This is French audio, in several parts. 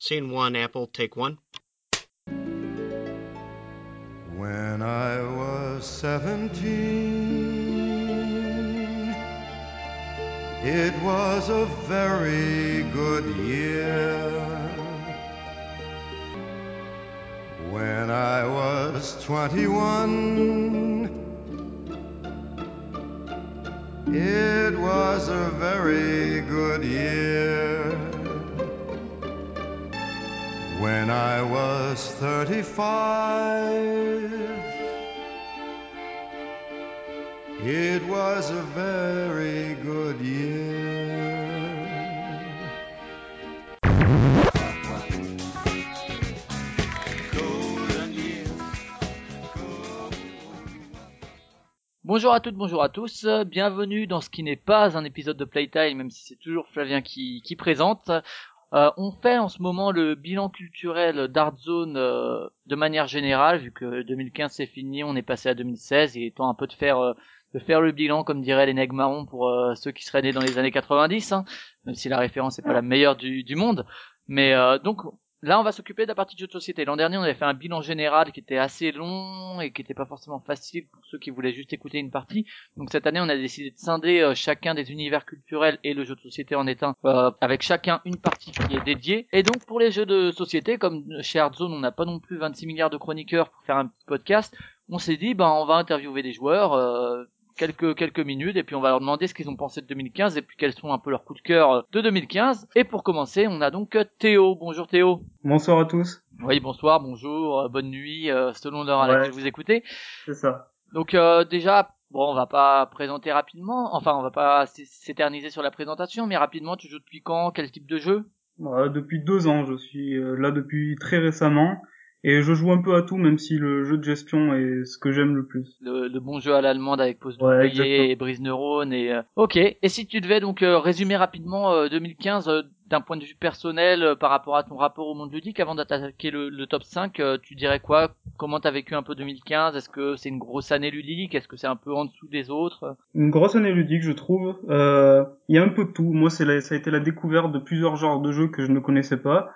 Scene one, Apple, take one. When I was 17, it was a very good year. When I was 21, it was a very good year. When I was 35, it was a very good year. Bonjour à toutes, bonjour à tous, bienvenue dans ce qui n'est pas un épisode de Playtime, même si c'est toujours Flavien qui présente. On fait en ce moment le bilan culturel d'Art Zone de manière générale, vu que 2015 c'est fini, on est passé à 2016, il est temps un peu de faire le bilan, comme diraient les nègres marrons pour ceux qui seraient nés dans les années 90, hein, même si la référence n'est pas la meilleure du monde. Mais donc là, on va s'occuper de la partie de jeux de société. L'an dernier, on avait fait un bilan général qui était assez long et qui n'était pas forcément facile pour ceux qui voulaient juste écouter une partie. Donc cette année, on a décidé de scinder chacun des univers culturels et le jeu de société en est un, avec chacun une partie qui est dédiée. Et donc pour les jeux de société, comme chez Artzone, on n'a pas non plus 26 milliards de chroniqueurs pour faire un petit podcast, on s'est dit, on va interviewer des joueurs, quelques minutes, et puis on va leur demander ce qu'ils ont pensé de 2015 et puis quels sont un peu leurs coups de cœur de 2015. Et pour commencer, on a donc Théo. Bonjour Théo. Bonsoir à tous. Oui, bonsoir, bonjour, bonne nuit, selon l'heure à laquelle vous écoutez. C'est ça. Donc déjà, on va pas présenter rapidement, enfin on va pas s'éterniser sur la présentation, mais rapidement, tu joues depuis quand? Quel type de jeu? Depuis 2 ans, je suis là depuis très récemment, et je joue un peu à tout, même si le jeu de gestion est ce que j'aime le plus. Le bon jeu à l'allemande avec pose Ouais, d'ouvrier exactement. et brise neurones et ok. Et si tu devais donc résumer rapidement 2015 d'un point de vue personnel par rapport à ton rapport au monde ludique avant d'attaquer le top 5, tu dirais quoi? Comment t'as vécu un peu 2015? Est-ce que c'est une grosse année ludique? Est-ce que c'est un peu en dessous des autres? Une grosse année ludique, je trouve. Il y a un peu de tout. Moi, ça a été la découverte de plusieurs genres de jeux que je ne connaissais pas.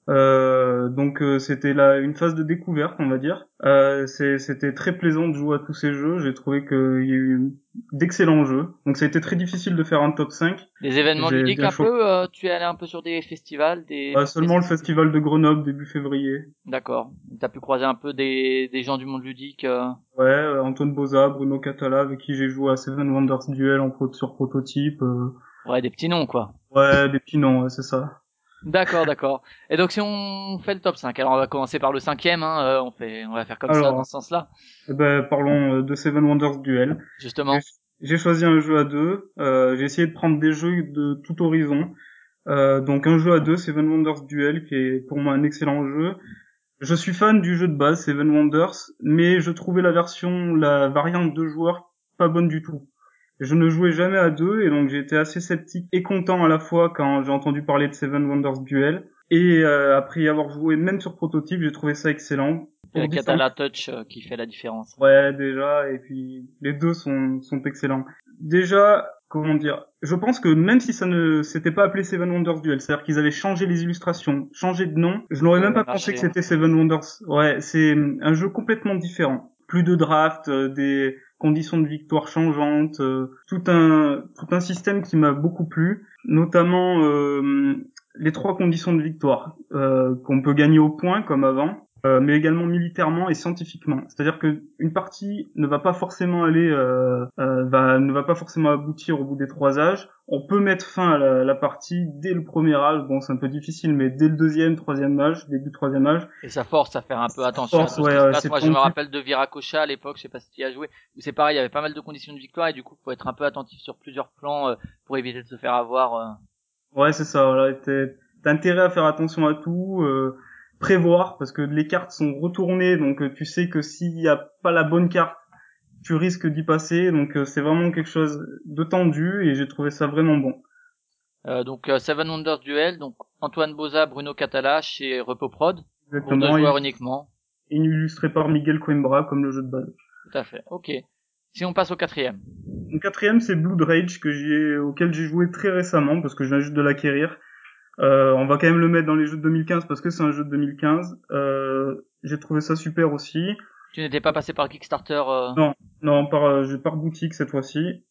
Donc, c'était une phase de découverte, on va dire. C'était très plaisant de jouer à tous ces jeux. J'ai trouvé qu'il y a eu d'excellents jeux. Donc, ça a été très difficile de faire un top 5. Des événements J'ai ludiques bien un choqué. peu, tu es allé un peu sur des festivals, Seulement le festival de Grenoble début février. D'accord. T'as pu croiser un peu des gens du monde ludique. Ouais, Antoine Boza, Bruno Catala, avec qui j'ai joué à Seven Wonders Duel sur prototype. Ouais, des petits noms quoi. Ouais, des petits noms, ouais, c'est ça. D'accord. Et donc si on fait le top 5, alors on va commencer par le cinquième, hein, on va faire comme ça dans Alors, ce sens-là, parlons de Seven Wonders Duel. J'ai justement. j'ai choisi un jeu à deux. J'ai essayé de prendre des jeux de tout horizon. Donc un jeu à deux, Seven Wonders Duel, qui est pour moi un excellent jeu. Je suis fan du jeu de base, Seven Wonders, mais je trouvais la variante deux joueurs, pas bonne du tout. Je ne jouais jamais à deux, et donc j'ai été assez sceptique et content à la fois quand j'ai entendu parler de Seven Wonders Duel. Et après y avoir joué même sur prototype, j'ai trouvé ça excellent. C'est Pour le différentes... Catala Touch qui fait la différence. Ouais, déjà, et puis les deux sont excellents. Déjà, comment dire, je pense que même si ça ne s'était pas appelé Seven Wonders Duel, c'est-à-dire qu'ils avaient changé les illustrations, changé de nom, je n'aurais Ça même aurait pas pensé que marché. c'était Seven Wonders. Ouais, c'est un jeu complètement différent. Plus de draft, des conditions de victoire changeantes, tout un système qui m'a beaucoup plu, notamment les trois conditions de victoire qu'on peut gagner au point comme avant, mais également militairement et scientifiquement. C'est-à-dire que une partie ne va pas forcément ne va pas forcément aboutir au bout des 3 âges. On peut mettre fin à la partie dès le premier âge. Bon, c'est un peu difficile, mais dès le deuxième, troisième âge, début troisième âge. Et ça force à faire un peu attention à Force, tout ce qui se passe. c'est Moi, je me pointu. rappelle de Viracocha à l'époque, je sais pas si tu y as joué, où c'est pareil, il y avait pas mal de conditions de victoire et du coup, faut être un peu attentif sur plusieurs plans pour éviter de se faire avoir. Ouais, c'est ça. Voilà, t'as intérêt à faire attention à tout, prévoir parce que les cartes sont retournées, donc tu sais que s'il y a pas la bonne carte, tu risques d'y passer. Donc c'est vraiment quelque chose de tendu et j'ai trouvé ça vraiment bon. Donc Seven Wonders Duel, donc Antoine Boza, Bruno Catala chez Repoprod, pour deux Exactement, joueurs uniquement. illustré par Miguel Coimbra comme le jeu de base. Tout à fait. Ok. Si on passe au quatrième. Mon quatrième, c'est Blood Rage auquel j'ai joué très récemment parce que je viens juste de l'acquérir. On va quand même le mettre dans les jeux de 2015 parce que c'est un jeu de 2015. J'ai trouvé ça super aussi. Tu n'étais pas passé par Kickstarter Non, j'ai par boutique cette fois-ci.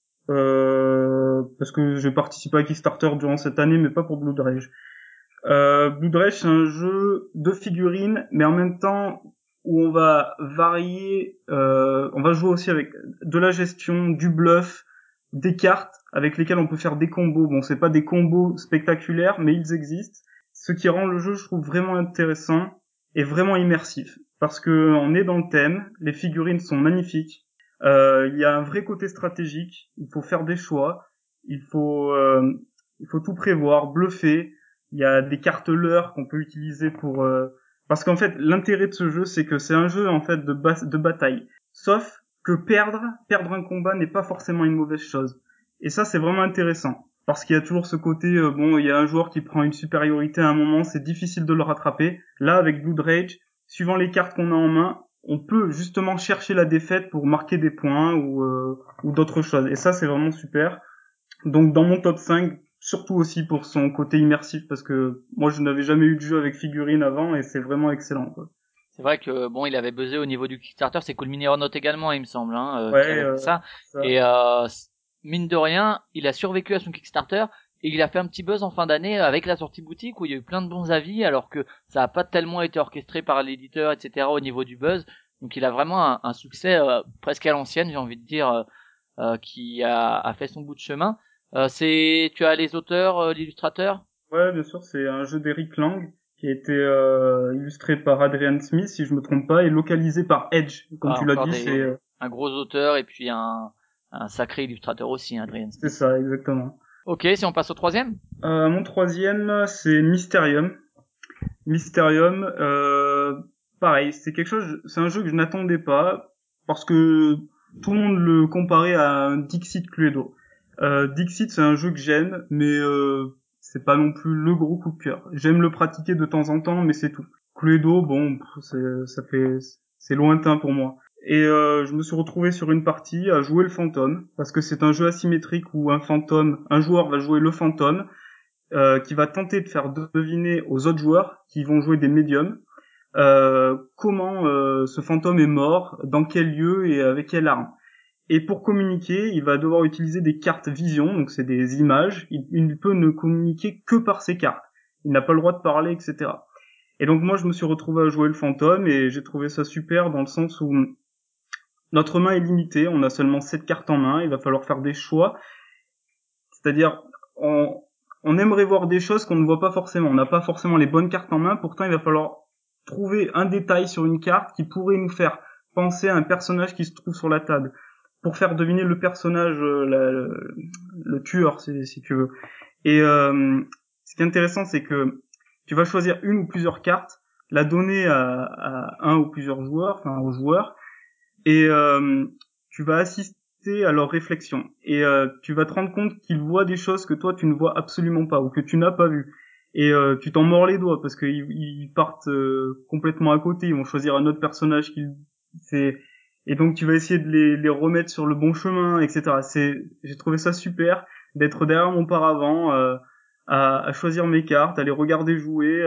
Parce que j'ai participé à Kickstarter durant cette année, mais pas pour Blood Rage. Blood Rage, c'est un jeu de figurines, mais en même temps où on va varier, on va jouer aussi avec de la gestion, du bluff, des cartes avec lesquelles on peut faire des combos. Bon, c'est pas des combos spectaculaires, mais ils existent. Ce qui rend le jeu, je trouve, vraiment intéressant et vraiment immersif. Parce que on est dans le thème, les figurines sont magnifiques, il y a un vrai côté stratégique, il faut faire des choix, il faut, euh, il faut tout prévoir, bluffer, il y a des cartes leurres qu'on peut utiliser pour... Parce qu'en fait, l'intérêt de ce jeu, c'est que c'est un jeu en fait de bataille. Sauf que perdre un combat n'est pas forcément une mauvaise chose. Et ça, c'est vraiment intéressant. Parce qu'il y a toujours ce côté, bon, il y a un joueur qui prend une supériorité à un moment, c'est difficile de le rattraper. Là, avec Blood Rage, suivant les cartes qu'on a en main, on peut justement chercher la défaite pour marquer des points ou d'autres choses. Et ça, c'est vraiment super. Donc dans mon top 5, surtout aussi pour son côté immersif, parce que moi je n'avais jamais eu de jeu avec figurines avant et c'est vraiment excellent, quoi. C'est vrai que bon, il avait buzzé au niveau du Kickstarter, c'est Cool Mini Aeronaut également, il me semble, qui Ouais, avait fait ça. ça. Et mine de rien, il a survécu à son Kickstarter et il a fait un petit buzz en fin d'année avec la sortie boutique où il y a eu plein de bons avis, alors que ça a pas tellement été orchestré par l'éditeur, etc. au niveau du buzz. Donc il a vraiment un succès presque à l'ancienne, j'ai envie de dire, qui a fait son bout de chemin. Tu as les auteurs, l'illustrateur. Ouais, bien sûr, c'est un jeu d'Eric Lang qui a été illustré par Adrian Smith, si je me trompe pas, et localisé par Edge. Comme Ah, tu l'as encore dit, un gros auteur et puis un sacré illustrateur aussi, hein, Adrian c'est Smith. ça, exactement. Ok, si on passe au troisième. Mon troisième, c'est Mysterium. Mysterium, pareil, c'est un jeu que je n'attendais pas parce que tout le monde le comparait à un Dixit Cluedo. Dixit, c'est un jeu que j'aime, mais c'est pas non plus le gros coup de cœur. J'aime le pratiquer de temps en temps, mais c'est tout. Cluedo, bon, c'est lointain pour moi. Et je me suis retrouvé sur une partie à jouer le fantôme parce que c'est un jeu asymétrique où un joueur va jouer le fantôme qui va tenter de faire deviner aux autres joueurs qui vont jouer des médiums comment ce fantôme est mort, dans quel lieu et avec quelle arme. Et pour communiquer, il va devoir utiliser des cartes vision, donc c'est des images. Il ne peut ne communiquer que par ces cartes. Il n'a pas le droit de parler, etc. Et donc moi, je me suis retrouvé à jouer le fantôme et j'ai trouvé ça super dans le sens où notre main est limitée, on a seulement 7 cartes en main, il va falloir faire des choix. C'est-à-dire, on aimerait voir des choses qu'on ne voit pas forcément. On n'a pas forcément les bonnes cartes en main, pourtant il va falloir trouver un détail sur une carte qui pourrait nous faire penser à un personnage qui se trouve sur la table, pour faire deviner le personnage, le tueur, si tu veux. Et ce qui est intéressant, c'est que tu vas choisir une ou plusieurs cartes, la donner à un ou plusieurs joueurs, enfin aux joueurs, et tu vas assister à leur réflexion et tu vas te rendre compte qu'ils voient des choses que toi tu ne vois absolument pas ou que tu n'as pas vues et tu t'en mords les doigts parce qu'ils partent complètement à côté, ils vont choisir un autre personnage c'est et donc tu vas essayer de les remettre sur le bon chemin, etc. J'ai trouvé ça super d'être derrière mon paravent à choisir mes cartes, à les regarder jouer,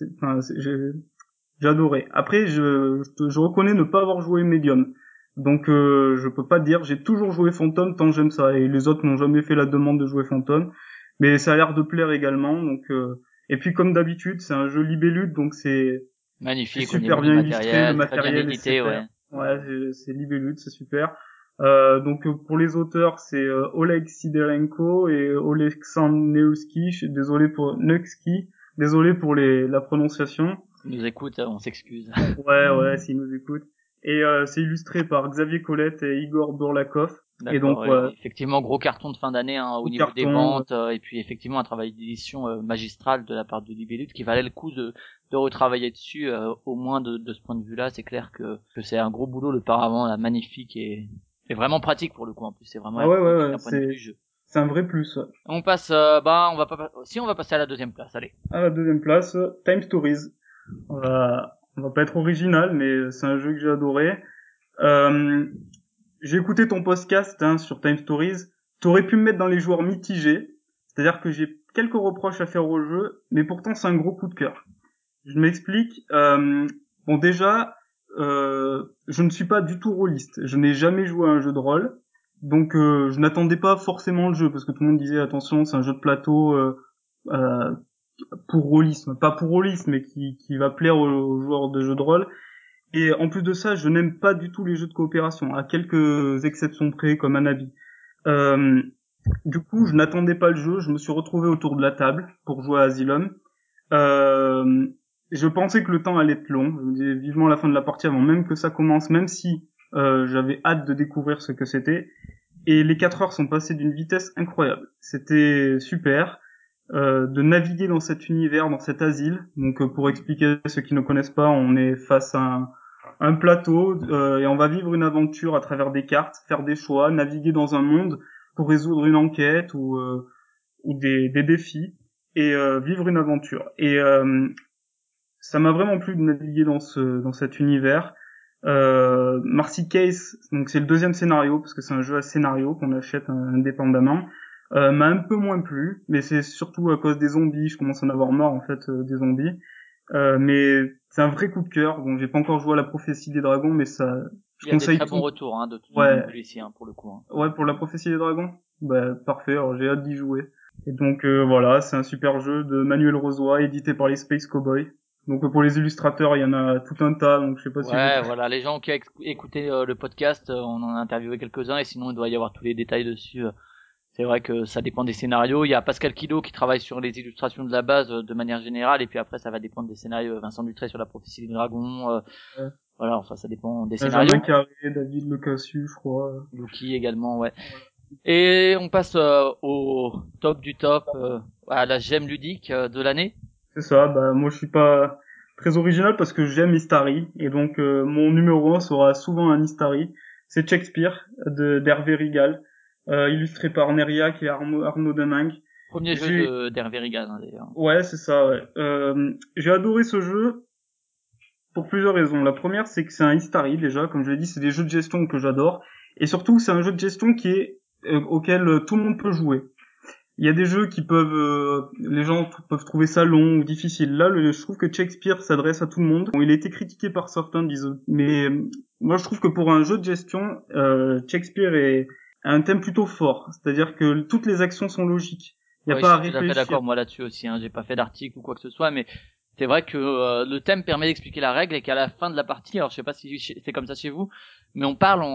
j'ai adoré. Après, je reconnais ne pas avoir joué Medium. Donc, je peux pas te dire, j'ai toujours joué Phantom tant j'aime ça. Et les autres n'ont jamais fait la demande de jouer Phantom. Mais ça a l'air de plaire également. Donc, et puis, comme d'habitude, c'est un jeu Libellude, donc c'est Magnifique au niveau super du bien illustré. Le matériel, très bien matériel est édité, ouais. super. Ouais, c'est Libellude, c'est super. Donc, pour les auteurs, c'est Oleg Siderenko et Oleksandr Neuski. Je suis désolé pour Neuski. Désolé pour la prononciation. S'ils nous écoute, on s'excuse. Ouais, s'ils nous écoutent. Et c'est illustré par Xavier Colette et Igor Burlakov. Et D'accord, donc, ouais. ouais, Effectivement, gros carton de fin d'année au au niveau des carton. ventes et puis effectivement un travail d'édition magistral de la part de Libellude qui valait le coup de retravailler dessus au moins de ce point de vue-là. C'est clair que c'est un gros boulot le paravent, là, magnifique et vraiment pratique pour le coup. En plus, c'est vraiment Ah ouais, ergonomique ouais, d'un point de vue du jeu. c'est un vrai plus. Ouais. On passe, on va pas, si on va passer à la deuxième place. Allez. À la deuxième place, Time Stories. On va pas être original, mais c'est un jeu que j'ai adoré. Euh, j'ai écouté ton podcast sur Time Stories. T'aurais pu me mettre dans les joueurs mitigés. C'est-à-dire que j'ai quelques reproches à faire au jeu, mais pourtant c'est un gros coup de cœur. Je m'explique. Bon déjà, je ne suis pas du tout rôliste. Je n'ai jamais joué à un jeu de rôle, donc je n'attendais pas forcément le jeu parce que tout le monde disait attention, c'est un jeu de plateau euh, pour rôlisme, pas pour rôlisme, mais qui va plaire aux joueurs de jeux de rôle. Et en plus de ça, je n'aime pas du tout les jeux de coopération, à quelques exceptions près, comme Anabi. Euh, du coup, je n'attendais pas le jeu, je me suis retrouvé autour de la table pour jouer à Asylum. Euh, je pensais que le temps allait être long, je me disais vivement la fin de la partie avant même que ça commence, même si j'avais hâte de découvrir ce que c'était. Et les 4 heures sont passées d'une vitesse incroyable. C'était super de naviguer dans cet univers, dans cet asile. Donc pour expliquer ceux qui ne connaissent pas, on est face à un plateau et on va vivre une aventure à travers des cartes, faire des choix, naviguer dans un monde pour résoudre une enquête ou des défis et vivre une aventure. Et ça m'a vraiment plu de naviguer dans cet univers. Marcy Case, donc c'est le deuxième scénario parce que c'est un jeu à scénario qu'on achète indépendamment. M'a un peu moins plu, mais c'est surtout à cause des zombies. Je commence à en avoir marre en fait des zombies. Mais c'est un vrai coup de cœur. Bon, j'ai pas encore joué à la prophétie des dragons, mais ça, je Il y a des conseille très bons tout. retours de tout Ouais, non plus ici pour le coup. ouais, pour la prophétie des dragons. Bah parfait. Alors j'ai hâte d'y jouer. Et donc voilà, c'est un super jeu de Manuel Rozoy, édité par les Space Cowboys. Donc pour les illustrateurs, il y en a tout un tas. Donc je sais pas si je vais. Ouais, voilà, les gens qui ont écouté le podcast, on en a interviewé quelques-uns et sinon il doit y avoir tous les détails dessus. C'est vrai que ça dépend des scénarios. Il y a Pascal Kido qui travaille sur les illustrations de la base de manière générale et puis après ça va dépendre des scénarios. Vincent Dutré sur la prophétie des dragons. Ouais. Voilà, enfin ça dépend des Benjamin scénarios. Carré, David Le Cassu, je crois. Yuki également, ouais. Voilà. Et on passe au top du top, à la gemme ludique de l'année. C'est ça. Bah moi je suis pas très original parce que j'aime Istari et donc mon numéro 1 sera souvent un Istari. C'est Shakespeare de d'Hervé Rigal, illustré par Neriac et Arnaud Demingue. Premier jeu J'ai d'Hervé Rigal d'ailleurs. Ouais, c'est ça, ouais. J'ai adoré ce jeu pour plusieurs raisons. La première, c'est que c'est un Istari, déjà, comme je l'ai dit, c'est des jeux de gestion que j'adore. Et surtout, c'est un jeu de gestion qui est auquel tout le monde peut jouer. Il y a des jeux qui peuvent, les gens peuvent trouver ça long ou difficile. Là, je trouve que Shakespeare s'adresse à tout le monde. Bon, il a été critiqué par certains, disent, mais moi, je trouve que pour un jeu de gestion, Shakespeare a un thème plutôt fort. C'est-à-dire que toutes les actions sont logiques. Il n'y a Oui, je pas à suis tout à fait réfléchir. d'accord moi là-dessus aussi. J'ai pas fait d'article ou quoi que ce soit, mais c'est vrai que le thème permet d'expliquer la règle et qu'à la fin de la partie, alors je sais pas si c'est comme ça chez vous, mais on parle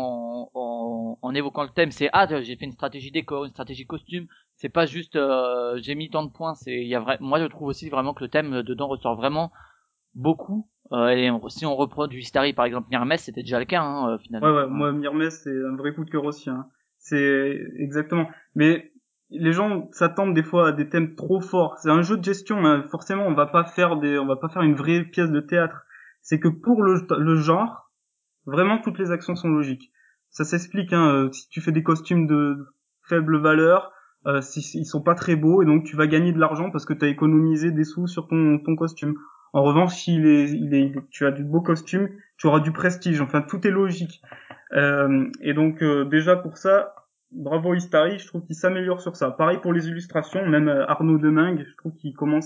en évoquant le thème. C'est j'ai fait une stratégie décor, une stratégie costume. C'est pas juste j'ai mis tant de points. Moi je trouve aussi vraiment que le thème dedans ressort vraiment beaucoup. Si on reprend du Histari par exemple, Hermès, c'était déjà le cas Ouais, finalement. ouais, moi, Myrmès, c'est un vrai coup de cœur aussi, hein. C'est exactement. Mais les gens s'attendent des fois à des thèmes trop forts. C'est un jeu de gestion, hein. Forcément, on va pas faire une vraie pièce de théâtre. C'est que pour le genre, vraiment toutes les actions sont logiques. Ça s'explique, hein. Si tu fais des costumes de faible valeur, ils sont pas très beaux et donc tu vas gagner de l'argent parce que tu as économisé des sous sur ton costume. En revanche, si tu as du beau costume, tu auras du prestige. Enfin, tout est logique. Et donc déjà pour ça, bravo Istari, je trouve qu'il s'améliore sur ça. Pareil pour les illustrations, même Arnaud Demingue, je trouve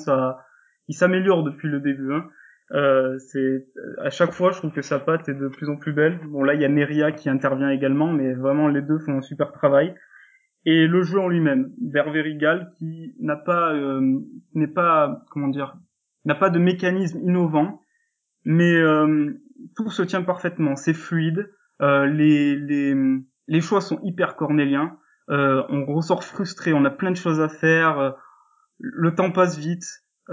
il s'améliore depuis le début. Hein. C'est à chaque fois, je trouve que sa patte est de plus en plus belle. Bon là, il y a Neria qui intervient également, mais vraiment les deux font un super travail. Et le jeu en lui-même, d'Hervé Rigal, qui n'est pas, comment dire, n'a pas de mécanisme innovant, mais tout se tient parfaitement, c'est fluide, euh, les, les, les choix sont hyper cornéliens, on ressort frustré, on a plein de choses à faire, le temps passe vite,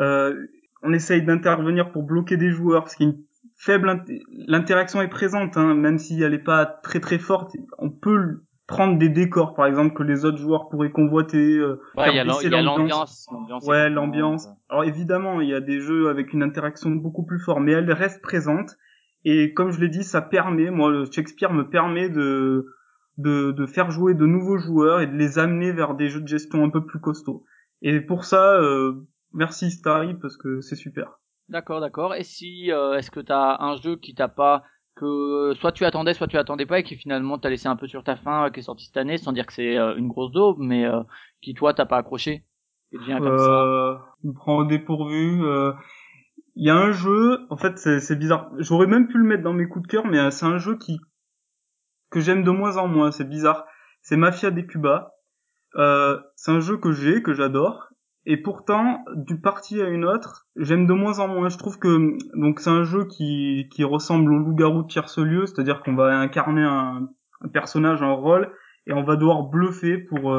on essaye d'intervenir pour bloquer des joueurs, parce qu'il y a une l'interaction est présente, hein, même si elle n'est pas très très forte, on peut prendre des décors par exemple que les autres joueurs pourraient convoiter, Ouais, faire baisser il y a l'ambiance. l'ambiance est Ouais, contente. l'ambiance. Alors évidemment, il y a des jeux avec une interaction beaucoup plus forte, mais elle reste présente. Et comme je l'ai dit, ça permet, moi, le Shakespeare me permet de faire jouer de nouveaux joueurs et de les amener vers des jeux de gestion un peu plus costauds. Et pour ça, merci Starry parce que c'est super. D'accord, d'accord. Et si est-ce que t'as un jeu qui t'a pas que soit tu attendais, soit tu attendais pas et qui finalement t'a laissé un peu sur ta faim, qui est sorti cette année, sans dire que c'est une grosse daube, mais qui toi t'as pas accroché? Il vient comme ça. Il me prend au dépourvu. Il y a un jeu, en fait, c'est bizarre. J'aurais même pu le mettre dans mes coups de cœur, mais c'est un jeu que j'aime de moins en moins. C'est bizarre. C'est Mafia des Cuba. C'est un jeu que j'adore. Et pourtant, d'une partie à une autre, j'aime de moins en moins. Je trouve que donc c'est un jeu qui ressemble au Loup-garou de Tierce-Lieu, c'est-à-dire qu'on va incarner un personnage, un rôle, et on va devoir bluffer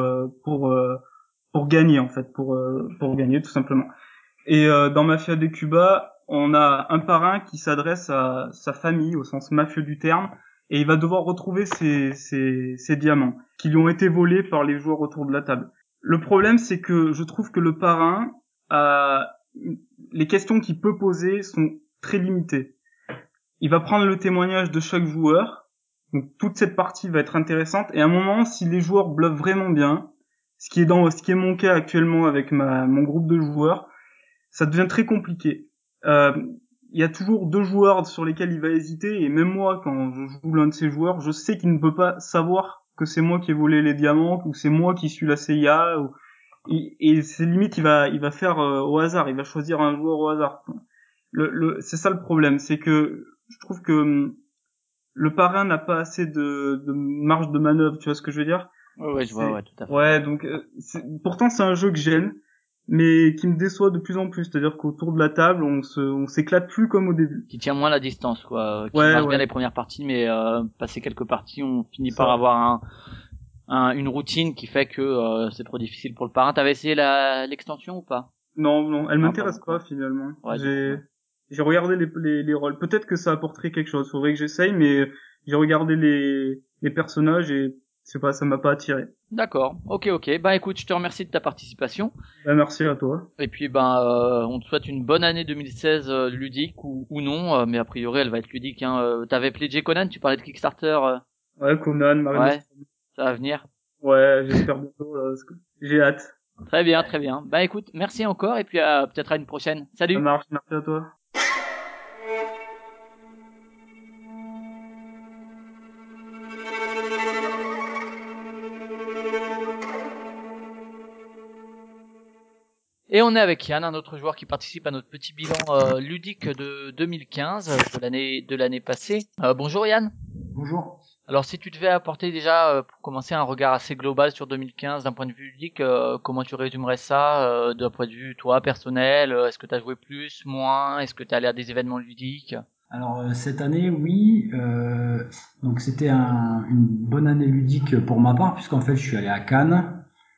pour gagner en fait, pour gagner tout simplement. Et dans Mafia de Cuba, on a un parrain qui s'adresse à sa famille au sens mafieux du terme, et il va devoir retrouver ses diamants qui lui ont été volés par les joueurs autour de la table. Le problème, c'est que je trouve que le parrain a les questions qu'il peut poser sont très limitées. Il va prendre le témoignage de chaque joueur, donc toute cette partie va être intéressante. Et à un moment, si les joueurs bluffent vraiment bien, ce qui est mon cas actuellement avec mon groupe de joueurs, ça devient très compliqué. Il y a toujours deux joueurs sur lesquels il va hésiter, et même moi, quand je joue l'un de ces joueurs, je sais qu'il ne peut pas savoir que c'est moi qui ai volé les diamants, ou c'est moi qui suis la CIA, et c'est limite, il va faire au hasard, il va choisir un joueur au hasard. C'est ça le problème, c'est que je trouve que le parrain n'a pas assez de marge de manœuvre, tu vois ce que je veux dire? Ouais, je vois, ouais, tout à fait. Ouais, donc pourtant c'est un jeu que j'aime, mais qui me déçoit de plus en plus. C'est-à-dire qu'autour de la table, on s'éclate plus comme au début. Qui tient moins la distance, quoi. Qui Ouais, marche bien ouais. les premières parties, mais passer quelques parties, on finit Ça. par avoir une routine qui fait que c'est trop difficile pour le parrain. T'avais essayé l'extension ou pas? Non, elle Non, m'intéresse pas pas finalement. Ouais, du coup, ouais. J'ai regardé les rôles. Peut-être que ça apporterait quelque chose. Faudrait que j'essaye, mais j'ai regardé les personnages et c'est pas, ça m'a pas attiré. D'accord, ok. Bah écoute, je te remercie de ta participation. Ben, merci à toi. Et puis ben, on te souhaite une bonne année 2016 ludique ou non, mais a priori elle va être ludique. Hein. T'avais pledgé Conan, tu parlais de Kickstarter. Ouais, Conan, Marine Ouais, Nostrum. ça va venir. Ouais, j'espère bientôt. Là, parce que j'ai hâte. Très bien. Bah écoute, merci encore et puis peut-être à une prochaine. Ça Salut. marche. Merci à toi. Et on est avec Yann, un autre joueur qui participe à notre petit bilan ludique de 2015, de l'année passée. Bonjour Yann. Bonjour. Alors si tu devais apporter déjà, pour commencer, un regard assez global sur 2015 d'un point de vue ludique, comment tu résumerais ça d'un point de vue, toi, personnel? Est-ce que tu as joué plus, moins? Est-ce que tu es allé à des événements ludiques? Alors cette année, oui. Donc c'était une bonne année ludique pour ma part, puisqu'en fait je suis allé à Cannes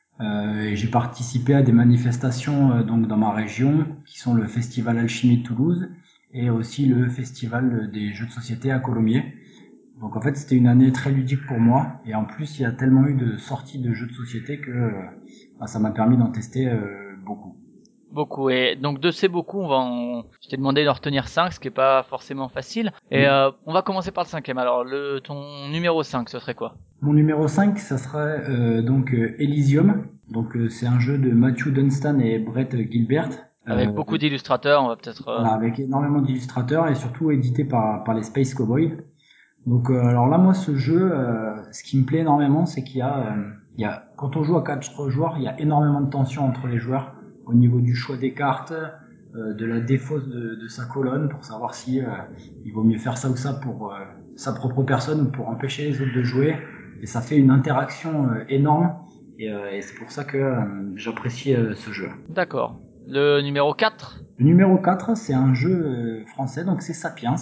et j'ai participé à des manifestations donc dans ma région, qui sont le Festival Alchimie de Toulouse et aussi le Festival des Jeux de Société à Colomiers. Donc en fait c'était une année très ludique pour moi, et en plus il y a tellement eu de sorties de jeux de société que ça m'a permis d'en tester beaucoup. Beaucoup. Et donc de ces beaucoup, je t'ai demandé d'en retenir 5, ce qui est pas forcément facile. Et Oui. on va commencer par le cinquième. Alors ton numéro 5, ce serait quoi? Mon numéro 5, ça serait donc Elysium. Donc c'est un jeu de Matthew Dunstan et Brett Gilbert. Avec beaucoup d'illustrateurs, on va peut-être... Voilà, avec énormément d'illustrateurs et surtout édité par les Space Cowboys. Donc alors là, moi, ce jeu, ce qui me plaît énormément, c'est il y a quand on joue à 4 joueurs, il y a énormément de tension entre les joueurs au niveau du choix des cartes, de la défausse de sa colonne pour savoir si il vaut mieux faire ça ou ça pour sa propre personne ou pour empêcher les autres de jouer. Et ça fait une interaction énorme et c'est pour ça que j'apprécie ce jeu. D'accord. Le numéro 4? Le numéro 4, c'est un jeu français, donc c'est Sapiens,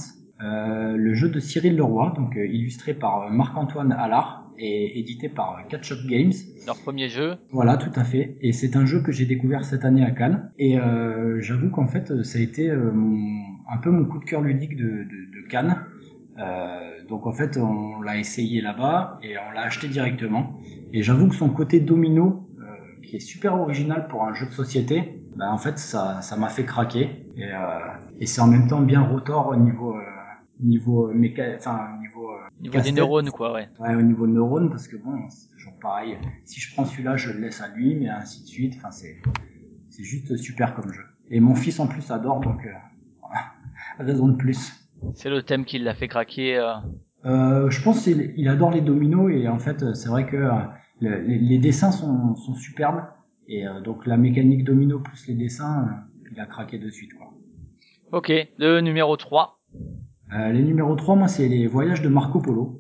le jeu de Cyril Leroy, donc illustré par Marc-Antoine Allard et édité par Catch Up Games. Leur premier jeu. Voilà, tout à fait. Et c'est un jeu que j'ai découvert cette année à Cannes. Et j'avoue qu'en fait, ça a été un peu mon coup de cœur ludique de Cannes. Donc en fait, on l'a essayé là-bas et on l'a acheté directement. Et j'avoue que son côté domino, qui est super original pour un jeu de société, en fait, ça m'a fait craquer. Et c'est en même temps bien rotor au niveau niveau Des neurones, quoi, ouais. Ouais, au niveau neurones, parce que bon, c'est toujours pareil. Si je prends celui-là, je le laisse à lui, mais ainsi de suite. Enfin, c'est juste super comme jeu. Et mon fils en plus adore, donc voilà, raison de plus. C'est le thème qui l'a fait craquer. Je pense qu'il adore les dominos, et en fait, c'est vrai que les dessins sont superbes. Et donc la mécanique domino plus les dessins, il a craqué de suite, quoi. Ok, le numéro 3. Les numéros 3, moi, c'est les voyages de Marco Polo.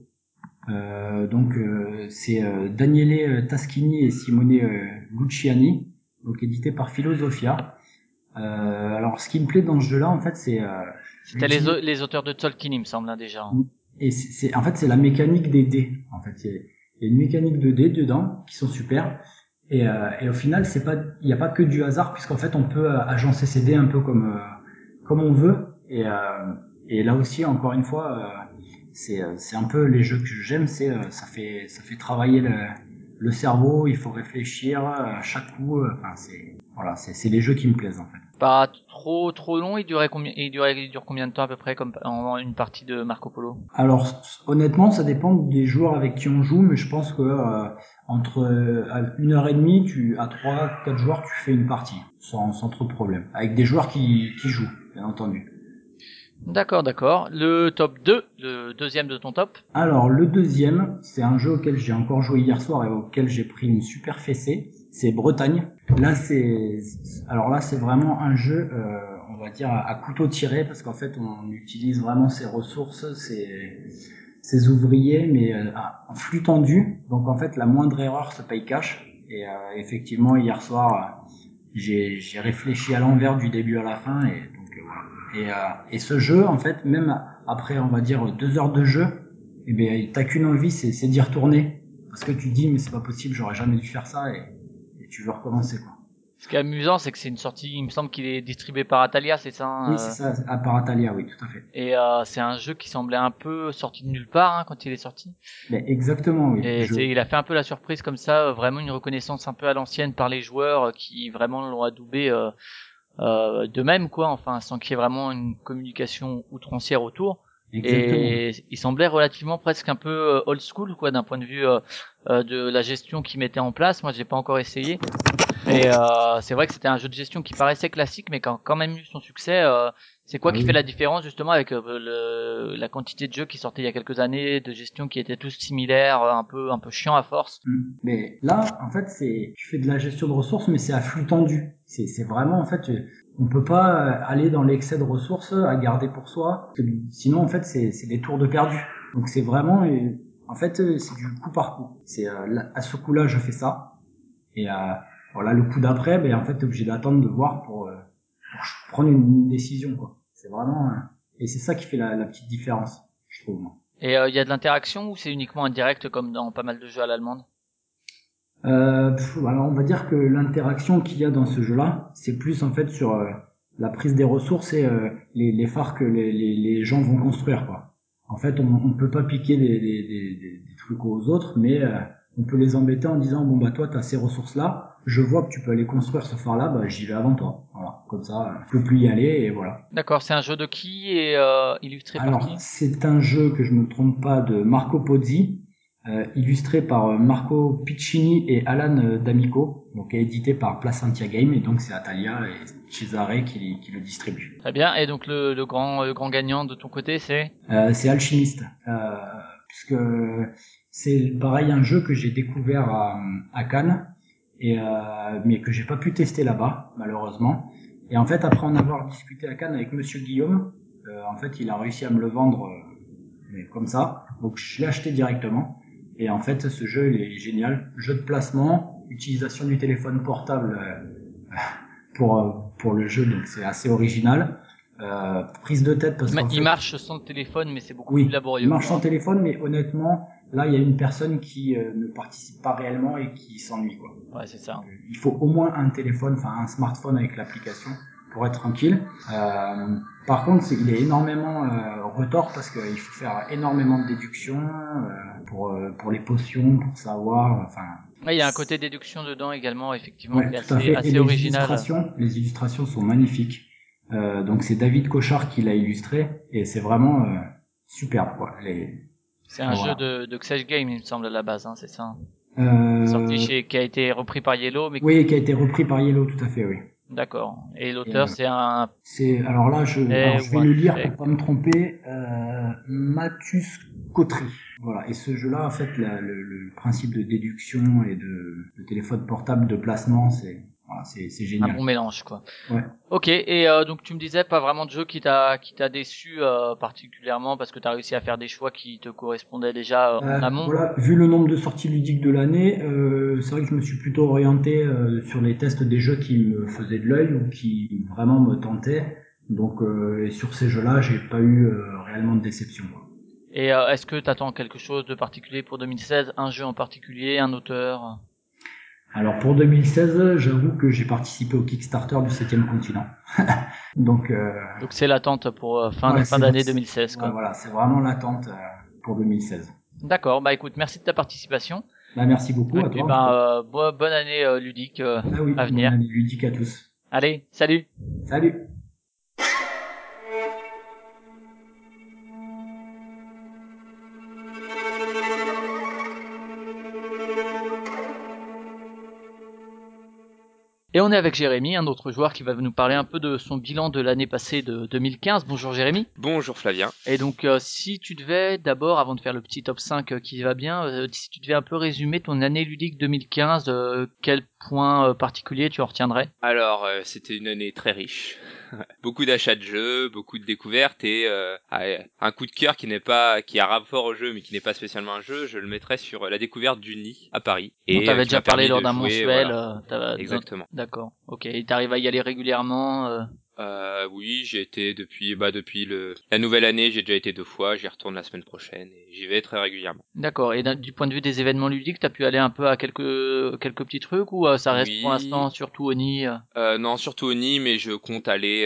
C'est Daniele Taschini et Simone Luciani, donc édité par Philosophia. Alors, ce qui me plaît dans ce jeu-là, en fait, c'est C'était les auteurs de Tolkien, il me semble, hein, déjà. et en fait, c'est la mécanique des dés. En fait, il y a une mécanique de dés dedans qui sont super. Et au final, il n'y a pas que du hasard, puisqu'en fait, on peut agencer ces dés un peu comme on veut. Et là aussi, encore une fois, c'est un peu les jeux que j'aime, ça fait travailler le cerveau, il faut réfléchir à chaque coup. Enfin, c'est les jeux qui me plaisent en fait. Pas trop long, il dure combien de temps à peu près comme en une partie de Marco Polo? Alors honnêtement, ça dépend des joueurs avec qui on joue, mais je pense que entre 1 heure et demie, à 3-4 joueurs, tu fais une partie sans trop de problème, avec des joueurs qui jouent, bien entendu. D'accord. Le top 2, le deuxième de ton top. Alors le deuxième, c'est un jeu auquel j'ai encore joué hier soir et auquel j'ai pris une super fessée, c'est Bretagne. Là c'est vraiment un jeu, on va dire à couteau tiré, parce qu'en fait on utilise vraiment ses ressources, ses ouvriers, mais en flux tendu. Donc en fait la moindre erreur se paye cash. Et effectivement hier soir j'ai réfléchi à l'envers du début à la fin et donc voilà. Et ce jeu en fait, même après on va dire 2 heures de jeu, eh bien t'as qu'une envie, c'est d'y retourner, parce que tu te dis mais c'est pas possible, j'aurais jamais dû faire ça, et tu veux recommencer, quoi. Ce qui est amusant, c'est que c'est une sortie, il me semble qu'il est distribué par Atalia, c'est ça, Oui, c'est ça, à Paratalia, oui, tout à fait. Et c'est un jeu qui semblait un peu sorti de nulle part, hein, quand il est sorti. Mais exactement, oui. Et il a fait un peu la surprise comme ça, vraiment une reconnaissance un peu à l'ancienne par les joueurs qui vraiment l'ont adoubé de même, quoi, enfin sans qu'il y ait vraiment une communication outrancière autour. Exactement. Et il semblait relativement presque un peu old school, quoi, d'un point de vue de la gestion qu'ils mettaient en place. Moi, j'ai pas encore essayé. Et c'est vrai que c'était un jeu de gestion qui paraissait classique, mais qui a quand même eu son succès. C'est quoi qui fait la différence justement avec la quantité de jeux qui sortaient il y a quelques années, de gestion qui étaient tous similaires, un peu chiant à force. Mais là, en fait, tu fais de la gestion de ressources, mais c'est à flux tendu. C'est vraiment, en fait, on peut pas aller dans l'excès de ressources à garder pour soi, parce que sinon, en fait, c'est des tours de perdu. Donc c'est vraiment, en fait, c'est du coup par coup. C'est à ce coup-là, je fais ça, et voilà, le coup d'après, ben en fait, t'es obligé d'attendre de voir pour prendre une décision, quoi. C'est vraiment, et c'est ça qui fait la petite différence, je trouve, moi. Et il y a de l'interaction ou c'est uniquement indirect comme dans pas mal de jeux à l'allemande? Alors on va dire que l'interaction qu'il y a dans ce jeu-là, c'est plus en fait sur la prise des ressources et les phares que les gens vont construire, quoi. En fait, on peut pas piquer des trucs aux autres, mais on peut les embêter en disant bon bah toi t'as ces ressources-là, je vois que tu peux aller construire ce phare-là, bah j'y vais avant toi. Voilà, comme ça, je peux plus y aller et voilà. D'accord, c'est un jeu de qui et illustré par qui? Alors c'est un jeu, que je me trompe pas, de Marco Pozzi. Illustré par Marco Piccini et Alan D'Amico, donc édité par Placentia Game, et donc c'est Atalia et Cesare qui le distribuent. Très bien. Et donc le grand gagnant de ton côté, c'est? C'est Alchimiste, puisque c'est pareil, un jeu que j'ai découvert à Cannes, mais que j'ai pas pu tester là-bas, malheureusement. Et en fait, après en avoir discuté à Cannes avec Monsieur Guillaume, en fait, il a réussi à me le vendre mais comme ça, donc je l'ai acheté directement. Et en fait, ce jeu, il est génial. Jeu de placement, utilisation du téléphone portable pour le jeu, donc c'est assez original. Prise de tête parce qu'en fait... Il marche sans le téléphone, mais c'est beaucoup plus Oui, il laborieux, marche quoi. sans téléphone, mais honnêtement, là, il y a une personne qui ne participe pas réellement et qui s'ennuie, quoi. Ouais, c'est ça. Il faut au moins un téléphone, enfin un smartphone avec l'application pour être tranquille. Par contre, il est énormément retors parce qu'il faut faire énormément de déductions pour les potions, pour savoir. Enfin. Ouais, il y a un côté déduction dedans également, effectivement, Ouais, qui est tout à fait. assez original. Les illustrations sont magnifiques. Donc c'est David Cochard qui l'a illustré et c'est vraiment superbe, quoi. C'est un jeu Voilà. de Xesh Game, il me semble, à la base, hein, c'est ça. Euh... Sorti qui a été repris par Yellow, mais Oui, qui a été repris par Yellow, tout à fait, oui. D'accord. Et l'auteur, c'est un... Alors là, je vais le lire Wachek. pour pas me tromper, Mathius Kotri. Voilà. Et ce jeu-là, en fait, le principe de déduction et de téléphone portable de placement, c'est un génial. bon mélange, quoi. Ouais. Ok, et donc tu me disais pas vraiment de jeu qui t'a déçu particulièrement parce que t'as réussi à faire des choix qui te correspondaient déjà en amont. Voilà, vu le nombre de sorties ludiques de l'année, c'est vrai que je me suis plutôt orienté sur les tests des jeux qui me faisaient de l'œil ou qui vraiment me tentaient. Donc, et sur ces jeux-là, j'ai pas eu réellement de déception, quoi. Et est-ce que t'attends quelque chose de particulier pour 2016, un jeu en particulier, un auteur? Alors pour 2016, j'avoue que j'ai participé au Kickstarter du 7e continent. Donc c'est l'attente pour fin ouais, d'année 2016, quoi. Ouais, voilà, c'est vraiment l'attente pour 2016. D'accord, bah écoute, merci de ta participation. Bah, merci beaucoup Et à puis toi. bonne année ludique Ah oui, à bonne venir. année ludique à tous. Allez, salut. Salut. Et on est avec Jérémy, un autre joueur qui va nous parler un peu de son bilan de l'année passée de 2015. Bonjour Jérémy. Bonjour Flavien. Et donc si tu devais d'abord, avant de faire le petit top 5 qui va bien, si tu devais un peu résumer ton année ludique 2015, quel point particulier tu en retiendrais? Alors, c'était une année très riche. Beaucoup d'achats de jeux, beaucoup de découvertes et un coup de cœur qui a rapport au jeu mais qui n'est pas spécialement un jeu, je le mettrais sur la découverte du Nid à Paris. On Et t'avait qui m'a déjà parlé permis lors de d'un jouer, mensuel. voilà. Exactement. D'accord. Ok. Et t'arrives à y aller régulièrement Oui, j'ai été depuis la nouvelle année, j'ai déjà été 2 fois, j'y retourne la semaine prochaine et j'y vais très régulièrement. D'accord. Et du point de vue des événements ludiques, t'as pu aller un peu à quelques petits trucs ou ça reste pour l'instant Oui, surtout au nid non, surtout au Nîmes, mais je compte aller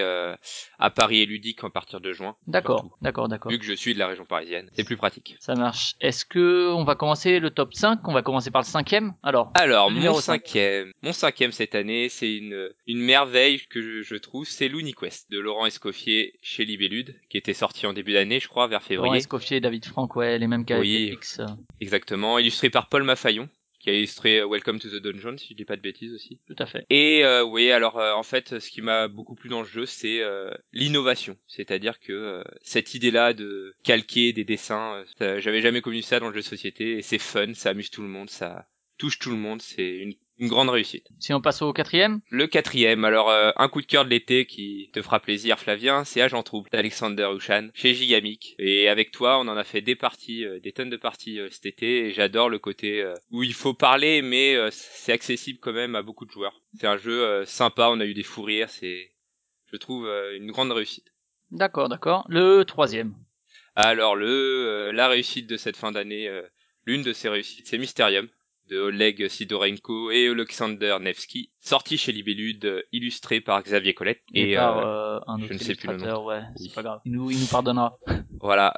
à Paris et Ludique à partir de juin. D'accord. Surtout. D'accord. Vu que je suis de la région parisienne, c'est plus pratique. Ça marche. Est-ce que on va commencer le top 5? On va commencer par le cinquième. Alors Alors, le mon numéro 5. cinquième cette année, c'est une merveille que je trouve, c'est l'Uniquest de Laurent Escoffier chez Libellude, qui était sorti en début d'année, je crois, vers Laurent février. Escoffier et David Franck, ouais, les mêmes Oui, KFX. exactement. Illustré par Paul Mafayon, qui a illustré Welcome to the Dungeon, si je dis pas de bêtises aussi. Tout à fait. Et oui, alors en fait, ce qui m'a beaucoup plu dans le jeu, c'est l'innovation. C'est-à-dire que cette idée-là de calquer des dessins, j'avais jamais connu ça dans le jeu de société, et c'est fun, ça amuse tout le monde, ça touche tout le monde, c'est une grande réussite. Si on passe au quatrième. Le quatrième, alors un coup de cœur de l'été qui te fera plaisir Flavien, c'est Agent Trouble d'Alexander Hushan chez Gigamic. Et avec toi, on en a fait des parties, des tonnes de parties cet été, et j'adore le côté où il faut parler, mais c'est accessible quand même à beaucoup de joueurs. C'est un jeu sympa, on a eu des fous rires, c'est, je trouve, une grande réussite. D'accord, d'accord. Le troisième. Alors la réussite de cette fin d'année, l'une de ces réussites, c'est Mysterium de Oleg Sidorenko et Alexander Nevsky, sorti chez Libellude, illustré par Xavier Colette Et par un je autre ne sais plus le nom. illustrateur, ouais, Oui. c'est pas grave. Il nous pardonnera. Voilà,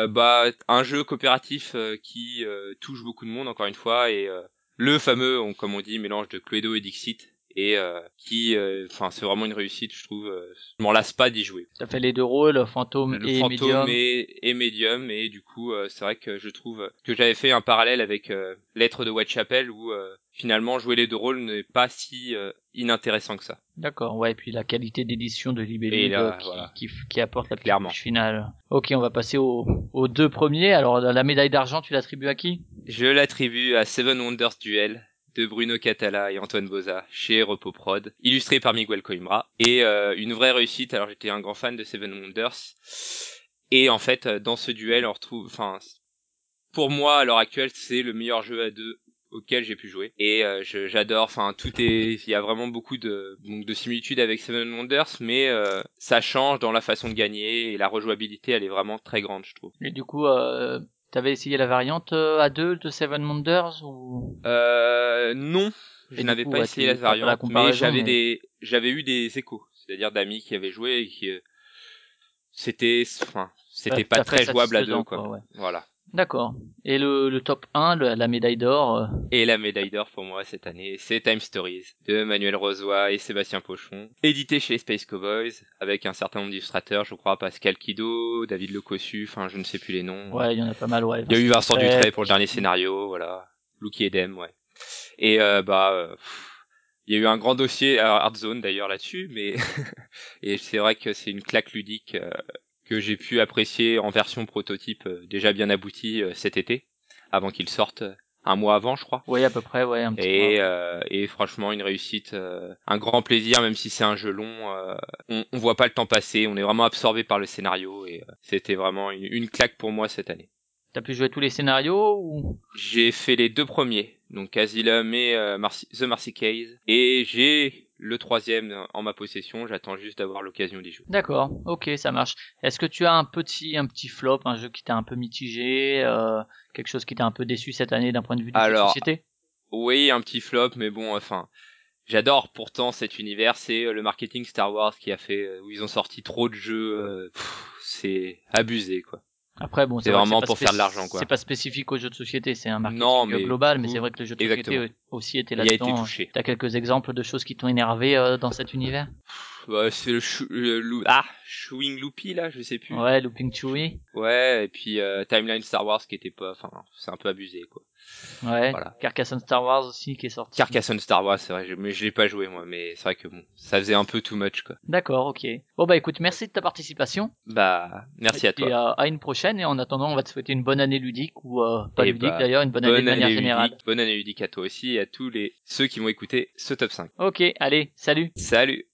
un jeu coopératif qui touche beaucoup de monde encore une fois et le fameux, comme on dit, mélange de Cluedo et Dixit et c'est vraiment une réussite, je trouve. Je m'en lasse pas d'y jouer. Ça fait les deux rôles, fantôme Le et fantôme médium. et médium et du coup c'est vrai que je trouve que j'avais fait un parallèle avec Lettres de Whitechapel où finalement jouer les deux rôles n'est pas si inintéressant que ça. D'accord, ouais, et puis la qualité d'édition de Et Libellude là voilà, qui apporte la petite clairement. touche finale. Ok, on va passer aux deux premiers. Alors la médaille d'argent, tu l'attribues à qui? Je l'attribue à Seven Wonders Duel de Bruno Catala et Antoine Boza chez Repos Prod, illustré par Miguel Coimbra et une vraie réussite. Alors j'étais un grand fan de Seven Wonders et en fait dans ce duel on retrouve, pour moi à l'heure actuelle c'est le meilleur jeu à deux auquel j'ai pu jouer et j'adore, il y a vraiment beaucoup de similitudes avec Seven Wonders, mais ça change dans la façon de gagner et la rejouabilité elle est vraiment très grande, je trouve. Et du coup, t'avais essayé la variante à deux de Seven Wonders ou? Non, je Et du n'avais coup, pas ouais, essayé la t'as pas la variante, mais comparaison, mais j'avais eu des échos, c'est-à-dire d'amis qui avaient joué et qui c'était pas c'était tout pas à fait très jouable à deux satisfaisant, quoi. quoi, ouais. Voilà. D'accord. Et le top 1, la médaille d'or. Et la médaille d'or pour moi cette année, c'est Time Stories de Manuel Rozoy et Sébastien Pochon, édité chez Space Cowboys avec un certain nombre d'illustrateurs, je crois Pascal Kido, David Lecossu, je ne sais plus les noms. Ouais, il y en a pas mal, ouais. Il y a eu Vincent Dutray pour le dernier Pierre. scénario, voilà. Lucky Edem, ouais. Et Il y a eu un grand dossier à Hearthstone d'ailleurs là-dessus, mais et c'est vrai que c'est une claque ludique que j'ai pu apprécier en version prototype déjà bien aboutie cet été, avant qu'il sorte un mois avant, je crois. Oui, à peu près, ouais, un petit mois. Et franchement, une réussite, un grand plaisir, même si c'est un jeu long. On voit pas le temps passer, on est vraiment absorbé par le scénario, et c'était vraiment une claque pour moi cette année. T'as pu jouer tous les scénarios ou? J'ai fait les 2 premiers, donc Asylum et The Marcy Case, et j'ai le 3e en ma possession. J'attends juste d'avoir l'occasion d'y jouer. D'accord, ok, ça marche. Est-ce que tu as un petit flop, un jeu qui t'a un peu mitigé, quelque chose qui t'a un peu déçu cette année d'un point de vue du jeu de Alors, société? oui, un petit flop, mais bon, enfin, j'adore pourtant cet univers. C'est le marketing Star Wars qui a fait où ils ont sorti trop de jeux. C'est abusé, quoi. Après, bon, c'est C'est vrai que vraiment pour faire de l'argent, c'est quoi. pas spécifique aux jeux de société, c'est un Non, marketing mais global, du mais c'est coup, vrai que le jeu de société exactement. aussi était Il a été là-dedans. touché. T'as quelques exemples de choses qui t'ont énervé dans cet univers? Ouais, c'est Chewing Loopy là, je sais plus. Ouais, Looping Chewie. Ouais, et puis Timeline Star Wars qui était pas, enfin, c'est un peu abusé, quoi. Ouais, Voilà. Carcassonne Star Wars aussi qui est sorti. Carcassonne Star Wars, c'est vrai, mais je l'ai pas joué moi, mais c'est vrai que bon, ça faisait un peu too much, quoi. D'accord, ok. Bon bah écoute, merci de ta participation. Bah, Et merci à puis toi. à une prochaine. Et en attendant, on va te souhaiter une bonne année ludique ou pas Et ludique bah, d'ailleurs, une bonne année de manière générale. bonne année ludique à toi aussi et à tous ceux qui vont écouter ce top 5. Ok, allez, salut. Salut!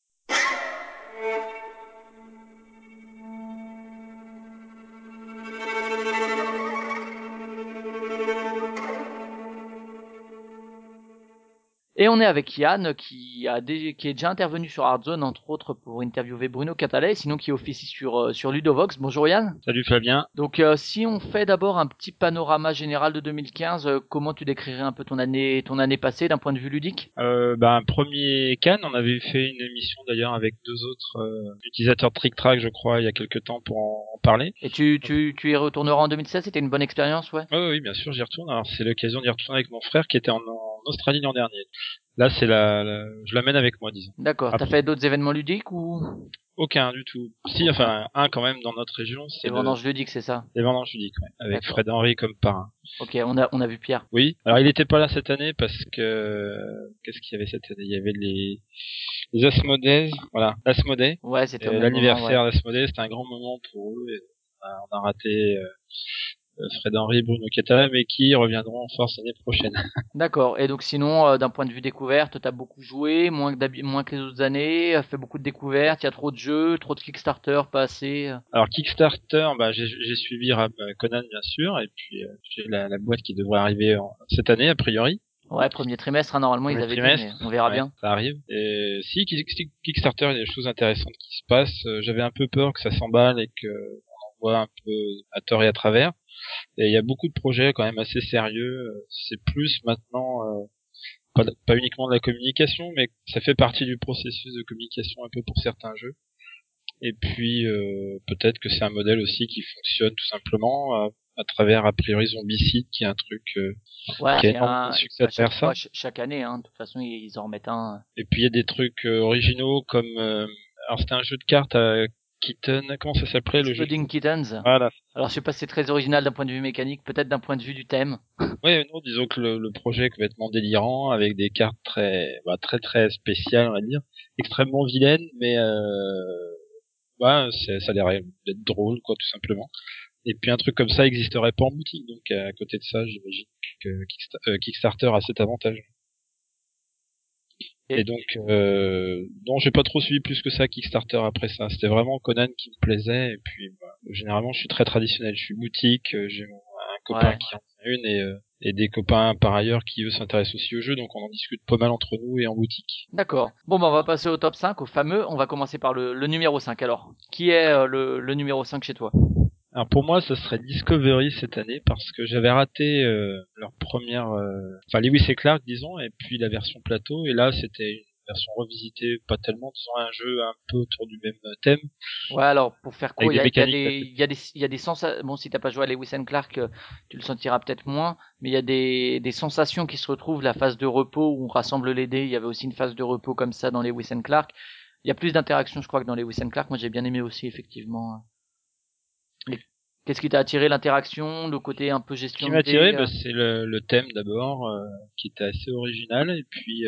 Et on est avec Yann qui est déjà intervenu sur Hearthstone entre autres pour interviewer Bruno Catala, sinon qui officie sur Ludovox. Bonjour Yann. Salut Fabien. Donc si on fait d'abord un petit panorama général de 2015, comment tu décrirais un peu ton année passée d'un point de vue ludique? Un premier Cannes, on avait fait une émission d'ailleurs avec deux autres utilisateurs de Trick Track, je crois, il y a quelques temps pour en parler. Et tu y retourneras en 2016, c'était une bonne expérience, ouais? Oui, bien sûr, j'y retourne. Alors c'est l'occasion d'y retourner avec mon frère qui était en Australie l'an dernier. Là, je l'amène avec moi, disons. D'accord. T'as fait d'autres événements ludiques ou? Aucun du tout. Si, enfin, un quand même dans notre région, c'est Les vendanges ludiques, c'est ça? les vendanges ludiques, ouais, avec D'accord. Fred Henry comme parrain. Ok, on a vu Pierre. Oui. Alors il était pas là cette année parce que qu'est-ce qu'il y avait cette année? Il y avait les Asmodees, voilà, Asmodee. Ouais, c'était au même L'anniversaire moment, ouais. d'Asmodee, c'était un grand moment pour eux. Et on a raté Fred Henry, Bruno Catala, mais qui reviendront en force l'année prochaine. D'accord. Et donc sinon, d'un point de vue découverte, t'as beaucoup joué, moins que les autres années, fait beaucoup de découvertes, il y a trop de jeux, trop de Kickstarter, pas assez. Alors Kickstarter, j'ai suivi Conan bien sûr, et puis j'ai la boîte qui devrait arriver cette année a priori. Ouais, premier trimestre, hein, normalement, ils Premier avaient dit, trimestre, mais on verra ouais, bien. ça arrive. Et si Kickstarter, il y a des choses intéressantes qui se passent. J'avais un peu peur que ça s'emballe et que on en voit un peu à tort et à travers. Et il y a beaucoup de projets quand même assez sérieux. C'est plus maintenant pas uniquement de la communication, mais ça fait partie du processus de communication un peu pour certains jeux. Et puis peut-être que c'est un modèle aussi qui fonctionne tout simplement à travers a priori Zombicide, qui est un truc Ouais, qui a c'est énormément de succès à travers ça. chaque année, hein. De toute façon, ils en remettent un. Et puis il y a des trucs originaux comme alors c'était un jeu de cartes à Kitten, comment ça s'appelait le jeu? Exploding Kittens. Voilà. Alors, je sais pas si c'est très original d'un point de vue mécanique, peut-être d'un point de vue du thème. Ouais, non, disons que le projet est complètement délirant avec des cartes très très spéciales, on va dire, extrêmement vilaines, mais ça a l'air d'être drôle quoi, tout simplement. Et puis un truc comme ça existerait pas en boutique, donc à côté de ça, j'imagine que Kickstarter a cet avantage. Et donc, non, j'ai pas trop suivi plus que ça Kickstarter après ça. C'était vraiment Conan qui me plaisait. Et puis, généralement, je suis très traditionnel. Je suis boutique. J'ai un copain qui en a une et des copains par ailleurs qui eux s'intéressent aussi au jeu. Donc, on en discute pas mal entre nous et en boutique. D'accord. Bon, on va passer au top 5, au fameux. On va commencer par le numéro 5. Alors, qui est le numéro 5 chez toi? Alors pour moi, ce serait Discovery cette année parce que j'avais raté leur première, Lewis et Clark, disons, et puis la version plateau. Et là, c'était une version revisitée, pas tellement, disons un jeu un peu autour du même thème. Ouais, alors pour faire court, Avec il y a des sensations. Bon, si t'as pas joué à Lewis and Clark, tu le sentiras peut-être moins, mais il y a des sensations qui se retrouvent. La phase de repos où on rassemble les dés. Il y avait aussi une phase de repos comme ça dans Lewis and Clark. Il y a plus d'interaction, je crois, que dans Lewis and Clark. Moi, j'ai bien aimé aussi, effectivement. Mais qu'est-ce qui t'a attiré? L'interaction, le côté un peu Ce gestion qui de m'a attiré, dés c'est le thème d'abord, qui était assez original, et puis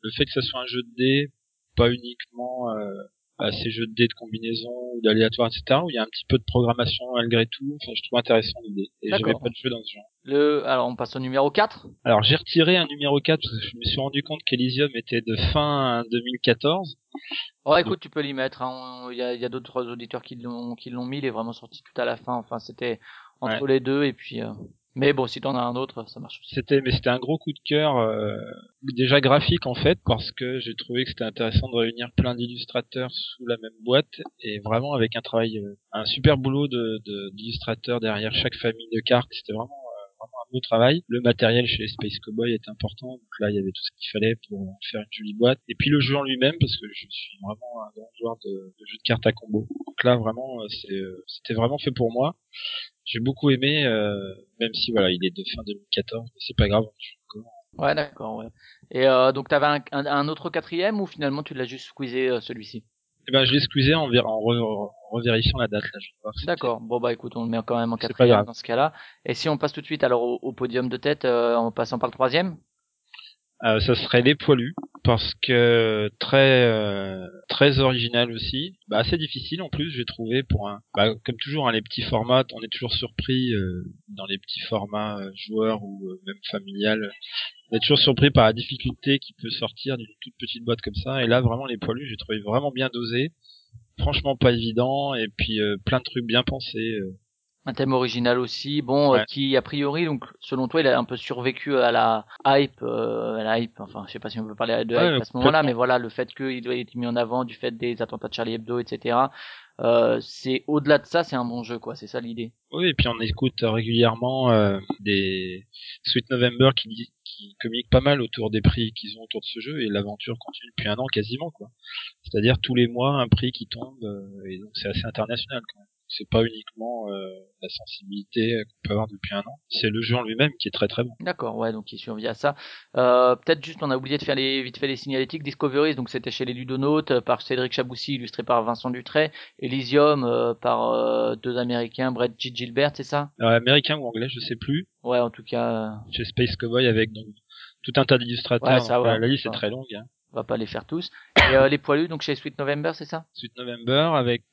le fait que ça soit un jeu de dés, pas uniquement ces jeux de dés de combinaison ou d'aléatoire, etc., où il y a un petit peu de programmation malgré tout. Enfin, je trouve intéressant l'idée. Et j'avais pas de jeu dans ce genre. Alors, on passe au numéro 4. Alors, j'ai retiré un numéro 4 parce que je me suis rendu compte qu'Elysium était de fin 2014. Ouais, écoute, tu peux l'y mettre. Il y a d'autres auditeurs qui l'ont mis. Il est vraiment sorti tout à la fin. Enfin, c'était entre les deux et puis. Mais bon, si t'en as un autre, ça marche aussi. C'était un gros coup de cœur, déjà graphique en fait, parce que j'ai trouvé que c'était intéressant de réunir plein d'illustrateurs sous la même boîte et vraiment avec un travail, un super boulot d'illustrateurs derrière chaque famille de cartes. C'était vraiment un beau travail. Le matériel chez les Space Cowboy est important, donc là il y avait tout ce qu'il fallait pour faire une jolie boîte. Et puis le jeu en lui-même, parce que je suis vraiment un grand joueur de jeux de cartes à combo. Donc là vraiment, c'était vraiment fait pour moi. J'ai beaucoup aimé, même si voilà, il est de fin 2014, mais c'est pas grave. Ouais, d'accord. Ouais. Et donc t'avais un autre quatrième ou finalement tu l'as juste squeezé celui-ci? Eh ben je l'ai squeezé en revérifiant la date là. Je vais voir si d'accord. Bon bah écoute, on le met quand même en c'est pas quatrième grave. dans ce cas-là. Et si on passe tout de suite alors au podium de tête, en passant par le troisième? Ça serait Les Poilus, parce que très original aussi, assez difficile en plus j'ai trouvé pour comme toujours les petits formats, on est toujours surpris dans les petits formats joueurs ou même familial, on est toujours surpris par la difficulté qui peut sortir d'une toute petite boîte comme ça, et là vraiment Les Poilus j'ai trouvé vraiment bien dosé, franchement pas évident, et puis plein de trucs bien pensés. Un thème original aussi, bon, Ouais. qui a priori, donc selon toi, il a un peu survécu à la hype, enfin, je sais pas si on peut parler de hype Ouais, à ce moment-là, complètement. mais voilà, le fait qu'il doit être mis en avant du fait des attentats de Charlie Hebdo, etc. C'est au-delà de ça, c'est un bon jeu, quoi. C'est ça l'idée. Oui, et puis on écoute régulièrement des Sweet November qui communiquent pas mal autour des prix qu'ils ont autour de ce jeu, et l'aventure continue depuis un an quasiment, quoi. C'est-à-dire tous les mois un prix qui tombe, et donc c'est assez international quand même. C'est pas uniquement la sensibilité qu'on peut avoir depuis un an, c'est le jeu en lui-même qui est très très bon. D'accord, ouais, donc il survit à ça. Peut-être juste, on a oublié de faire vite fait les signalétiques. Discoveries, donc c'était chez les Ludonautes, par Cédric Chaboussi, illustré par Vincent Dutray. Elysium, par deux Américains, Brett G. Gilbert, c'est ça? Alors, américain ou anglais, je sais plus. Ouais, en tout cas. Chez Space Cowboy avec donc tout un tas d'illustrateurs, Ouais, donc ça, ouais. la liste est très longue. Hein. On va pas les faire tous. Et les poilus, donc chez Sweet November, c'est ça? Sweet November avec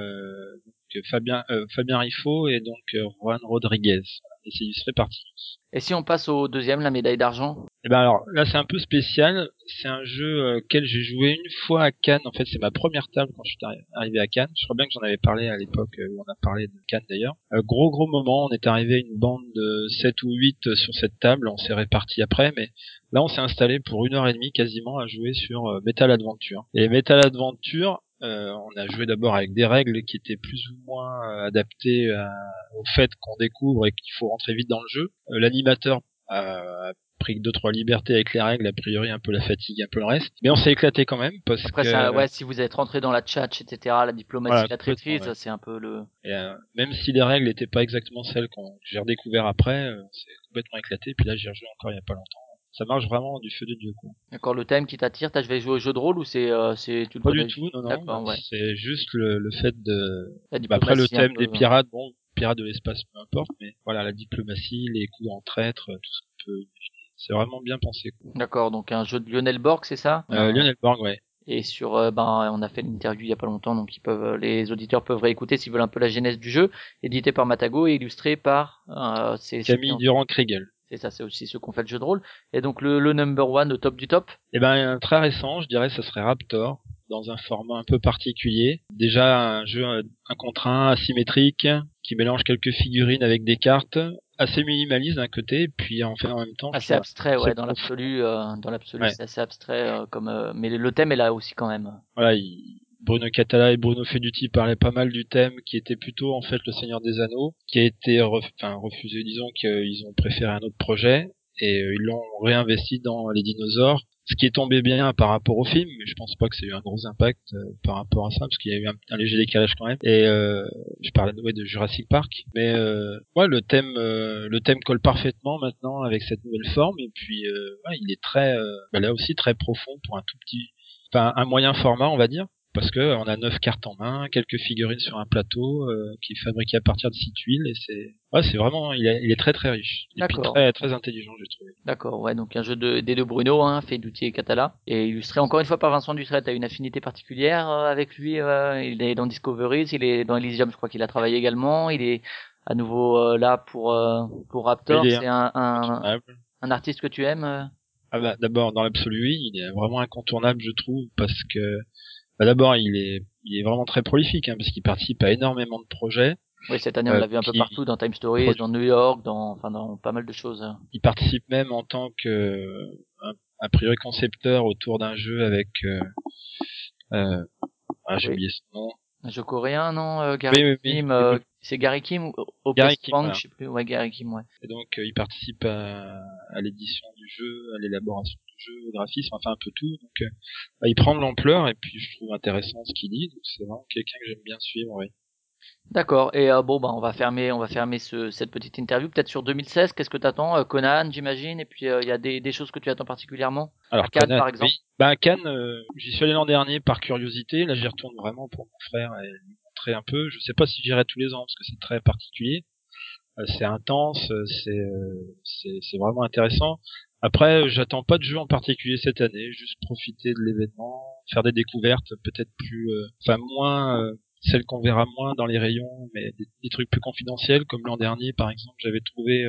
Fabien Riffaut et donc Juan Rodriguez. Et c'est illustré par Titus. Et si on passe au deuxième, la médaille d'argent? Et ben alors là c'est un peu spécial. C'est un jeu auquel j'ai joué une fois à Cannes. En fait c'est ma première table quand je suis arrivé à Cannes. Je crois bien que j'en avais parlé à l'époque où on a parlé de Cannes d'ailleurs. Gros moment. On est arrivé à une bande de 7 ou 8 sur cette table. On s'est répartis après, mais là on s'est installé pour 1h30 quasiment à jouer sur Metal Adventure. Et Metal Adventure, on a joué d'abord avec des règles qui étaient plus ou moins adaptées au fait qu'on découvre et qu'il faut rentrer vite dans le jeu. L'animateur a pris 2-3 libertés avec les règles, a priori un peu la fatigue, un peu le reste. Mais on s'est éclaté quand même parce Après, que ça, ouais, si vous êtes rentré dans la tchatch, etc., la diplomatie, voilà, la traîtrise, ouais. c'est un peu le... Et, même si les règles n'étaient pas exactement celles que j'ai redécouvert après, c'est complètement éclaté. Puis là, j'ai rejoué encore il y a pas longtemps. Ça marche vraiment du feu de Dieu, quoi. D'accord, le thème qui t'attire, je vais jouer au jeu de rôle ou tu le Pas connais? du tout, non. D'accord, ouais. C'est juste le fait de... La après, le diplomatie thème un peu, des pirates, bon, pirates de l'espace, peu importe, mais voilà, la diplomatie, les coups en traître, tout ce qu'on peut imaginer. C'est vraiment bien pensé, quoi. D'accord, donc un jeu de Lionel Borg, c'est ça? Lionel Borg, ouais. Et sur, on a fait l'interview il y a pas longtemps, donc les auditeurs peuvent réécouter s'ils veulent un peu la genèse du jeu, édité par Matago et illustré par, Camille Durand-Kriegel. C'est ça, c'est aussi ceux qui ont fait le jeu de rôle. Et donc le number one, au top du top? Eh ben, très récent, je dirais, ce serait Raptor, dans un format un peu particulier. Déjà, un jeu 1 contre 1, asymétrique, qui mélange quelques figurines avec des cartes, assez minimaliste d'un côté, puis en même temps... Assez abstrait, ouais, dans profond. l'absolu, Ouais. c'est assez abstrait, mais le thème est là aussi quand même. Voilà, Bruno Catala et Bruno Feduti parlaient pas mal du thème qui était plutôt en fait le Seigneur des Anneaux, qui a été refusé, disons qu'ils ont préféré un autre projet et ils l'ont réinvesti dans les dinosaures, ce qui est tombé bien par rapport au film, mais je pense pas que ça ait eu un gros impact par rapport à ça parce qu'il y a eu un léger décalage quand même. Et je parlais de Jurassic Park, mais ouais, le thème colle parfaitement maintenant avec cette nouvelle forme et puis ouais, il est très là aussi très profond pour un tout petit, un moyen format on va dire. parce que on a 9 cartes en main, quelques figurines sur un plateau qui est fabriqué à partir de 6 tuiles et c'est vraiment il est très très riche et puis D'accord. très très intelligent, j'ai trouvé. D'accord, ouais, donc un jeu des deux Bruno, hein, fait d'outils et Catala, et illustré encore une fois par Vincent Dutray. T'as une affinité particulière avec lui, il est dans Discoveries, il est dans Elysium, je crois qu'il a travaillé également, il est à nouveau là pour Raptor. Il est C'est un incontournable. un artiste que tu aimes Ah bah, d'abord dans l'absolu oui, il est vraiment incontournable je trouve parce que d'abord il est vraiment très prolifique parce qu'il participe à énormément de projets. Oui, cette année on l'a vu un peu Puis partout, dans Time Stories, dans New York, dans pas mal de choses. il participe même en tant que a priori concepteur autour d'un jeu avec j'ai Oui. oublié son nom. Un jeu coréen, non Gary Oui. Kim, c'est Gary Kim ou Gary Opus Kim, Punk, voilà. je sais plus. Ouais, Gary Kim, ouais. Et donc il participe à l'édition du jeu, à l'élaboration du jeu, au graphisme, enfin un peu tout. Donc il prend de l'ampleur et puis je trouve intéressant ce qu'il dit. Donc c'est vraiment quelqu'un que j'aime bien suivre, oui. D'accord. Et bon, bah, on va fermer cette petite interview. Peut-être sur 2016, qu'est-ce que t'attends Conan, j'imagine. Et puis il y a des choses que tu attends particulièrement. Alors À Cannes, Conan, par exemple. oui. Bah à Cannes, j'y suis allé l'an dernier par curiosité. Là j'y retourne vraiment pour mon frère et lui montrer un peu. Je sais pas si j'irai tous les ans parce que c'est très particulier. C'est intense, c'est vraiment intéressant. Après, j'attends pas de jeu en particulier cette année, juste profiter de l'événement, faire des découvertes peut-être plus, enfin moins, celles qu'on verra moins dans les rayons, mais des trucs plus confidentiels, comme l'an dernier par exemple, j'avais trouvé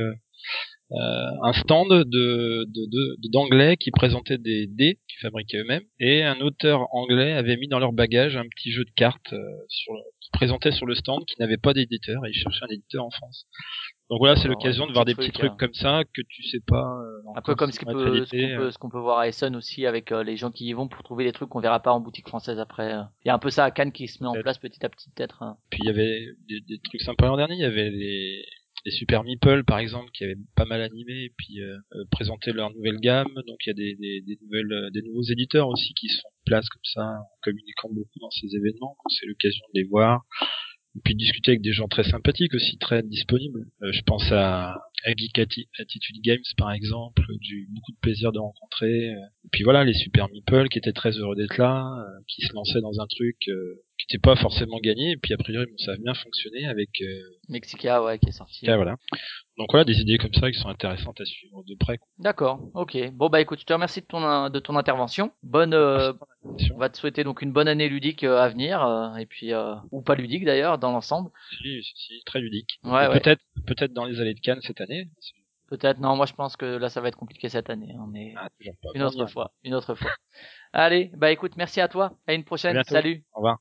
un stand d'anglais qui présentait des dés qu'ils fabriquaient eux-mêmes, et un auteur anglais avait mis dans leur bagage un petit jeu de cartes qui présentait sur le stand, qui n'avait pas d'éditeur, et il cherchait un éditeur en France. Donc voilà, c'est D'accord, ouais, l'occasion de voir des petits trucs hein. comme ça que tu sais pas Un peu encore comme s'ils vont être édités. ce qu'on peut voir à Essen aussi avec les gens qui y vont pour trouver des trucs qu'on verra pas en boutique française après. Il y a un peu ça à Cannes qui se met en Peut-être. place petit à petit, peut-être. Puis il y avait des trucs sympas l'an dernier, il y avait les Super Meeple par exemple qui avaient pas mal animé et puis présenté leur nouvelle gamme. Donc il y a des nouveaux éditeurs aussi qui se font place comme ça en communiquant beaucoup dans ces événements. Donc c'est l'occasion de les voir. Et puis discuter avec des gens très sympathiques aussi, très disponibles. Je pense à Geek Attitude Games par exemple, j'ai eu beaucoup de plaisir de rencontrer. Et puis voilà, les Super Meeple qui étaient très heureux d'être là, qui se lançaient dans un truc qui n'était pas forcément gagné, et puis a priori bon, ça a bien fonctionné avec Mexica, ouais, qui est sorti. voilà. Donc voilà, des idées comme ça qui sont intéressantes à suivre de près. D'accord, ok. Bon bah écoute, je te remercie de ton intervention. Bonne, on va te souhaiter donc une bonne année ludique à venir, et puis ou pas ludique d'ailleurs dans l'ensemble. Si, très ludique. Ouais, ouais. Peut-être dans les allées de Cannes cette année. Peut-être. Non, moi je pense que là ça va être compliqué cette année. On est Toujours pas. une autre fois. Allez, bah écoute, merci à toi. À une À prochaine. bientôt. Salut. Au revoir.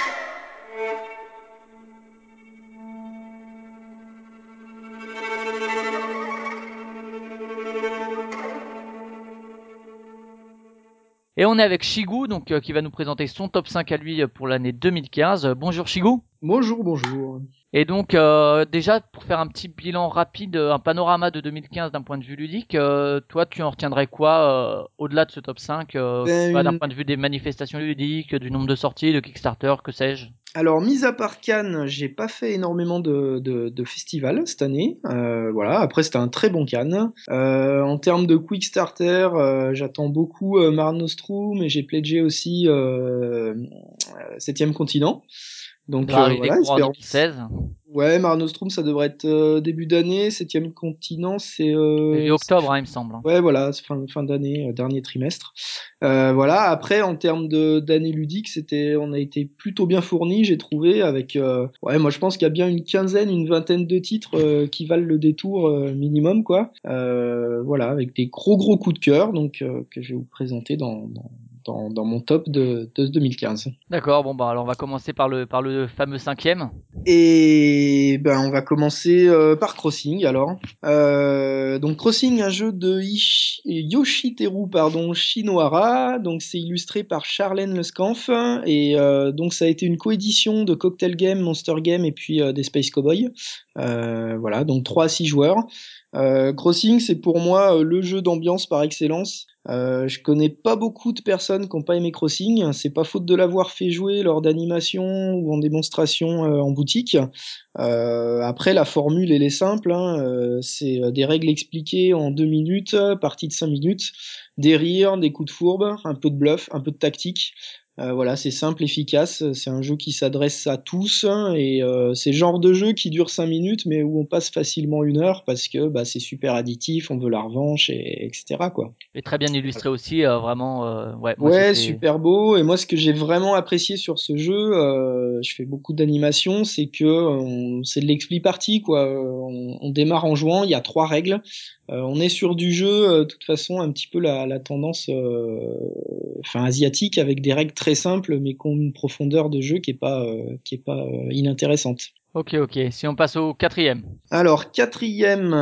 Et on est avec Shigu, donc qui va nous présenter son top 5 à lui pour l'année 2015. Bonjour Shigu. Bonjour. Et donc déjà pour faire un petit bilan rapide, un panorama de 2015 d'un point de vue ludique, toi tu en retiendrais quoi au-delà de ce top 5 d'un point de vue des manifestations ludiques, du nombre de sorties, de Kickstarter, que sais-je? Alors, mis à part Cannes, j'ai pas fait énormément de festivals cette année. Voilà. Après, c'était un très bon Cannes. En termes de Quickstarter, j'attends beaucoup Mare Nostrum et j'ai pledgé aussi Septième Continent. Donc Il est voilà, courant espérons. 2016. Ouais, Mare Nostrum, ça devrait être début d'année. Septième Continent, c'est Début octobre, hein, il me semble. ouais, voilà, c'est fin d'année, dernier trimestre. Voilà. Après, en termes d'année ludique, on a été plutôt bien fourni, j'ai trouvé, avec, ouais, moi je pense qu'il y a bien une vingtaine de titres qui valent le détour minimum, quoi. Voilà, avec des gros coups de cœur, donc que je vais vous présenter dans mon top de 2015. D'accord, bon bah alors on va commencer par le fameux cinquième. Et ben on va commencer par Crossing alors. Donc Crossing, un jeu de Yoshiteru Shinohara. Donc c'est illustré par Charlène Lescanf et donc ça a été une coédition de Cocktail Game, Monster Game et puis des Space Cowboys. Voilà, donc 3 à 6 joueurs. Crossing, c'est pour moi le jeu d'ambiance par excellence. Je connais pas beaucoup de personnes qui n'ont pas aimé Crossing. C'est pas faute de l'avoir fait jouer lors d'animations ou en démonstration en boutique. Après, la formule elle est simple. C'est des règles expliquées en 2 minutes, partie de 5 minutes, des rires, des coups de fourbe, un peu de bluff, un peu de tactique. Voilà, c'est simple, efficace. C'est un jeu qui s'adresse à tous et c'est le genre de jeu qui dure 5 minutes, mais où on passe facilement 1 heure parce que bah, c'est super additif, on veut la revanche, etc. quoi. Et très bien illustré aussi, vraiment. Ouais, moi Ouais, j'étais. super beau. Et moi, ce que j'ai vraiment apprécié sur ce jeu, je fais beaucoup d'animation, c'est que c'est de l'expli party, quoi. On démarre en jouant, il y a 3 règles. On est sur du jeu, de toute façon, un petit peu la tendance, enfin asiatique, avec des règles très simples, mais qui ont une profondeur de jeu qui est pas inintéressante. Ok, ok. Si on passe au quatrième. Alors, quatrième,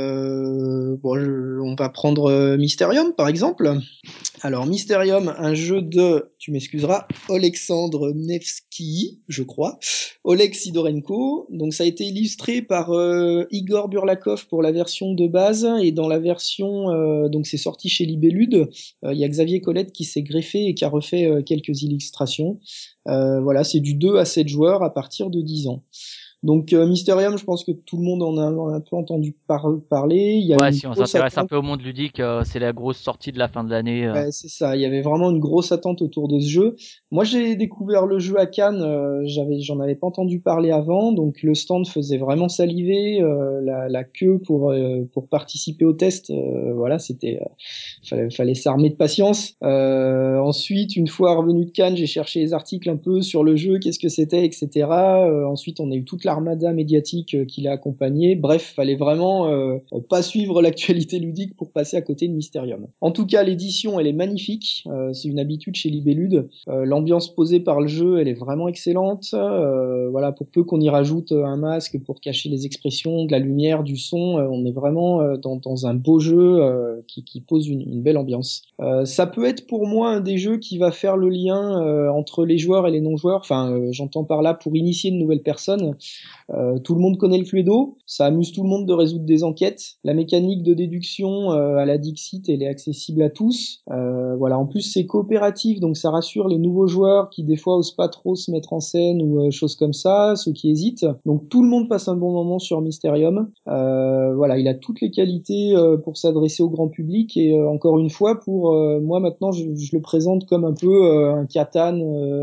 on va prendre Mysterium, par exemple. Alors, Mysterium, un jeu de, tu m'excuseras, Alexandre Nevsky, je crois, Oleg Sidorenko. Donc, ça a été illustré par Igor Burlakov pour la version de base, et dans la version, donc c'est sorti chez Libellude, il y a Xavier Colette qui s'est greffé et qui a refait quelques illustrations. Voilà, c'est du 2 à 7 joueurs à partir de 10 ans. Donc Mysterium, je pense que tout le monde en a un peu entendu parler. Il y a Ouais, une si on grosse s'intéresse un attente. peu au monde ludique, c'est la grosse sortie de la fin de l'année. Ouais, c'est ça. Il y avait vraiment une grosse attente autour de ce jeu. Moi, j'ai découvert le jeu à Cannes. J'en avais pas entendu parler avant, donc le stand faisait vraiment saliver. La queue pour participer au test, voilà, c'était fallait s'armer de patience. Ensuite, une fois revenu de Cannes, j'ai cherché les articles un peu sur le jeu, qu'est-ce que c'était, etc. Ensuite, on a eu toute l'armada médiatique qui l'a accompagné. Bref, fallait vraiment pas suivre l'actualité ludique pour passer à côté de Mysterium. En tout cas, l'édition, elle est magnifique. C'est une habitude chez Libellude. L'ambiance posée par le jeu, elle est vraiment excellente. Voilà, pour peu qu'on y rajoute un masque pour cacher les expressions, de la lumière, du son, on est vraiment dans un beau jeu qui pose une belle ambiance. Ça peut être pour moi un des jeux qui va faire le lien entre les joueurs et les non-joueurs. Enfin, j'entends par là pour initier de nouvelles personnes. Tout le monde connaît le Cluedo, ça amuse tout le monde de résoudre des enquêtes. La mécanique de déduction à la Dixit, elle est accessible à tous. Voilà, en plus c'est coopératif, donc ça rassure les nouveaux joueurs qui des fois osent pas trop se mettre en scène ou choses comme ça, ceux qui hésitent. Donc tout le monde passe un bon moment sur Mysterium. Voilà, il a toutes les qualités pour s'adresser au grand public et encore une fois, pour moi maintenant, je le présente comme un peu un Catan,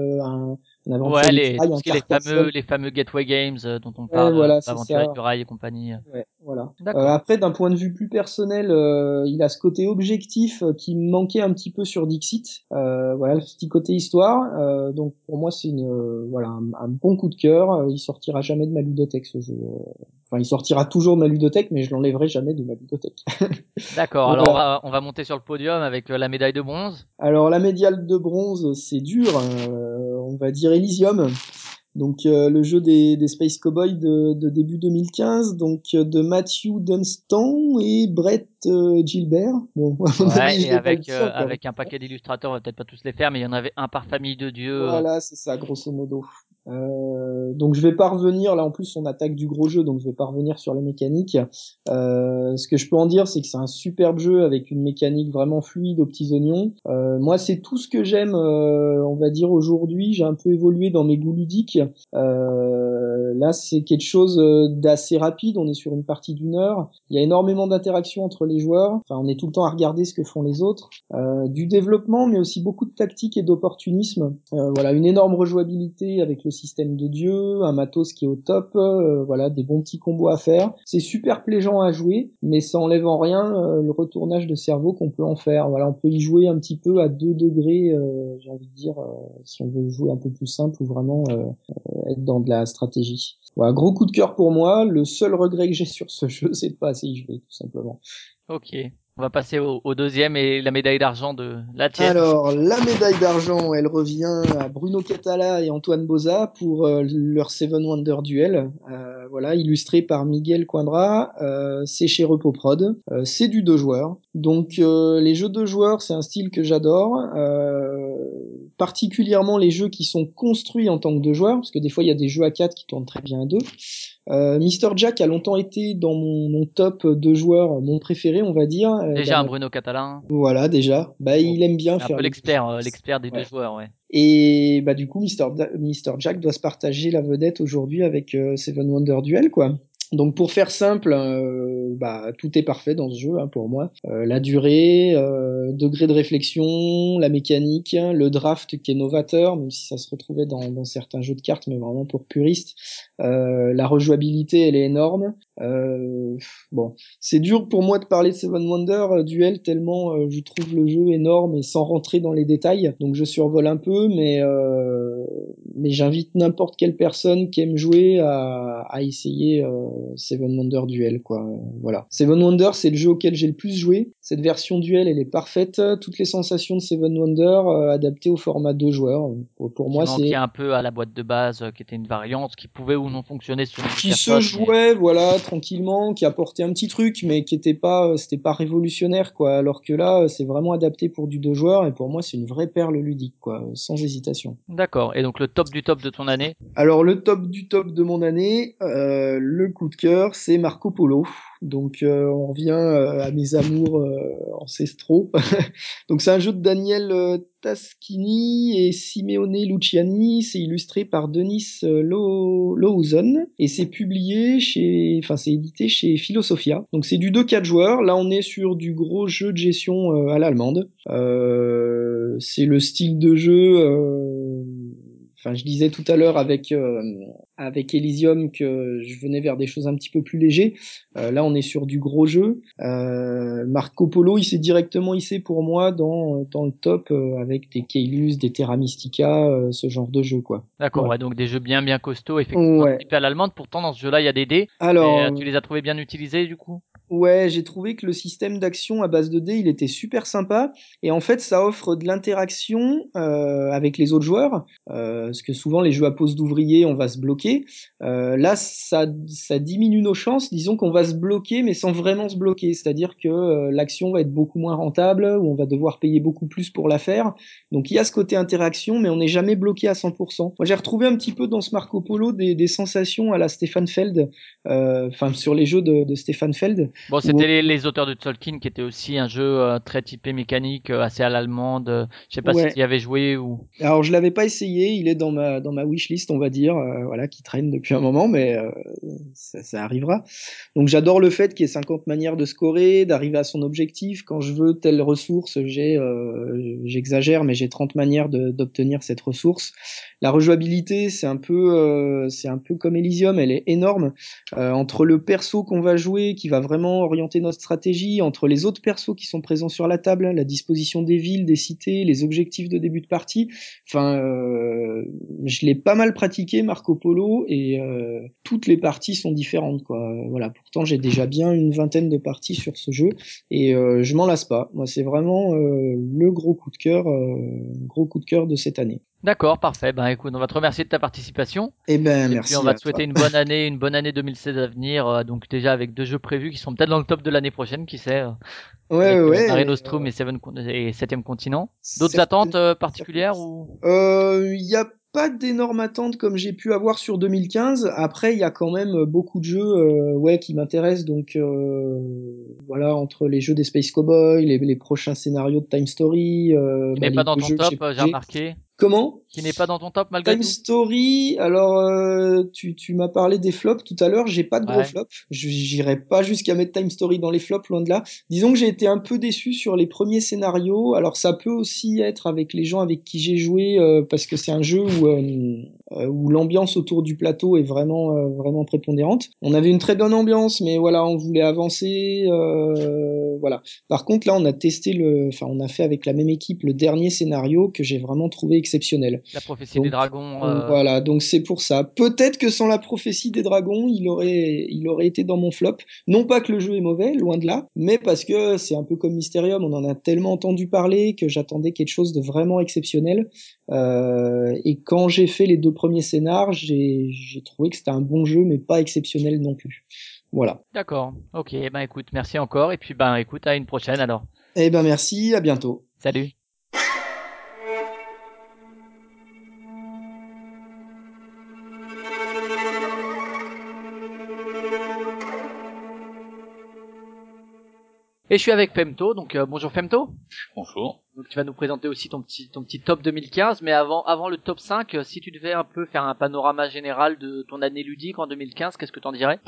un Ouais, aventurier du rail, tout un ce qui est Carcassonne. les fameux gateway games dont on Ouais, parle, voilà, c'est Aventurier ça. du rail et compagnie. Ouais, voilà. D'accord. Après, d'un point de vue plus personnel, il a ce côté objectif qui me manquait un petit peu sur Dixit. Voilà, le petit côté histoire. Donc pour moi, c'est voilà un bon coup de cœur. Il sortira jamais de ma ludothèque ce jeu. Enfin, il sortira toujours de ma ludothèque, mais je l'enlèverai jamais de ma ludothèque. D'accord. Alors Voilà. on va monter sur le podium avec la médaille de bronze. Alors la médaille de bronze, c'est dur. On va dire Elysium. Donc le jeu des Space Cowboys de début 2015, donc de Matthew Dunstan et Brett Gilbert. Bon, à mon Ouais, avis, je et l'ai mal dit encore. avec un paquet d'illustrateurs, on va peut-être pas tous les faire, mais il y en avait un par famille de dieux. Voilà, c'est ça, grosso modo. Donc je vais pas revenir, là en plus on attaque du gros jeu, donc je vais pas revenir sur les mécaniques. Ce que je peux en dire, c'est que c'est un superbe jeu avec une mécanique vraiment fluide aux petits oignons. Moi c'est tout ce que j'aime, on va dire aujourd'hui, j'ai un peu évolué dans mes goûts ludiques. Là c'est quelque chose d'assez rapide, on est sur une partie d'1 heure, il y a énormément d'interactions entre les joueurs, enfin on est tout le temps à regarder ce que font les autres. Du développement, mais aussi beaucoup de tactique et d'opportunisme. Voilà, une énorme rejouabilité avec le système de dieu, un matos qui est au top, voilà, des bons petits combos à faire. C'est super plaisant à jouer, mais ça enlève en rien le retournage de cerveau qu'on peut en faire. Voilà, on peut y jouer un petit peu à 2 degrés, j'ai envie de dire, si on veut jouer un peu plus simple ou vraiment être dans de la stratégie. Voilà, gros coup de cœur pour moi. Le seul regret que j'ai sur ce jeu, c'est de pas assez y jouer, tout simplement. Ok. On va passer au deuxième et la médaille d'argent de la tienne. Alors, la médaille d'argent, elle revient à Bruno Catala et Antoine Boza pour leur Seven Wonder Duel. Voilà, illustré par Miguel Coimbra. C'est chez Repoprod. C'est du 2 joueurs. Donc, les jeux 2 joueurs, c'est un style que j'adore. Particulièrement les jeux qui sont construits en tant que 2 joueurs, parce que des fois, il y a des jeux à 4 qui tournent très bien à 2. Mr. Jack a longtemps été dans mon top de joueurs, mon préféré, on va dire. Déjà un Bruno Catalan. Voilà, déjà. Bah, Bon, il aime bien c'est un faire peu les deux. l'expert des deux Ouais. joueurs, ouais. Et bah du coup, Mr. Jack doit se partager la vedette aujourd'hui avec Seven Wonder Duel, quoi. Donc pour faire simple, tout est parfait dans ce jeu hein, pour moi. La durée, degré de réflexion, la mécanique, le draft qui est novateur, même si ça se retrouvait dans certains jeux de cartes, mais vraiment pour puristes. La rejouabilité, elle est énorme. Bon, c'est dur pour moi de parler de Seven Wonders Duel tellement je trouve le jeu énorme et sans rentrer dans les détails. Donc je survole un peu, mais j'invite n'importe quelle personne qui aime jouer à essayer Seven Wonders Duel quoi. Voilà. Seven Wonders c'est le jeu auquel j'ai le plus joué. Cette version Duel elle est parfaite. Toutes les sensations de Seven Wonders adaptées au format 2 joueurs. Pour moi c'est manquait un peu à la boîte de base qui était une variante qui pouvait ou non fonctionner sur une qui personne. se jouait voilà tranquillement, qui apportait un petit truc mais qui était pas c'était pas révolutionnaire quoi, alors que là c'est vraiment adapté pour du 2 joueurs et pour moi c'est une vraie perle ludique quoi, sans hésitation. D'accord. Et donc le top du top de ton année? Alors le top du top de mon année, le coup de cœur c'est Marco Polo. Donc on revient à mes amours ancestraux. Donc c'est un jeu de Daniel Taschini et Simeone Luciani, c'est illustré par Denis Lohausen et c'est c'est édité chez Philosophia. Donc c'est du 2-4 joueurs, là on est sur du gros jeu de gestion à l'allemande. C'est le style de jeu je disais tout à l'heure avec Elysium que je venais vers des choses un petit peu plus légers. Là, on est sur du gros jeu. Marco Polo, il s'est directement hissé pour moi dans le top avec des Keylus, des Terra Mystica, ce genre de jeu, quoi. D'accord, Ouais. ouais, donc des jeux bien costauds, effectivement, Ouais. un petit peu à l'allemande. Pourtant, dans ce jeu-là, il y a des dés. Alors, Mais tu les as trouvés bien utilisés, du coup? ouais, j'ai trouvé que le système d'action à base de dés, il était super sympa. Et en fait, ça offre de l'interaction avec les autres joueurs. Parce que souvent, les jeux à pose d'ouvrier, on va se bloquer. Là, ça diminue nos chances. Disons qu'on va se bloquer, mais sans vraiment se bloquer. C'est-à-dire que l'action va être beaucoup moins rentable, ou on va devoir payer beaucoup plus pour la faire. Donc, il y a ce côté interaction, mais on n'est jamais bloqué à 100%. Moi, j'ai retrouvé un petit peu dans ce Marco Polo des sensations à la Stefan Feld, sur les jeux de Stefan Feld. Bon, c'était les auteurs de Tolkien qui était aussi un jeu très typé mécanique, assez à l'allemande. Je sais pas si Ouais. tu y avais joué ou... Alors je l'avais pas essayé, il est dans ma wishlist on va dire, voilà, qui traîne depuis un moment, mais ça arrivera. Donc j'adore le fait qu'il y ait 50 manières de scorer, d'arriver à son objectif. Quand je veux telle ressource, j'exagère, mais j'ai 30 manières d'obtenir cette ressource. La rejouabilité, c'est un peu comme Elysium, elle est énorme. Entre le perso qu'on va jouer, qui va vraiment orienter notre stratégie, entre les autres persos qui sont présents sur la table, la disposition des villes, des cités, les objectifs de début de partie. Je l'ai pas mal pratiqué Marco Polo et toutes les parties sont différentes quoi. Voilà, pourtant j'ai déjà bien une vingtaine de parties sur ce jeu et je m'en lasse pas. Moi, c'est vraiment le gros coup de cœur de cette année. D'accord, parfait. Ben écoute, on va te remercier de ta participation. Eh ben Et merci puis on va à te souhaiter toi. une bonne année 2016 à venir. Donc déjà avec 2 jeux prévus qui sont peut-être dans le top de l'année prochaine, qui sait, Ouais avec Mare ouais. Nostrum et 7e continent. D'autres attentes Certaines- particulières ou... Il y a pas d'énormes attentes comme j'ai pu avoir sur 2015. Après, il y a quand même beaucoup de jeux qui m'intéressent. Donc voilà, entre les jeux des Space Cowboys, les prochains scénarios de Time Story, Qui n'est les pas dans deux ton jeux que top, j'ai j'ai pigés. remarqué. Comment? Qui n'est pas dans ton top malgré Time tout. Story, alors tu m'as parlé des flops tout à l'heure, j'ai pas de gros Ouais. flops, j'irai pas jusqu'à mettre Time Story dans les flops, loin de là. Disons que j'ai été un peu déçu sur les premiers scénarios, alors ça peut aussi être avec les gens avec qui j'ai joué, parce que c'est un jeu où l'ambiance autour du plateau est vraiment prépondérante. On avait une très bonne ambiance, mais voilà, on voulait avancer, voilà. Par contre là on a fait avec la même équipe le dernier scénario que j'ai vraiment trouvé exceptionnel. La prophétie des Donc dragons. voilà, donc c'est pour ça. Peut-être que sans la prophétie des dragons, il aurait été dans mon flop. Non pas que le jeu est mauvais, loin de là, mais parce que c'est un peu comme Mysterium, on en a tellement entendu parler que j'attendais quelque chose de vraiment exceptionnel. Et quand j'ai fait les 2 premiers scénars, j'ai trouvé que c'était un bon jeu, mais pas exceptionnel non plus. Voilà. D'accord. Ok. Ben écoute, merci encore. Et puis ben écoute, à une prochaine alors. Eh ben merci, à bientôt. Salut. Et je suis avec Femto, donc bonjour Femto. Bonjour. Donc tu vas nous présenter aussi ton petit top 2015, mais avant le top 5, si tu devais un peu faire un panorama général de ton année ludique en 2015, qu'est-ce que t'en dirais?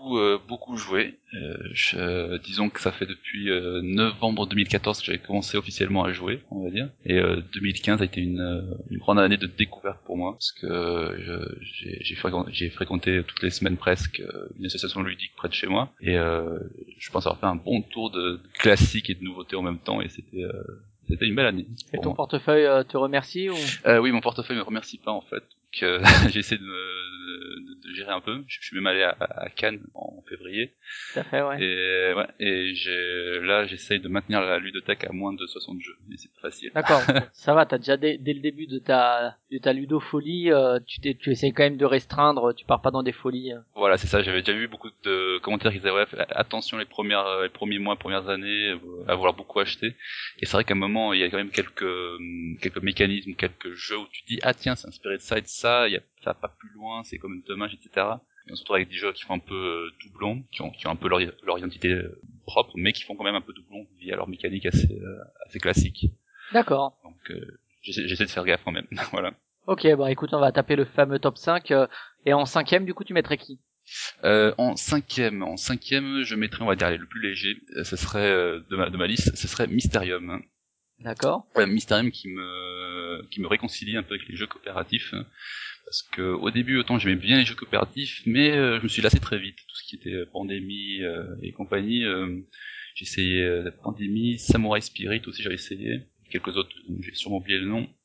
beaucoup joué. Disons que ça fait depuis novembre 2014 que j'avais commencé officiellement à jouer, on va dire. Et 2015 a été une grande année de découverte pour moi, parce que j'ai fréquenté toutes les semaines presque une association ludique près de chez moi. Et je pense avoir fait un bon tour de classiques et de nouveautés en même temps, et c'était une belle année. Et ton portefeuille te remercie ou Oui, mon portefeuille me remercie pas en fait. Donc j'essaie de gérer un peu. Je suis même allé à Cannes en février. Tout à fait, ouais. Et j'essaye de maintenir la ludothèque à moins de 60 jeux. Mais c'est pas facile. D'accord. Ça va, t'as déjà dès le début de ta ludofolie, tu essayes quand même de restreindre, tu pars pas dans des folies. Voilà, c'est ça. J'avais déjà vu beaucoup de commentaires qui disaient ouais, attention les premiers mois, premières années, à vouloir beaucoup acheter. Et c'est vrai qu'à un moment, il y a quand même quelques mécanismes, quelques jeux où tu te dis ah tiens, c'est inspiré de ça et de ça. Ça va pas plus loin, c'est quand même dommage, etc. Et on se retrouve avec des jeux qui font un peu doublon, qui ont un peu leur identité propre, mais qui font quand même un peu doublon via leur mécanique assez classique. D'accord. Donc j'essaie de faire gaffe quand même. Voilà. Ok, bah écoute, on va taper le fameux top 5. Et en cinquième, du coup, tu mettrais qui? En cinquième, je mettrais, on va dire, le plus léger. Ce serait de ma liste, ce serait Mysterium. D'accord. Mysterium qui me réconcilie un peu avec les jeux coopératifs. Parce que au début, autant j'aimais bien les jeux coopératifs, mais je me suis lassé très vite. Tout ce qui était Pandémie et compagnie, j'ai essayé Pandémie, Samurai Spirit aussi, j'avais essayé. Quelques autres, dont j'ai sûrement oublié le nom.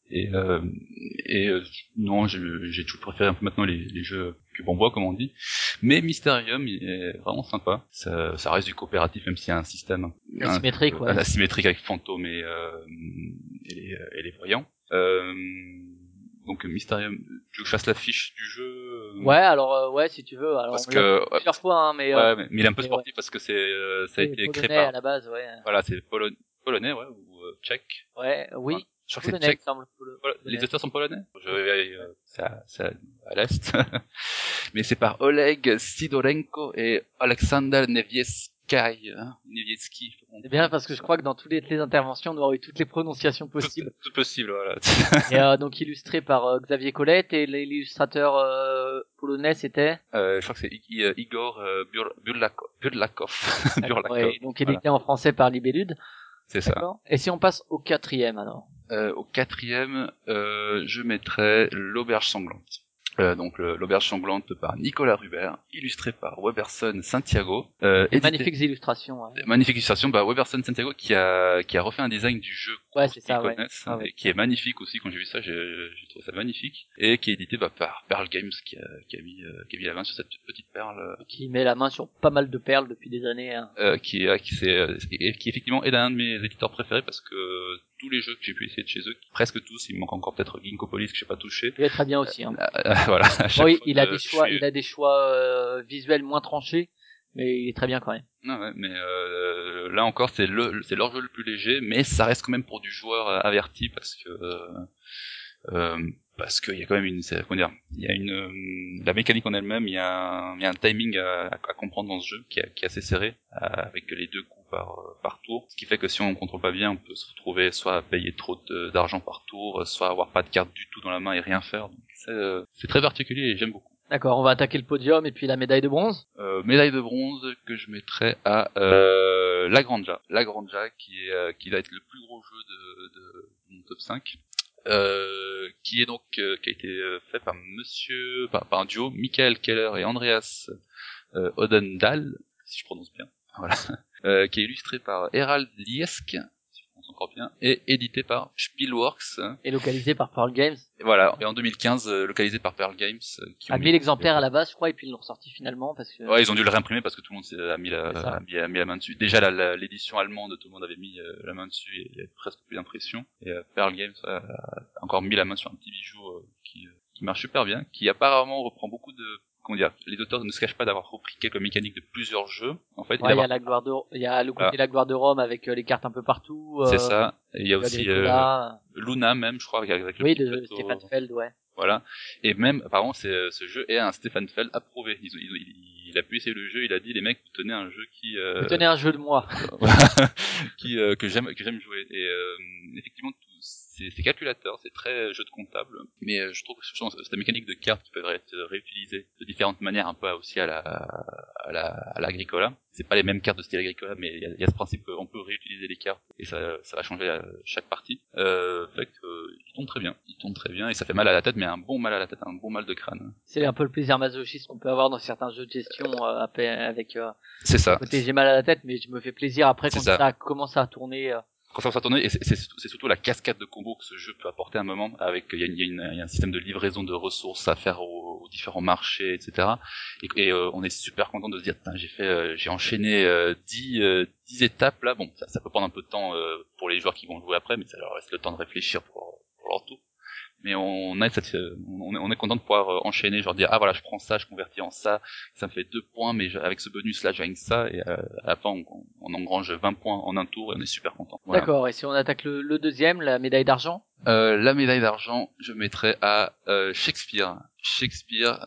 Non, j'ai toujours préféré un peu maintenant les jeux que bon bois, comme on dit. Mais Mysterium, il est vraiment sympa. Ça reste du coopératif, même s'il y a un système asymétrique, ouais. Asymétrique avec fantômes et les voyants. Donc Mysterium, tu veux que je fasse la fiche du jeu Ouais, alors ouais, si tu veux. Alors parce on l'a que fait plusieurs fois, hein, mais mais il est un peu sportif parce que ça a été créé par à la base, ouais. Voilà, c'est polonais, ouais, ou tchèque. Ouais, oui. Ouais. Je crois que c'est Polonais, tchèque. il semble. Les auteurs sont polonais. C'est à l'est. Mais c'est par Oleg Sidorenko et Aleksander Nevieski. C'est bien parce que je crois que dans toutes les interventions, on aura eu toutes les prononciations possibles. Tout possible, voilà. Et donc illustré par Xavier Colette, et l'illustrateur polonais c'était je crois que c'est Igor Burlakov. Ouais, donc édité en français par Libellude. C'est ça. Et si on passe au quatrième alors? Au quatrième, je mettrais l'Auberge sanglante. Donc l'Auberge sanglante par Nicolas Rubert, illustré par Weberson Santiago. Magnifiques illustrations. Ouais. Magnifique illustration, Weberson Santiago qui a refait un design du jeu c'est ça, connaissent, et qui est magnifique aussi. Quand j'ai vu ça, j'ai trouvé ça magnifique, et qui est édité par Pearl Games qui a mis la main sur cette petite perle. Qui met la main sur pas mal de perles depuis des années. Hein. Qui effectivement est l'un de mes éditeurs préférés parce que tous les jeux que j'ai pu essayer de chez eux, presque tous, il me manque encore peut-être Ginkgopolis que j'ai pas touché. Il est très bien aussi. Hein. Voilà. Bon, il a des choix visuels moins tranchés, mais il est très bien quand même. Non, ouais, mais là encore c'est leur jeu le plus léger, mais ça reste quand même pour du joueur averti parce que il y a quand même la mécanique en elle-même, il y a un timing à comprendre dans ce jeu qui est assez serré, avec les 2 coups par tour, ce qui fait que si on contrôle pas bien, on peut se retrouver soit à payer trop d'argent par tour, soit avoir pas de carte du tout dans la main et rien faire. Donc c'est très particulier et j'aime beaucoup. D'accord, on va attaquer le podium et puis la médaille de bronze. Médaille de bronze que je mettrais à La Granja. La Granja qui va être le plus gros jeu de mon top 5. Qui a été fait par par un duo, Michael Keller et Andreas Odendal, si je prononce bien, voilà, qui est illustré par Herald Liesk, si je prononce encore bien, et édité par Spielworks. Et localisé par Pearl Games. Et voilà, et en 2015, localisé par Pearl Games. Qui ont 1000 exemplaires à la base, je crois, et puis ils l'ont ressorti finalement parce que... Ouais, ils ont dû le réimprimer parce que tout le monde a mis la main dessus. Déjà, l'édition allemande, tout le monde avait mis la main dessus et il y avait presque plus d'impression. Et Pearl Games a encore mis la main sur un petit bijou qui marche super bien, qui apparemment reprend beaucoup de... Comment dire, les auteurs ne se cachent pas d'avoir repris quelques mécaniques de plusieurs jeux. En fait, il y a le côté la gloire de Rome avec les cartes un peu partout. C'est ça. Et il y a aussi Luna même, je crois, avec le de Stefan Feld, ouais. Voilà. Et même, apparemment, ce jeu est un Stefan Feld approuvé. Il a pu essayer le jeu, il a dit, les mecs, vous tenez un jeu vous tenez un jeu de moi. que j'aime jouer. Et effectivement, c'est calculateur, c'est très jeu de comptable, mais je trouve que c'est la mécanique de cartes qui peuvent être réutilisées de différentes manières, un peu aussi à l'Agricola. C'est pas les mêmes cartes de style Agricola, mais il y a ce principe qu'on peut réutiliser les cartes et ça va changer à chaque partie. Fait que il tourne très bien et ça fait mal à la tête, mais un bon mal à la tête, un bon mal de crâne. C'est un peu le plaisir masochiste qu'on peut avoir dans certains jeux de gestion avec C'est ça. côté j'ai mal à la tête, mais je me fais plaisir après quand C'est ça. ça commence à tourner. Quand ça va tourner, et c'est surtout la cascade de combos que ce jeu peut apporter à un moment, avec il y a un système de livraison de ressources à faire aux différents marchés, etc. Et on est super content de se dire, j'ai enchaîné 10 étapes là. Bon, ça peut prendre un peu de temps pour les joueurs qui vont jouer après, mais ça leur laisse le temps de réfléchir pour leur tour. Mais on est content de pouvoir enchaîner, genre dire ah voilà je prends ça, je convertis en ça, ça me fait 2 points, mais avec ce bonus là je gagne ça et à la fin on engrange 20 points en un tour et on est super content. Voilà. D'accord. Et si on attaque le deuxième, la médaille d'argent? La médaille d'argent, je mettrais à Shakespeare. Shakespeare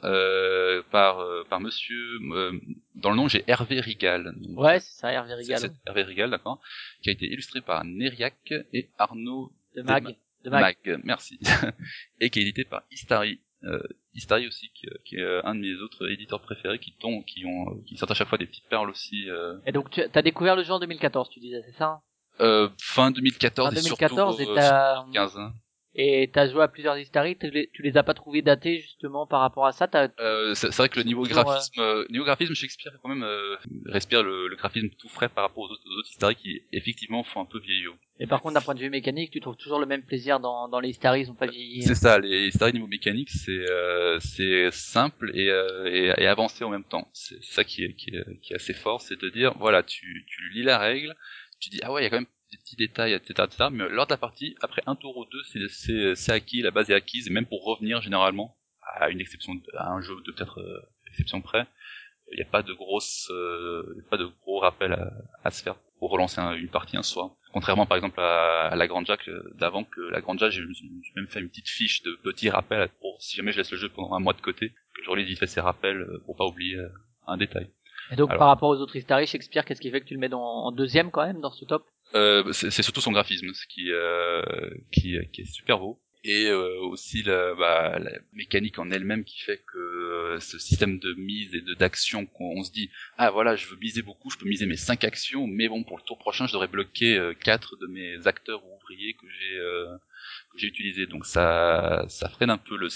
par monsieur dans le nom j'ai Hervé Rigal. Donc, Ouais, c'est ça, Hervé Rigal. c'est Hervé Rigal, d'accord, qui a été illustré par Nériac et Arnaud De Mag. Merci. Et qui est édité par Istari. Istari aussi, qui est un de mes autres éditeurs préférés, qui sortent à chaque fois des petites perles aussi. Et donc tu as découvert le jeu en 2014, tu disais, c'est ça? Fin 2014 Fin et 2014 surtout et t'as 2015. Hein. et t'as joué à plusieurs Istari, tu les as pas trouvés datés justement par rapport à ça? C'est vrai que le niveau toujours, graphisme, Shakespeare quand même respire le graphisme tout frais par rapport aux autres Istari qui effectivement font un peu vieillot. Et par contre, d'un point de vue mécanique, tu trouves toujours le même plaisir dans les Istari, ils ont pas vieilli. C'est ça, les Istari niveau mécanique, c'est simple et avancé en même temps. C'est ça qui est assez fort, c'est de dire voilà, tu lis la règle, tu dis ah ouais, il y a quand même des petits détails, etc., mais lors de la partie, après un tour ou deux, c'est acquis, la base est acquise, et même pour revenir généralement à à un jeu de peut-être exception près, il n'y a pas de gros rappels à se faire pour relancer une partie un soir. Contrairement par exemple à la Grande Jack d'avant, que la Grande Jack, j'ai même fait une petite fiche de petits rappels pour si jamais je laisse le jeu pendant un mois de côté, que je relis vite fait ces rappels pour pas oublier un détail. Et donc par rapport aux autres Istari, Shakespeare, qu'est-ce qui fait que tu le mets en deuxième quand même dans ce top? C'est surtout son graphisme, ce qui est super beau. Et aussi la mécanique en elle-même qui fait que ce système de mise et d'action qu'on se dit ah voilà je veux miser beaucoup, je peux miser mes 5 actions, mais bon pour le tour prochain je devrais bloquer 4 de mes acteurs ou ouvriers que j'ai utilisé, donc ça freine un peu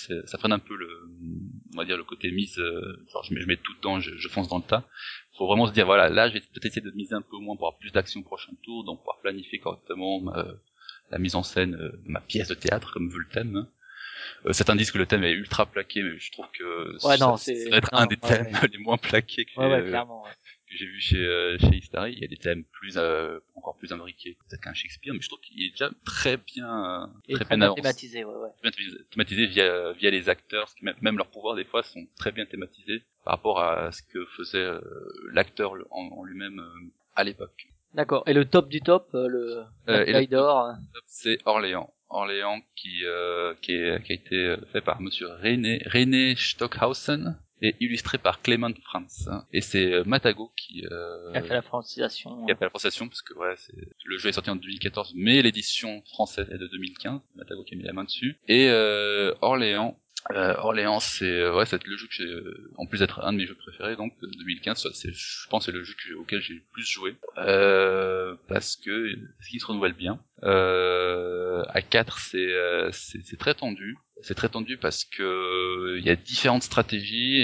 on va dire le côté mise, genre je mets tout dedans, je fonce dans le tas. Faut vraiment se dire voilà là je vais peut-être essayer de miser un peu moins pour avoir plus d'actions au prochain tour, donc pouvoir planifier correctement la mise en scène de ma pièce de théâtre comme veut le thème. Certains disent que le thème est ultra plaqué, mais je trouve que ça va être un des thèmes les moins plaqués que j'ai vu chez Istari. Il y a des thèmes encore plus imbriqués peut-être qu'un Shakespeare, mais je trouve qu'il est déjà très bien thématisé, bien thématisé via les acteurs, même leurs pouvoirs des fois sont très bien thématisés par rapport à ce que faisait l'acteur en lui-même à l'époque. D'accord. Et le top du top, le médaille d'or, c'est Orléans. Orléans qui a été fait par monsieur René Stockhausen et illustré par Clément Franz. Et c'est Matago qui a fait la francisation. Qui a fait la francisation parce que le jeu est sorti en 2014, mais l'édition française est de 2015. Matago qui a mis la main dessus. Et Orléans, c'est le jeu que j'ai, en plus d'être un de mes jeux préférés, donc de 2015, je pense c'est le jeu auquel j'ai le plus joué, parce qu'il se renouvelle bien. À 4, c'est très tendu. C'est très tendu parce que il y a différentes stratégies.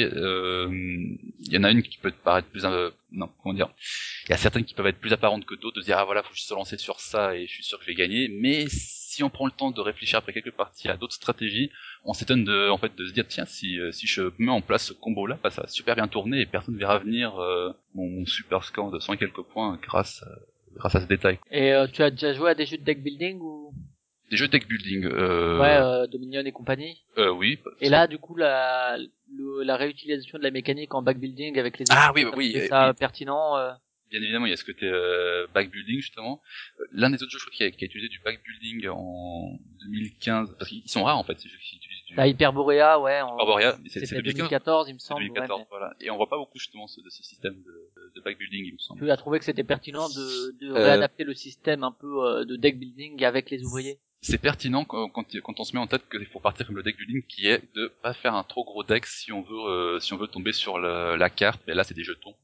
Il y en a une qui peut te paraître plus il y a certaines qui peuvent être plus apparentes que d'autres, de dire ah voilà, faut juste se lancer sur ça et je suis sûr que je vais gagner. Mais si on prend le temps de réfléchir après quelques parties à d'autres stratégies, on s'étonne de se dire tiens, si je mets en place ce combo là, ça va super bien tourner et personne ne verra venir mon super score de 100 et quelques points grâce à ce détail. Et tu as déjà joué à des jeux de deck building ou des jeux de deck building Dominion et compagnie? Oui. Et là du coup la réutilisation de la mécanique en back building avec les pertinent Bien évidemment, il y a ce côté back building justement. L'un des autres jeux, je crois, qui a utilisé du back building en 2015, parce qu'ils sont rares en fait ces jeux qui utilisent du. La Hyperborea, Hyperborea, c'est 2014, il me semble. 2014, voilà. Et on voit pas beaucoup justement de ce système de back building, il me semble. Tu as trouvé que c'était pertinent de réadapter le système un peu de deck building avec les ouvriers? c'est pertinent quand on se met en tête qu'il faut partir comme le deck building, qui est de pas faire un trop gros deck si on veut tomber sur la carte. Mais là, c'est des jetons.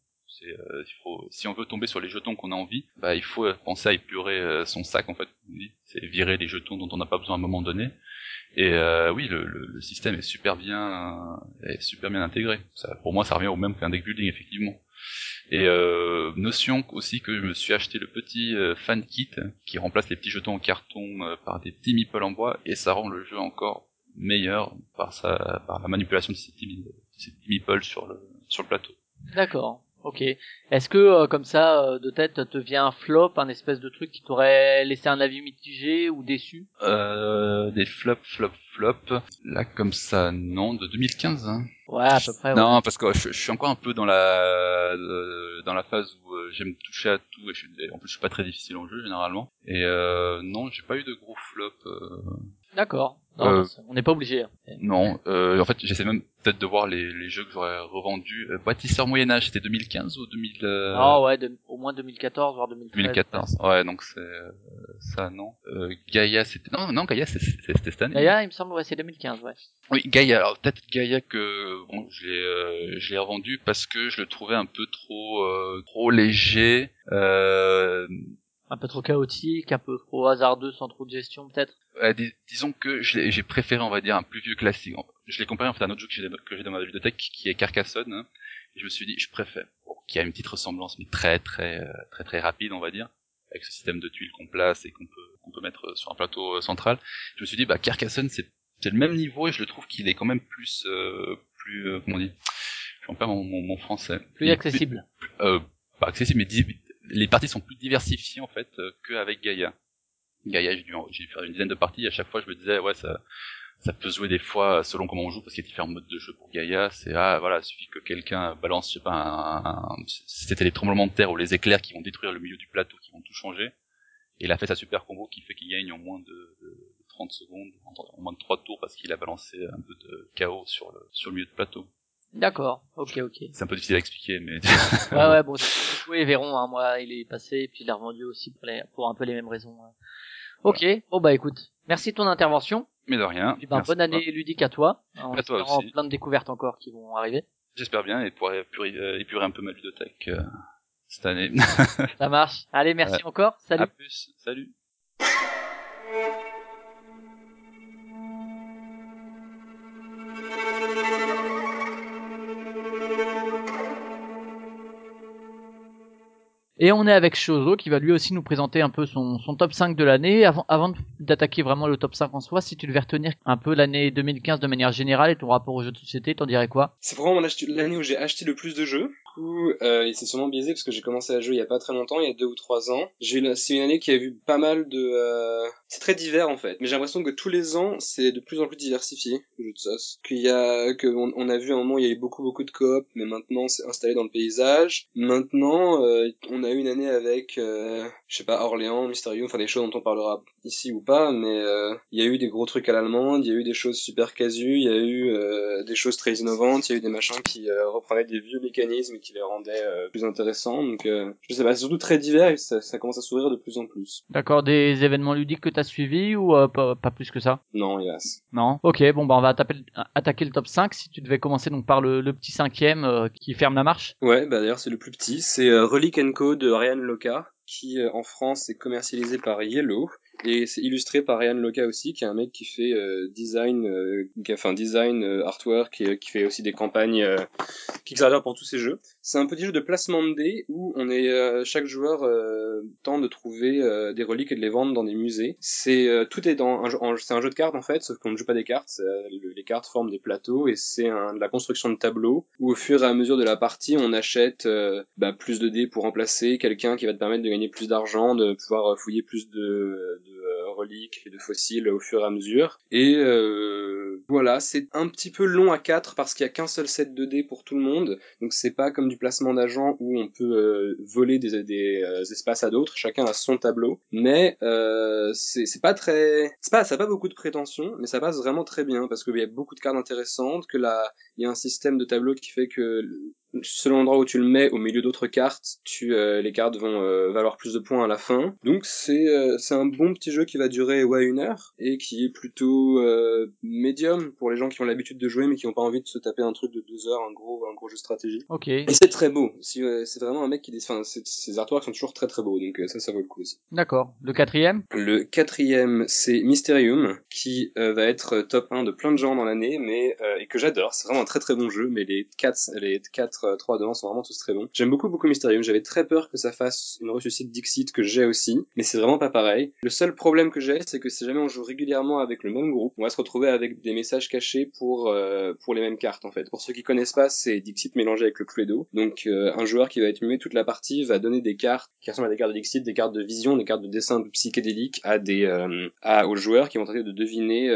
Si on veut tomber sur les jetons qu'on a envie, bah il faut penser à épurer son sac en fait. C'est virer les jetons dont on n'a pas besoin à un moment donné. Et oui, le système est super bien intégré. Ça, pour moi, ça revient au même qu'un deck building effectivement. Et notion aussi que je me suis acheté le petit fan kit qui remplace les petits jetons en carton par des petits meeples en bois, et ça rend le jeu encore meilleur par la manipulation de ces petits meeples sur le plateau. D'accord. Ok. Est-ce que comme ça de tête te vient un flop, un espèce de truc qui t'aurait laissé un avis mitigé ou déçu? Des flop. Là comme ça, non, de 2015. Hein. Ouais, à peu près. Non, Ouais. parce que je suis encore un peu dans la phase où j'aime toucher à tout, et en plus je suis pas très difficile en jeu généralement. Et non, j'ai pas eu de gros flop. D'accord. Non, on n'est pas obligé. Non, en fait, j'essaie même peut-être de voir les jeux que j'aurais revendus. Bâtisseur Moyen-Âge, c'était 2015 ou 2000 Ah ouais, au moins 2014 voire 2013. 2014. Ouais, donc c'est ça non. Gaïa, c'était non, Gaïa c'était cette année. Gaïa, il me semble, ouais, c'est 2015, ouais. Oui, Gaïa. Alors peut-être Gaïa que bon, je l'ai revendu parce que je le trouvais un peu trop léger. Un peu trop chaotique, un peu trop hasardeux, sans trop de gestion peut-être. Disons que j'ai préféré, on va dire, un plus vieux classique. Je l'ai comparé en fait à un autre jeu que j'ai dans ma bibliothèque, qui est Carcassonne. Hein, et je me suis dit, je préfère, qui a une petite ressemblance, mais très rapide, on va dire, avec ce système de tuiles qu'on place et qu'on peut mettre sur un plateau central. Je me suis dit, bah Carcassonne, c'est le même niveau, et je le trouve qu'il est quand même plus comment on dit, je perds mon français. Plus accessible. Pas accessible, mais les parties sont plus diversifiées en fait qu'avec Gaïa. Gaïa, j'ai dû faire une dizaine de parties, à chaque fois je me disais ouais ça peut se jouer des fois selon comment on joue, parce qu'il y a différents modes de jeu pour Gaïa. C'est voilà, il suffit que quelqu'un balance, je sais pas, c'était les tremblements de terre ou les éclairs qui vont détruire le milieu du plateau, qui vont tout changer. Et il a fait sa super combo qui fait qu'il gagne en moins de 30 secondes, en moins de 3 tours, parce qu'il a balancé un peu de chaos sur le milieu de plateau. D'accord, ok. C'est un peu difficile à expliquer, mais... ouais, bon, oui, verrons, hein, moi, il est passé, et puis il l'a revendu aussi pour un peu les mêmes raisons. Ok, voilà. Bon bah écoute, merci de ton intervention. Mais de rien. Puis bonne année ludique à toi, en à toi aussi. plein de découvertes encore qui vont arriver. J'espère bien, et pouvoir épurer un peu ma ludothèque cette année. Ça marche. Allez, merci encore, salut. À plus, salut. Et on est avec Shozo qui va lui aussi nous présenter un peu son top 5 de l'année. Avant d'attaquer vraiment le top 5 en soi, si tu devais retenir un peu l'année 2015 de manière générale et ton rapport aux jeux de société, t'en dirais quoi? C'est vraiment l'année où j'ai acheté le plus de jeux. Du coup, il s'est sûrement biaisé parce que j'ai commencé à jouer il y a pas très longtemps, il y a 2 ou 3 ans. C'est une année qui a vu pas mal de... C'est très divers en fait, mais j'ai l'impression que tous les ans, c'est de plus en plus diversifié, le jeu de sauce. On a vu à un moment, il y a eu beaucoup de coop, mais maintenant c'est installé dans le paysage. Maintenant, on a eu une année avec, je sais pas, Orléans, Mysterium, enfin des choses dont on parlera ici ou pas, mais il y a eu des gros trucs à l'allemande, il y a eu des choses super casu, il y a eu des choses très innovantes, il y a eu des machins qui reprenaient des vieux mécanismes et qui les rendaient plus intéressants. Donc je sais pas, c'est surtout très divers et ça commence à s'ouvrir de plus en plus. D'accord, des événements ludiques que t'as suivis ou pas plus que ça? Non, hélas. Non. Ok, bon bah on va attaquer le top 5 si tu devais commencer donc par le petit cinquième qui ferme la marche. Ouais, bah d'ailleurs c'est le plus petit, c'est Relic & Co de Ryan Loca, qui en France est commercialisé par Yellow. Et c'est illustré par Ryan Loca aussi, qui est un mec qui fait design, artwork, et qui fait aussi des campagnes Kickstarter pour tous ses jeux. C'est un petit jeu de placement de dés où chaque joueur tente de trouver des reliques et de les vendre dans des musées. Tout est c'est un jeu de cartes en fait, sauf qu'on ne joue pas des cartes. Les cartes forment des plateaux et c'est de la construction de tableaux où au fur et à mesure de la partie, on achète plus de dés pour remplacer quelqu'un qui va te permettre de gagner plus d'argent, de pouvoir fouiller plus de reliques et de fossiles au fur et à mesure. Et voilà, c'est un petit peu long à 4 parce qu'il y a qu'un seul set de dés pour tout le monde. Donc c'est pas comme du placement d'agents où on peut voler des espaces à d'autres. Chacun a son tableau. Mais ça a pas beaucoup de prétention, mais ça passe vraiment très bien parce qu'il y a beaucoup de cartes intéressantes, il y a un système de tableau qui fait que selon l'endroit où tu le mets au milieu d'autres cartes, les cartes vont valoir plus de points à la fin. Donc c'est un bon petit jeu qui va durer 1 heure et qui est plutôt médium pour les gens qui ont l'habitude de jouer mais qui n'ont pas envie de se taper un truc de 2 heures, un gros jeu de stratégie. Ok. Et c'est très beau. C'est vraiment un mec qui ces artworks sont toujours très très beaux, donc ça vaut le coup aussi. D'accord. Le quatrième? Le quatrième, c'est Mysterium, qui va être top 1 de plein de gens dans l'année, mais et que j'adore. C'est vraiment un très très bon jeu, mais les 4 3 devant sont vraiment tous très bons. J'aime beaucoup Mysterium. J'avais très peur que ça fasse une ressuscite Dixit que j'ai aussi, mais c'est vraiment pas pareil. Le seul problème que j'ai, c'est que si jamais on joue régulièrement avec le même groupe, on va se retrouver avec des messages cachés pour les mêmes cartes en fait. Pour ceux qui connaissent pas, c'est Dixit mélangé avec le Cluedo. Donc un joueur qui va être muet toute la partie va donner des cartes qui ressemblent à des cartes de Dixit, des cartes de vision, des cartes de dessin psychédélique aux joueurs qui vont tenter de deviner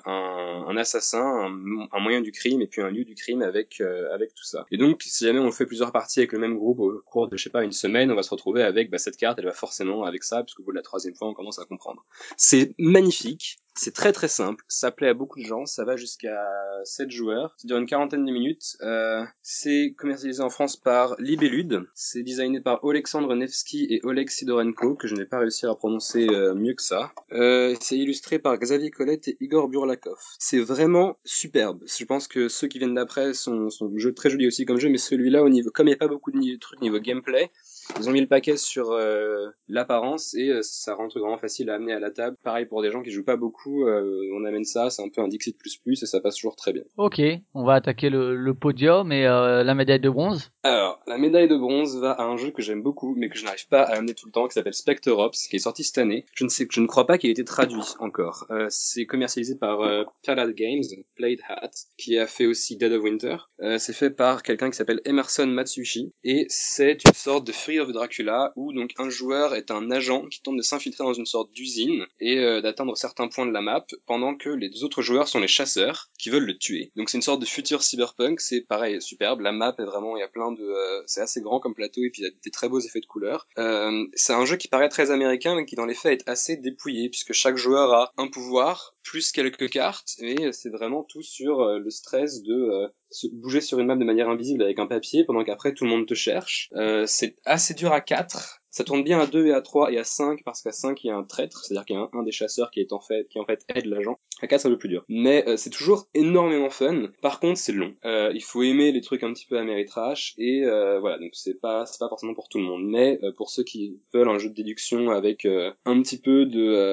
un assassin, un moyen du crime et puis un lieu du crime avec tout ça. Et donc si jamais on fait plusieurs parties avec le même groupe au cours de je sais pas une semaine, on va se retrouver avec cette carte, elle va forcément avec ça, puisque au bout de la 3e fois on commence à comprendre. C'est magnifique. C'est très très simple, ça plaît à beaucoup de gens, ça va jusqu'à 7 joueurs, ça dure une 40aine de minutes, c'est commercialisé en France par Libellude, c'est designé par Alexandre Nevsky et Oleg Sidorenko, que je n'ai pas réussi à prononcer mieux que ça, c'est illustré par Xavier Colette et Igor Burlakov. C'est vraiment superbe, je pense que ceux qui viennent d'après sont très jolis aussi comme jeu, mais celui-là, comme il n'y a pas beaucoup de trucs niveau gameplay, ils ont mis le paquet sur l'apparence et ça rend vraiment facile à amener à la table. Pareil pour des gens qui jouent pas beaucoup, on amène ça, c'est un peu un Dixit++ et ça passe toujours très bien. Ok, on va attaquer le podium et la médaille de bronze. Alors, la médaille de bronze va à un jeu que j'aime beaucoup, mais que je n'arrive pas à amener tout le temps, qui s'appelle Spectre Ops, qui est sorti cette année. Je ne crois pas qu'il ait été traduit encore. C'est commercialisé par Played Games, Played Hat, qui a fait aussi Dead of Winter. C'est fait par quelqu'un qui s'appelle Emerson Matsushi, et c'est une sorte de Fury of Dracula, où donc un joueur est un agent qui tente de s'infiltrer dans une sorte d'usine, et d'atteindre certains points de la map, pendant que les autres joueurs sont les chasseurs, qui veulent le tuer. Donc c'est une sorte de futur cyberpunk, c'est pareil, superbe, la map est vraiment, il y a plein c'est assez grand comme plateau et puis il y a des très beaux effets de couleurs. C'est un jeu qui paraît très américain mais qui dans les faits est assez dépouillé puisque chaque joueur a un pouvoir plus quelques cartes et c'est vraiment tout sur le stress de se bouger sur une map de manière invisible avec un papier pendant qu'après tout le monde te cherche. C'est assez dur à 4. Ça tourne bien à 2 et à 3 et à 5 parce qu'à 5 il y a un traître, c'est-à-dire qu'il y a un des chasseurs qui en fait aide l'agent. À 4 c'est un peu plus dur. Mais c'est toujours énormément fun. Par contre c'est long. Il faut aimer les trucs un petit peu Ameritrash et voilà, donc c'est pas forcément pour tout le monde. Mais pour ceux qui veulent un jeu de déduction avec un petit peu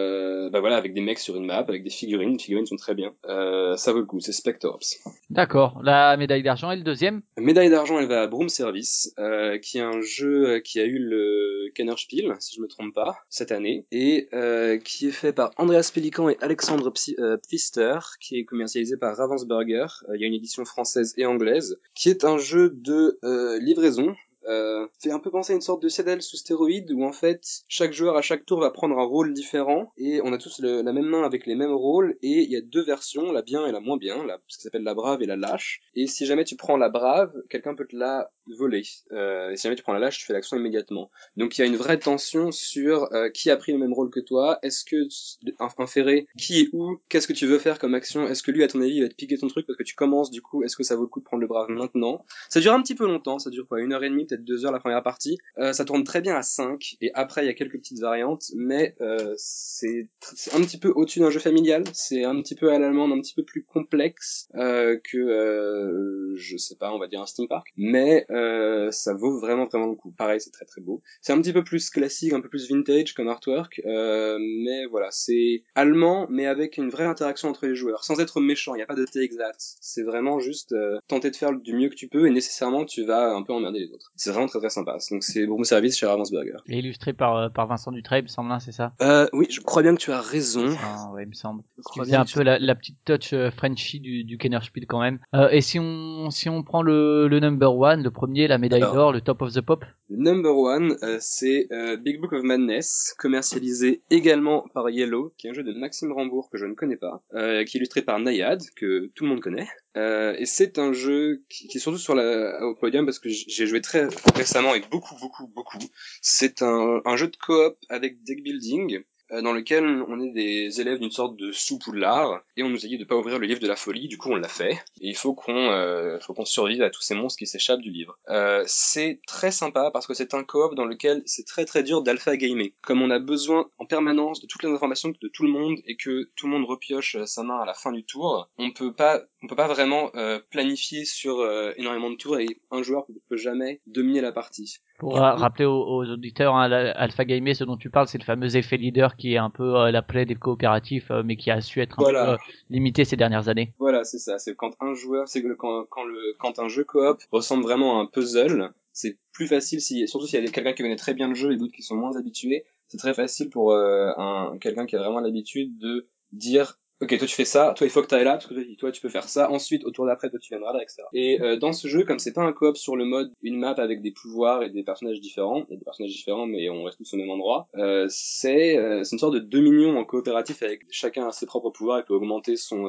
de avec des mecs sur une map, avec des figurines, les figurines sont très bien. Ça vaut le coup, c'est Spectre Ops. D'accord, la médaille d'argent et le deuxième? Médaille d'argent, elle va à Broom Service, qui est un jeu qui a eu le Kennerspiel, si je me trompe pas, cette année, et qui est fait par Andreas Pélican et Alexandre Pfister, qui est commercialisé par Ravensburger. Il y a une édition française et anglaise, qui est un jeu de livraison. Fait un peu penser à une sorte de Cédel sous stéroïde où en fait chaque joueur à chaque tour va prendre un rôle différent et on a tous la même main avec les mêmes rôles et il y a 2 versions, la bien et la moins bien, ce qui s'appelle la brave et la lâche, et si jamais tu prends la brave, quelqu'un peut te la voler, et si jamais tu prends la lâche, tu fais l'action immédiatement. Donc il y a une vraie tension sur qui a pris le même rôle que toi, est-ce que inférer qui est où, qu'est-ce que tu veux faire comme action, est-ce que lui à ton avis il va te piquer ton truc parce que tu commences, du coup est-ce que ça vaut le coup de prendre le brave maintenant. Ça dure un petit peu longtemps, ça dure quoi, 1h30, peut-être 2 heures la première partie. Ça tourne très bien à 5 et après il y a quelques petites variantes, mais c'est un petit peu au-dessus d'un jeu familial, c'est un petit peu à l'allemande, un petit peu plus complexe que je sais pas, on va dire un Steam Park, mais ça vaut vraiment vraiment le coup. Pareil, c'est très très beau. C'est un petit peu plus classique, un peu plus vintage comme artwork, mais voilà, c'est allemand mais avec une vraie interaction entre les joueurs, sans être méchant, il n'y a pas de take that. C'est vraiment juste tenter de faire du mieux que tu peux et nécessairement tu vas un peu emmerder les autres. C'est vraiment très très sympa. Donc c'est Broom Service chez Ravensburger. Et illustré par Vincent Dutrey, me semble, c'est ça? Oui, je crois bien que tu as raison. Ça, ouais, il me semble. Je Qui faisait un peu la petite touch Frenchy du Kennerspiel quand même. Et si on prend le number one, le premier, la médaille d'or, le top of the pop? Le number one, c'est Big Book of Madness, commercialisé également par Yellow, qui est un jeu de Maxime Rambourg que je ne connais pas, qui est illustré par Nayad, que tout le monde connaît. Et c'est un jeu qui est surtout au podium parce que j'ai joué très récemment et beaucoup. C'est un jeu de coop avec deck building. dans lequel on est des élèves d'une sorte de sous-Poudlard, et on nous a dit de pas ouvrir le livre de la folie, du coup on l'a fait, et il faut qu'on survive à tous ces monstres qui s'échappent du livre. C'est très sympa parce que c'est un coop dans lequel c'est très très dur d'alpha gamer. Comme on a besoin en permanence de toutes les informations de tout le monde et que tout le monde repioche sa main à la fin du tour, on peut pas vraiment planifier sur énormément de tours, et un joueur peut jamais dominer la partie. Pour rappeler aux auditeurs, hein, Alpha Gamer, ce dont tu parles, c'est le fameux effet leader qui est un peu la plaie des coopératifs, mais qui a su être un peu limité ces dernières années. Voilà, c'est ça. C'est quand un joueur, quand un jeu coop ressemble vraiment à un puzzle, c'est plus facile surtout s'il y a quelqu'un qui connaît très bien le jeu et d'autres qui sont moins habitués. C'est très facile pour quelqu'un qui a vraiment l'habitude de dire: ok, toi tu fais ça, toi il faut que t'ailles là, toi tu peux faire ça, ensuite au tour d'après toi tu viendras là, etc. Et dans ce jeu, comme c'est pas un coop sur le mode une map avec des pouvoirs et des personnages différents, mais on reste tous au même endroit, c'est une sorte de dominion en coopératif avec chacun a ses propres pouvoirs et peut augmenter son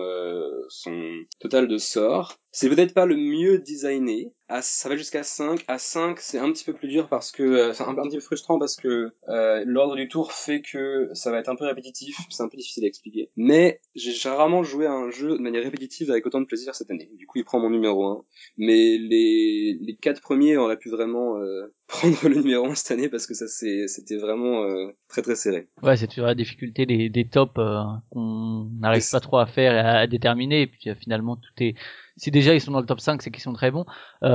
total de sorts. C'est peut-être pas le mieux designé. Ça va jusqu'à 5. À 5, c'est un petit peu plus dur parce que... c'est un petit peu frustrant parce que l'ordre du tour fait que ça va être un peu répétitif. C'est un peu difficile à expliquer. Mais j'ai rarement joué à un jeu de manière répétitive avec autant de plaisir cette année. Du coup, il prend mon numéro 1. Mais les 4 premiers auraient pu vraiment prendre le numéro 1 cette année parce que c'était vraiment très très serré. Ouais, c'est toujours la difficulté des tops qu'on n'arrive pas trop à faire et à déterminer. Et puis finalement, tout est... Si déjà ils sont dans le top 5, c'est qu'ils sont très bons.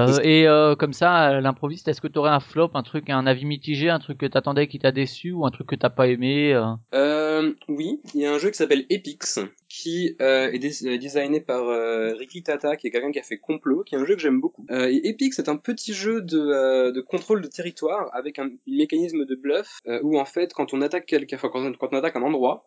Comme ça, l'improviste, est-ce que tu aurais un flop, un avis mitigé, un truc que t'attendais qui t'a déçu ou un truc que t'as pas aimé Oui, il y a un jeu qui s'appelle Epix, qui est designé par Riki Tata, qui est quelqu'un qui a fait Complot, qui est un jeu que j'aime beaucoup. Et Epix c'est un petit jeu de contrôle de territoire avec un mécanisme de bluff où en fait quand on attaque quand on attaque un endroit,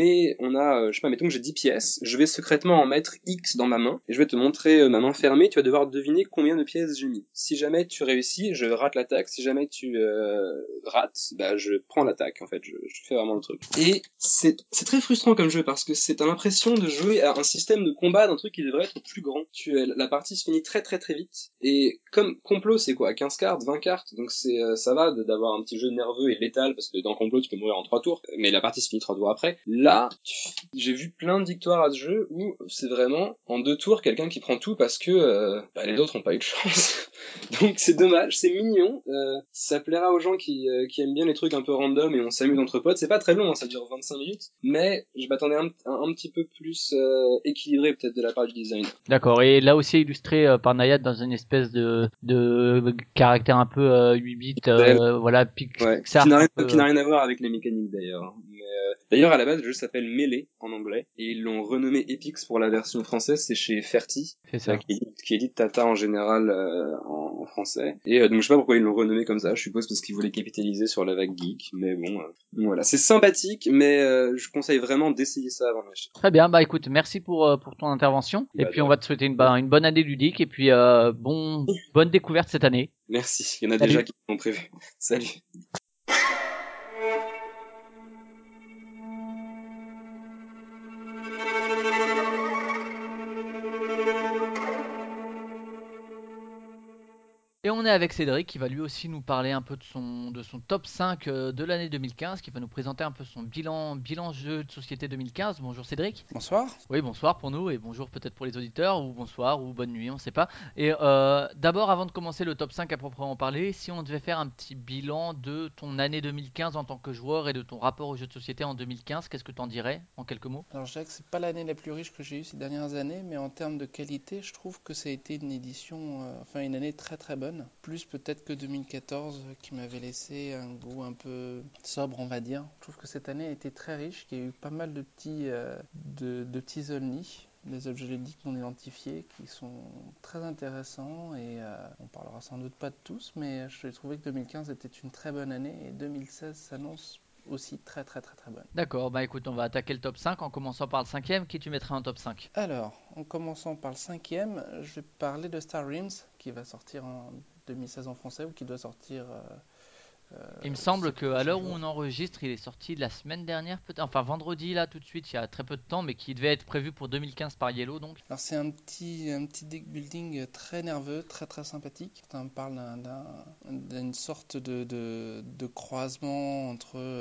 je sais pas, mettons que j'ai 10 pièces, je vais secrètement en mettre X dans ma main et je vais te montrer ma main fermée, tu vas devoir deviner combien de pièces j'ai mis. Si jamais tu réussis, je rate l'attaque, si jamais tu rates, bah je prends l'attaque en fait, je fais vraiment le truc. Et c'est très frustrant comme jeu parce que t'as l'impression de jouer à un système de combat d'un truc qui devrait être plus grand. La partie se finit très très très vite. Et comme Complot, c'est quoi, 15 cartes, 20 cartes, donc ça va d'avoir un petit jeu nerveux et létal parce que dans Complot tu peux mourir en 3 tours, mais la partie se finit 3 tours après. Là, j'ai vu plein de victoires à ce jeu où c'est vraiment en 2 tours quelqu'un qui prend tout parce que les autres ont pas eu de chance. Donc c'est dommage, c'est mignon, ça plaira aux gens qui aiment bien les trucs un peu random et on s'amuse entre potes. C'est pas très long, hein, ça dure 25 minutes, mais je m'attendais un petit peu plus équilibré peut-être de la part du design. D'accord, et là aussi illustré par Nayad dans une espèce de caractère un peu 8 bits, voilà, Pixar. Qui n'a rien à voir avec les mécaniques d'ailleurs. Mais, d'ailleurs à la base le jeu s'appelle Melee en anglais, et ils l'ont renommé Epix pour la version française, c'est chez Ferty, c'est ça. qui édite Tata en général en français. Et donc je sais pas pourquoi ils l'ont renommé comme ça, je suppose parce qu'ils voulaient capitaliser sur la vague geek, mais bon, voilà. C'est sympathique, mais je conseille vraiment d'essayer ça avant d'acheter. Très bien, bah écoute, merci pour ton intervention, et puis on va te souhaiter une bonne année ludique, et puis bonne découverte cette année. Merci, il y en a Salut. déjà qui ont prévu. Salut. Et on est avec Cédric qui va lui aussi nous parler un peu de son top 5 de l'année 2015, qui va nous présenter un peu son bilan jeu de société 2015. Bonjour Cédric. Bonsoir. Oui, bonsoir pour nous et bonjour peut-être pour les auditeurs, ou bonsoir ou bonne nuit, on sait pas. Et d'abord, avant de commencer le top 5 à proprement parler, si on devait faire un petit bilan de ton année 2015 en tant que joueur et de ton rapport aux jeux de société en 2015, qu'est-ce que t'en dirais en quelques mots? Alors je dirais que c'est pas l'année la plus riche que j'ai eue ces dernières années, mais en termes de qualité, je trouve que ça a été une édition, une année très très bonne. Plus peut-être que 2014 qui m'avait laissé un goût un peu sobre, on va dire. Je trouve que cette année a été très riche, qu'il y a eu pas mal de petits only, des objets ludiques non identifiés qui sont très intéressants, et on parlera sans doute pas de tous, mais je trouvais que 2015 était une très bonne année et 2016 s'annonce aussi très très très très bonne. D'accord, bah écoute, on va attaquer le top 5 en commençant par le cinquième. Qui tu mettrais en top 5? Alors, en commençant par le cinquième, je vais parler de Star Realms, qui va sortir en 2016 en français, ou qui doit sortir Il me semble ces que à prochains l'heure où jours. on enregistre, il est sorti la semaine dernière, peut-être, enfin vendredi là tout de suite, il y a très peu de temps, mais qui devait être prévu pour 2015 par Yellow donc. Alors c'est un petit deck building très nerveux, très très sympathique. On me parle d'une sorte de croisement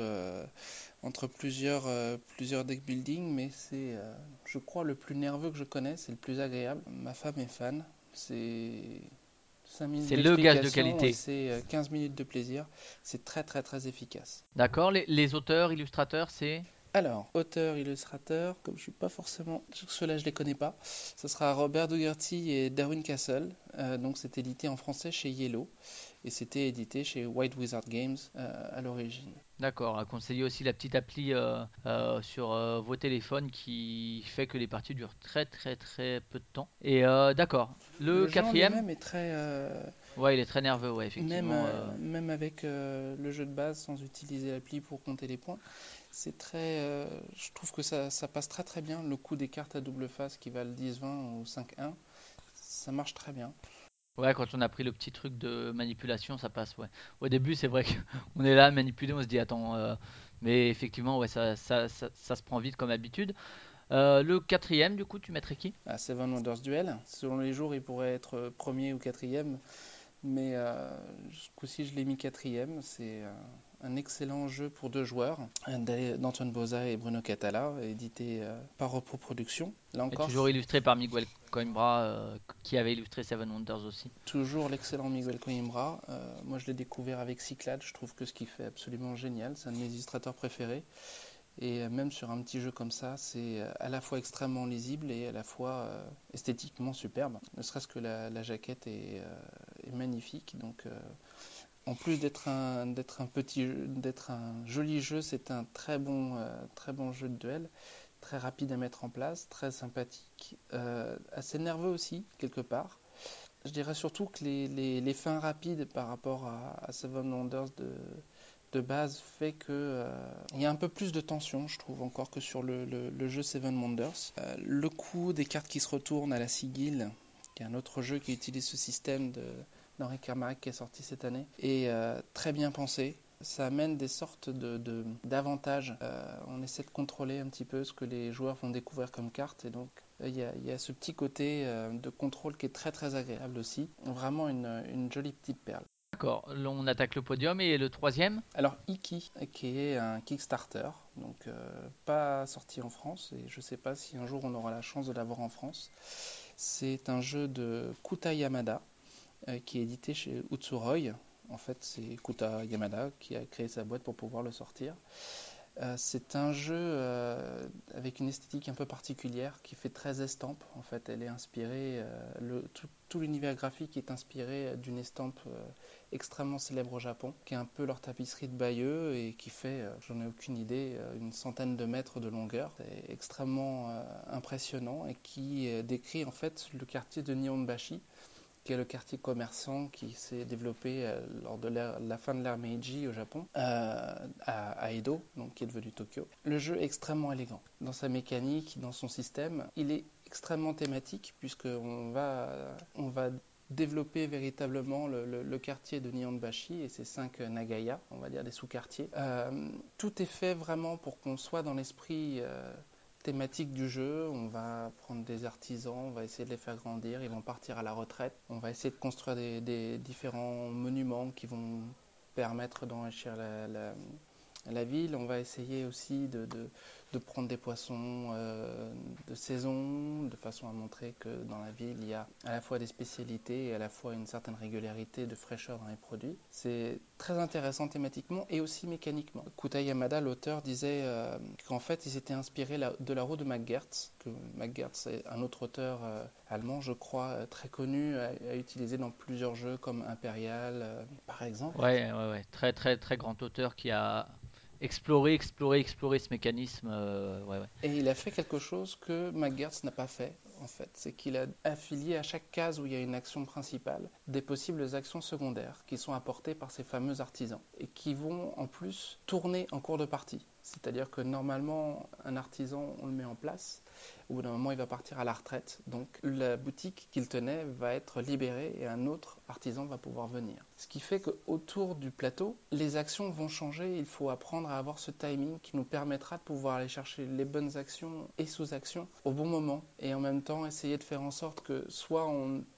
entre plusieurs deck building, mais c'est, je crois, le plus nerveux que je connais, c'est le plus agréable. Ma femme est fan, c'est 5 minutes C'est le gage de d'explication et qualité. c'est 15 minutes de plaisir. C'est très très très efficace. D'accord, les auteurs, illustrateurs, c'est... Alors, auteur, illustrateur, comme je suis pas forcément, ceux-là je les connais pas. Ce sera Robert Dougherty et Darwin Castle. Donc c'est édité en français chez Yellow et c'était édité chez White Wizard Games à l'origine. D'accord, à conseiller aussi la petite appli sur vos téléphones qui fait que les parties durent très très très peu de temps. Et d'accord, le Le jeu en quatrième, lui-même est très, ouais, il est très nerveux, ouais, effectivement. même avec le jeu de base sans utiliser l'appli pour compter les points, c'est très, je trouve que ça passe très très bien. Le coup des cartes à double face qui valent 10-20 ou 5-1, ça marche très bien. Ouais, quand on a pris le petit truc de manipulation, ça passe, ouais. Au début, c'est vrai qu'on est là à manipuler, on se dit, attends, mais effectivement, ouais, ça se prend vite comme habitude. Le quatrième, du coup, tu mettrais qui? À Seven Wonders Duel, selon les jours, il pourrait être premier ou quatrième. Mais ce coup-ci, je l'ai mis quatrième. C'est un excellent jeu pour deux joueurs d'Antoine Boza et Bruno Catala, édité par Repro Productions. Là Et encore, toujours illustré par Miguel Coimbra, qui avait illustré Seven Wonders aussi. toujours l'excellent Miguel Coimbra. Moi, je l'ai découvert avec Cyclades. Je trouve que ce qu'il fait est absolument génial. C'est un de mes illustrateurs préférés. Et même sur un petit jeu comme ça, c'est à la fois extrêmement lisible et à la fois esthétiquement superbe. Ne serait-ce que la jaquette est magnifique. Donc, en plus d'être d'être un joli jeu, c'est un très bon jeu de duel, très rapide à mettre en place, très sympathique, assez nerveux aussi quelque part. Je dirais surtout que les fins rapides par rapport à Seven Wonders de base fait que il y a un peu plus de tension, je trouve, encore que sur le jeu Seven Wonders. Le coup des cartes qui se retournent à la sigil, qui est un autre jeu qui utilise ce système d'Henri Carmack qui est sorti cette année, est très bien pensé. Ça amène des sortes d'avantages. On essaie de contrôler un petit peu ce que les joueurs vont découvrir comme cartes et donc il y a ce petit côté de contrôle qui est très très agréable aussi. Vraiment une jolie petite perle. D'accord, là, on attaque le podium et le troisième? Alors Iki, qui est un Kickstarter, donc pas sorti en France, et je ne sais pas si un jour on aura la chance de l'avoir en France. C'est un jeu de Kuta Yamada, qui est édité chez Utsuroy. En fait, c'est Kuta Yamada qui a créé sa boîte pour pouvoir le sortir. C'est un jeu avec une esthétique un peu particulière qui fait très estampe. En fait, elle est inspirée, tout l'univers graphique est inspiré d'une estampe extrêmement célèbre au Japon, qui est un peu leur tapisserie de Bayeux et qui fait, j'en ai aucune idée, une centaine de mètres de longueur. C'est extrêmement impressionnant et qui décrit en fait le quartier de Nihonbashi, qui est le quartier commerçant qui s'est développé lors de la fin de l'ère Meiji au Japon, à Edo, donc qui est devenu Tokyo. Le jeu est extrêmement élégant dans sa mécanique, dans son système. Il est extrêmement thématique puisqu'on on va développer véritablement le quartier de Nihonbashi et ses 5 nagaya, on va dire des sous-quartiers. Tout est fait vraiment pour qu'on soit dans l'esprit thématique du jeu. On va prendre des artisans, on va essayer de les faire grandir, ils vont partir à la retraite. On va essayer de construire des différents monuments qui vont permettre d'enrichir la ville. On va essayer aussi de prendre des poissons de saison, de façon à montrer que dans la ville, il y a à la fois des spécialités et à la fois une certaine régularité de fraîcheur dans les produits. C'est très intéressant thématiquement et aussi mécaniquement. Kuta Yamada, l'auteur, disait qu'en fait, il s'était inspiré de la roue de McGertz, que McGertz est un autre auteur allemand, je crois, très connu, à utiliser dans plusieurs jeux comme Imperial, par exemple. Ouais. Très très très grand auteur qui a exploré ce mécanisme. Ouais. Et il a fait quelque chose que McGertz n'a pas fait, en fait. C'est qu'il a affilié à chaque case où il y a une action principale des possibles actions secondaires qui sont apportées par ces fameux artisans et qui vont en plus tourner en cours de partie. C'est-à-dire que normalement, un artisan, on le met en place. Au bout d'un moment, il va partir à la retraite. Donc, la boutique qu'il tenait va être libérée et un autre artisan va pouvoir venir. Ce qui fait qu'autour du plateau, les actions vont changer. Il faut apprendre à avoir ce timing qui nous permettra de pouvoir aller chercher les bonnes actions et sous-actions au bon moment. Et en même temps, essayer de faire en sorte que soit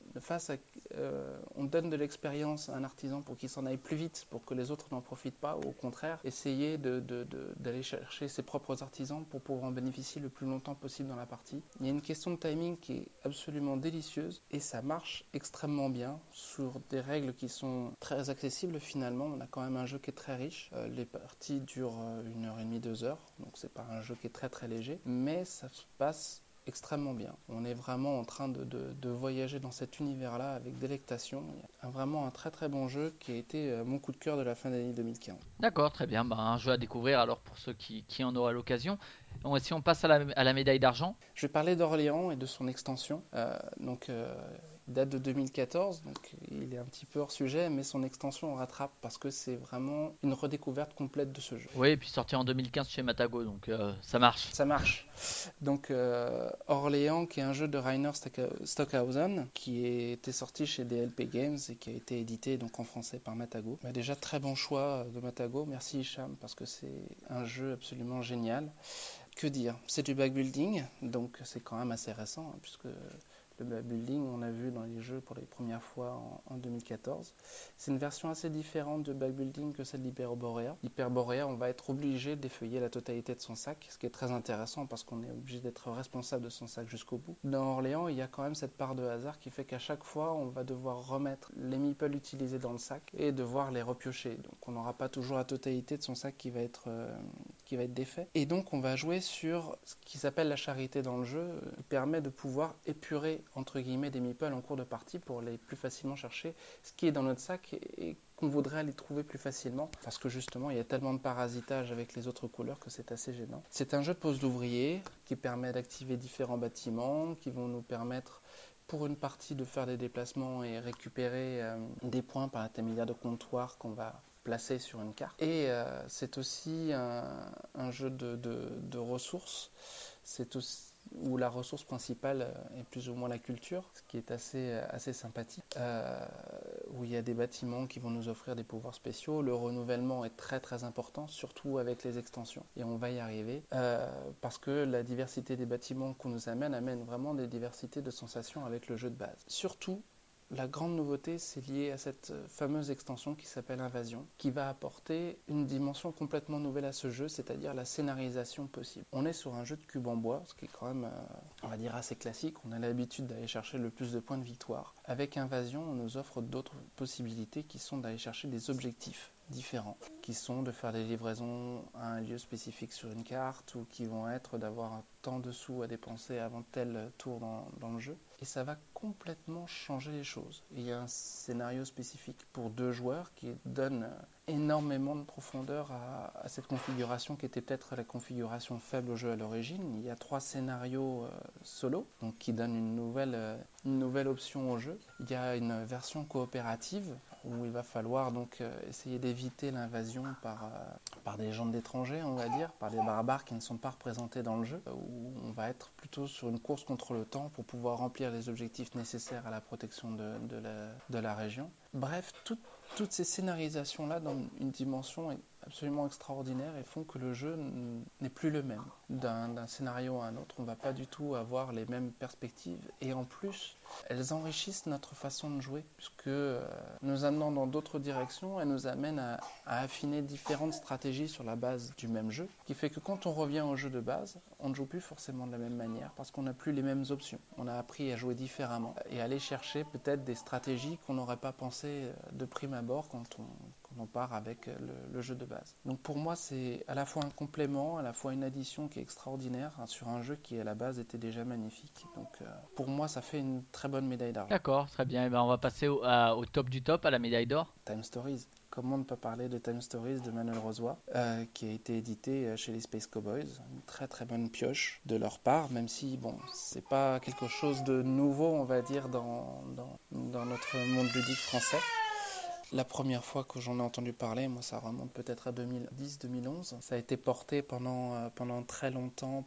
on donne de l'expérience à un artisan pour qu'il s'en aille plus vite, pour que les autres n'en profitent pas, ou au contraire, essayer d'aller chercher ses propres artisans pour pouvoir en bénéficier le plus longtemps possible dans la partie. Il y a une question de timing qui est absolument délicieuse et ça marche extrêmement bien sur des règles qui sont très accessibles finalement. On a quand même un jeu qui est très riche. Les parties durent 1h30, 2 heures, donc c'est pas un jeu qui est très très léger, mais ça se passe extrêmement bien. On est vraiment en train de voyager dans cet univers-là avec délectation. Il y a vraiment un très très bon jeu qui a été mon coup de cœur de la fin d'année 2015. D'accord, très bien. Un jeu à découvrir alors pour ceux qui en auraient l'occasion. Donc, si on passe à la médaille d'argent. Je vais parler d'Orléans et de son extension. Il date de 2014, donc il est un petit peu hors sujet, mais son extension en rattrape parce que c'est vraiment une redécouverte complète de ce jeu. Oui, et puis sorti en 2015 chez Matago, donc ça marche. Ça marche. Donc Orléans, qui est un jeu de Rainer Stockhausen, qui était sorti chez DLP Games et qui a été édité donc en français par Matago. Bah, déjà très bon choix de Matago, merci Hicham, parce que c'est un jeu absolument génial. Que dire? C'est du backbuilding, donc c'est quand même assez récent, puisque le backbuilding, on a vu dans les jeux pour les premières fois en 2014. C'est une version assez différente de backbuilding que celle d'Hyperborea. Hyperborea, on va être obligé d'effeuiller la totalité de son sac, ce qui est très intéressant parce qu'on est obligé d'être responsable de son sac jusqu'au bout. Dans Orléans, il y a quand même cette part de hasard qui fait qu'à chaque fois, on va devoir remettre les meeples utilisés dans le sac et devoir les repiocher. Donc on n'aura pas toujours la totalité de son sac qui va être défait. Et donc on va jouer sur ce qui s'appelle la charité dans le jeu, qui permet de pouvoir épurer entre guillemets des meeples en cours de partie pour les plus facilement chercher ce qui est dans notre sac et qu'on voudrait aller trouver plus facilement parce que justement il y a tellement de parasitage avec les autres couleurs que c'est assez gênant. C'est un jeu de pose d'ouvrier qui permet d'activer différents bâtiments qui vont nous permettre pour une partie de faire des déplacements et récupérer des points par l'intermédiaire de comptoirs qu'on va placer sur une carte. Et c'est aussi un jeu de ressources. C'est aussi où la ressource principale est plus ou moins la culture, ce qui est assez sympathique, où il y a des bâtiments qui vont nous offrir des pouvoirs spéciaux. Le renouvellement est très très important, surtout avec les extensions, et on va y arriver, parce que la diversité des bâtiments qu'on nous amène vraiment des diversités de sensations avec le jeu de base. Surtout, la grande nouveauté, c'est lié à cette fameuse extension qui s'appelle Invasion, qui va apporter une dimension complètement nouvelle à ce jeu, c'est-à-dire la scénarisation possible. On est sur un jeu de cube en bois, ce qui est quand même, on va dire, assez classique. On a l'habitude d'aller chercher le plus de points de victoire. Avec Invasion, on nous offre d'autres possibilités qui sont d'aller chercher des objectifs différents, qui sont de faire des livraisons à un lieu spécifique sur une carte, ou qui vont être d'avoir tant de sous à dépenser avant tel tour dans le jeu. Et ça va complètement changer les choses. Il y a un scénario spécifique pour 2 joueurs qui donne énormément de profondeur à cette configuration qui était peut-être la configuration faible au jeu à l'origine. Il y a 3 scénarios solo, donc qui donnent une nouvelle option au jeu. Il y a une version coopérative où il va falloir donc essayer d'éviter l'invasion par des gens d'étrangers, on va dire, par des barbares qui ne sont pas représentés dans le jeu, où on va être plutôt sur une course contre le temps pour pouvoir remplir les objectifs nécessaires à la protection de la région. Bref, toutes ces scénarisations-là dans une dimension absolument extraordinaire et font que le jeu n'est plus le même. D'un scénario à un autre, on ne va pas du tout avoir les mêmes perspectives et en plus, elles enrichissent notre façon de jouer puisque nous amenant dans d'autres directions, elles nous amènent à affiner différentes stratégies sur la base du même jeu, qui fait que quand on revient au jeu de base, on ne joue plus forcément de la même manière parce qu'on n'a plus les mêmes options. On a appris à jouer différemment et à aller chercher peut-être des stratégies qu'on n'aurait pas pensé de prime abord quand on part avec le jeu de base. Donc pour moi, c'est à la fois un complément, à la fois une addition qui est extraordinaire sur un jeu qui à la base était déjà magnifique. Donc pour moi, ça fait une très bonne médaille d'argent. D'accord, très bien. Et on va passer au top du top, à la médaille d'or. Time Stories. Comment ne pas parler de Time Stories de Manuel Rozoy, qui a été édité chez les Space Cowboys. Une très très bonne pioche de leur part, même si bon, c'est pas quelque chose de nouveau, on va dire, dans notre monde ludique français. La première fois que j'en ai entendu parler, moi ça remonte peut-être à 2010-2011. Ça a été porté pendant très longtemps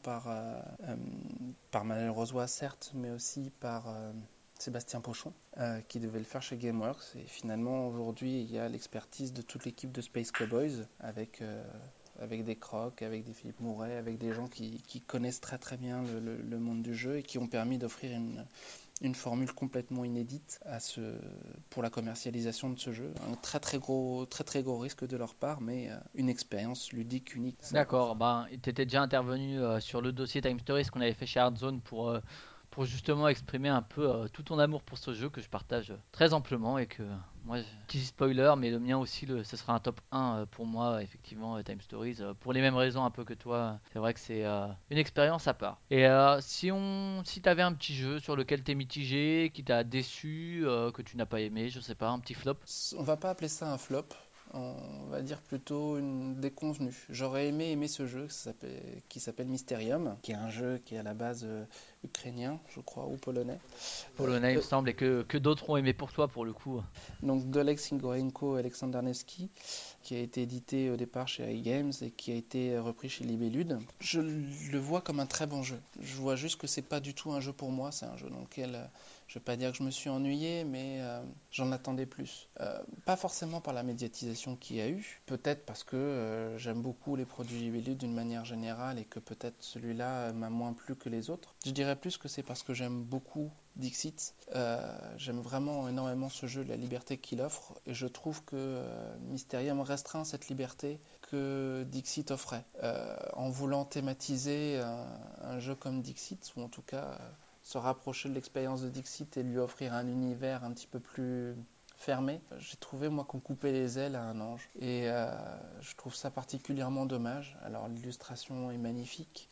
par Manuel Rozoy certes, mais aussi par Sébastien Pochon, qui devait le faire chez Gameworks. Et finalement aujourd'hui il y a l'expertise de toute l'équipe de Space Cowboys avec des Crocs, avec des Philippe Mouret, avec des gens qui connaissent très très bien le monde du jeu et qui ont permis d'offrir une formule complètement inédite pour la commercialisation de ce jeu. Un très très gros risque de leur part, mais une expérience ludique unique. D'accord, ben, tu étais déjà intervenu sur le dossier Time Stories qu'on avait fait chez Hardzone pour justement exprimer un peu tout ton amour pour ce jeu que je partage très amplement et que moi, petit spoiler, mais le mien aussi, ce sera un top 1 pour moi, effectivement, Time Stories, pour les mêmes raisons un peu que toi. C'est vrai que c'est une expérience à part. Et si t'avais un petit jeu sur lequel t'es mitigé, qui t'a déçu, que tu n'as pas aimé, je sais pas, un petit flop. On va pas appeler ça un flop. On va dire plutôt une déconvenue. J'aurais aimé aimer ce jeu qui s'appelle Mysterium, qui est un jeu qui est à la base ukrainien, je crois, ou polonais. Polonais, il me semble, et que d'autres ont aimé pour toi, pour le coup. Donc d'Oleg Singorenko et Alexander Nevsky, qui a été édité au départ chez iGames et qui a été repris chez Libellude. Je le vois comme un très bon jeu. Je vois juste que c'est pas du tout un jeu pour moi. C'est un jeu dans lequel je vais pas dire que je me suis ennuyé, mais j'en attendais plus. Pas forcément par la médiatisation qu'il y a eu, peut-être parce que j'aime beaucoup les produits Libellude d'une manière générale et que peut-être celui-là m'a moins plu que les autres. Je dirais plus que c'est parce que j'aime beaucoup Dixit. J'aime vraiment énormément ce jeu, la liberté qu'il offre, et je trouve que Mysterium restreint cette liberté que Dixit offrait. En voulant thématiser un jeu comme Dixit, ou en tout cas se rapprocher de l'expérience de Dixit et lui offrir un univers un petit peu plus fermé, j'ai trouvé moi qu'on coupait les ailes à un ange et je trouve ça particulièrement dommage. Alors l'illustration est magnifique,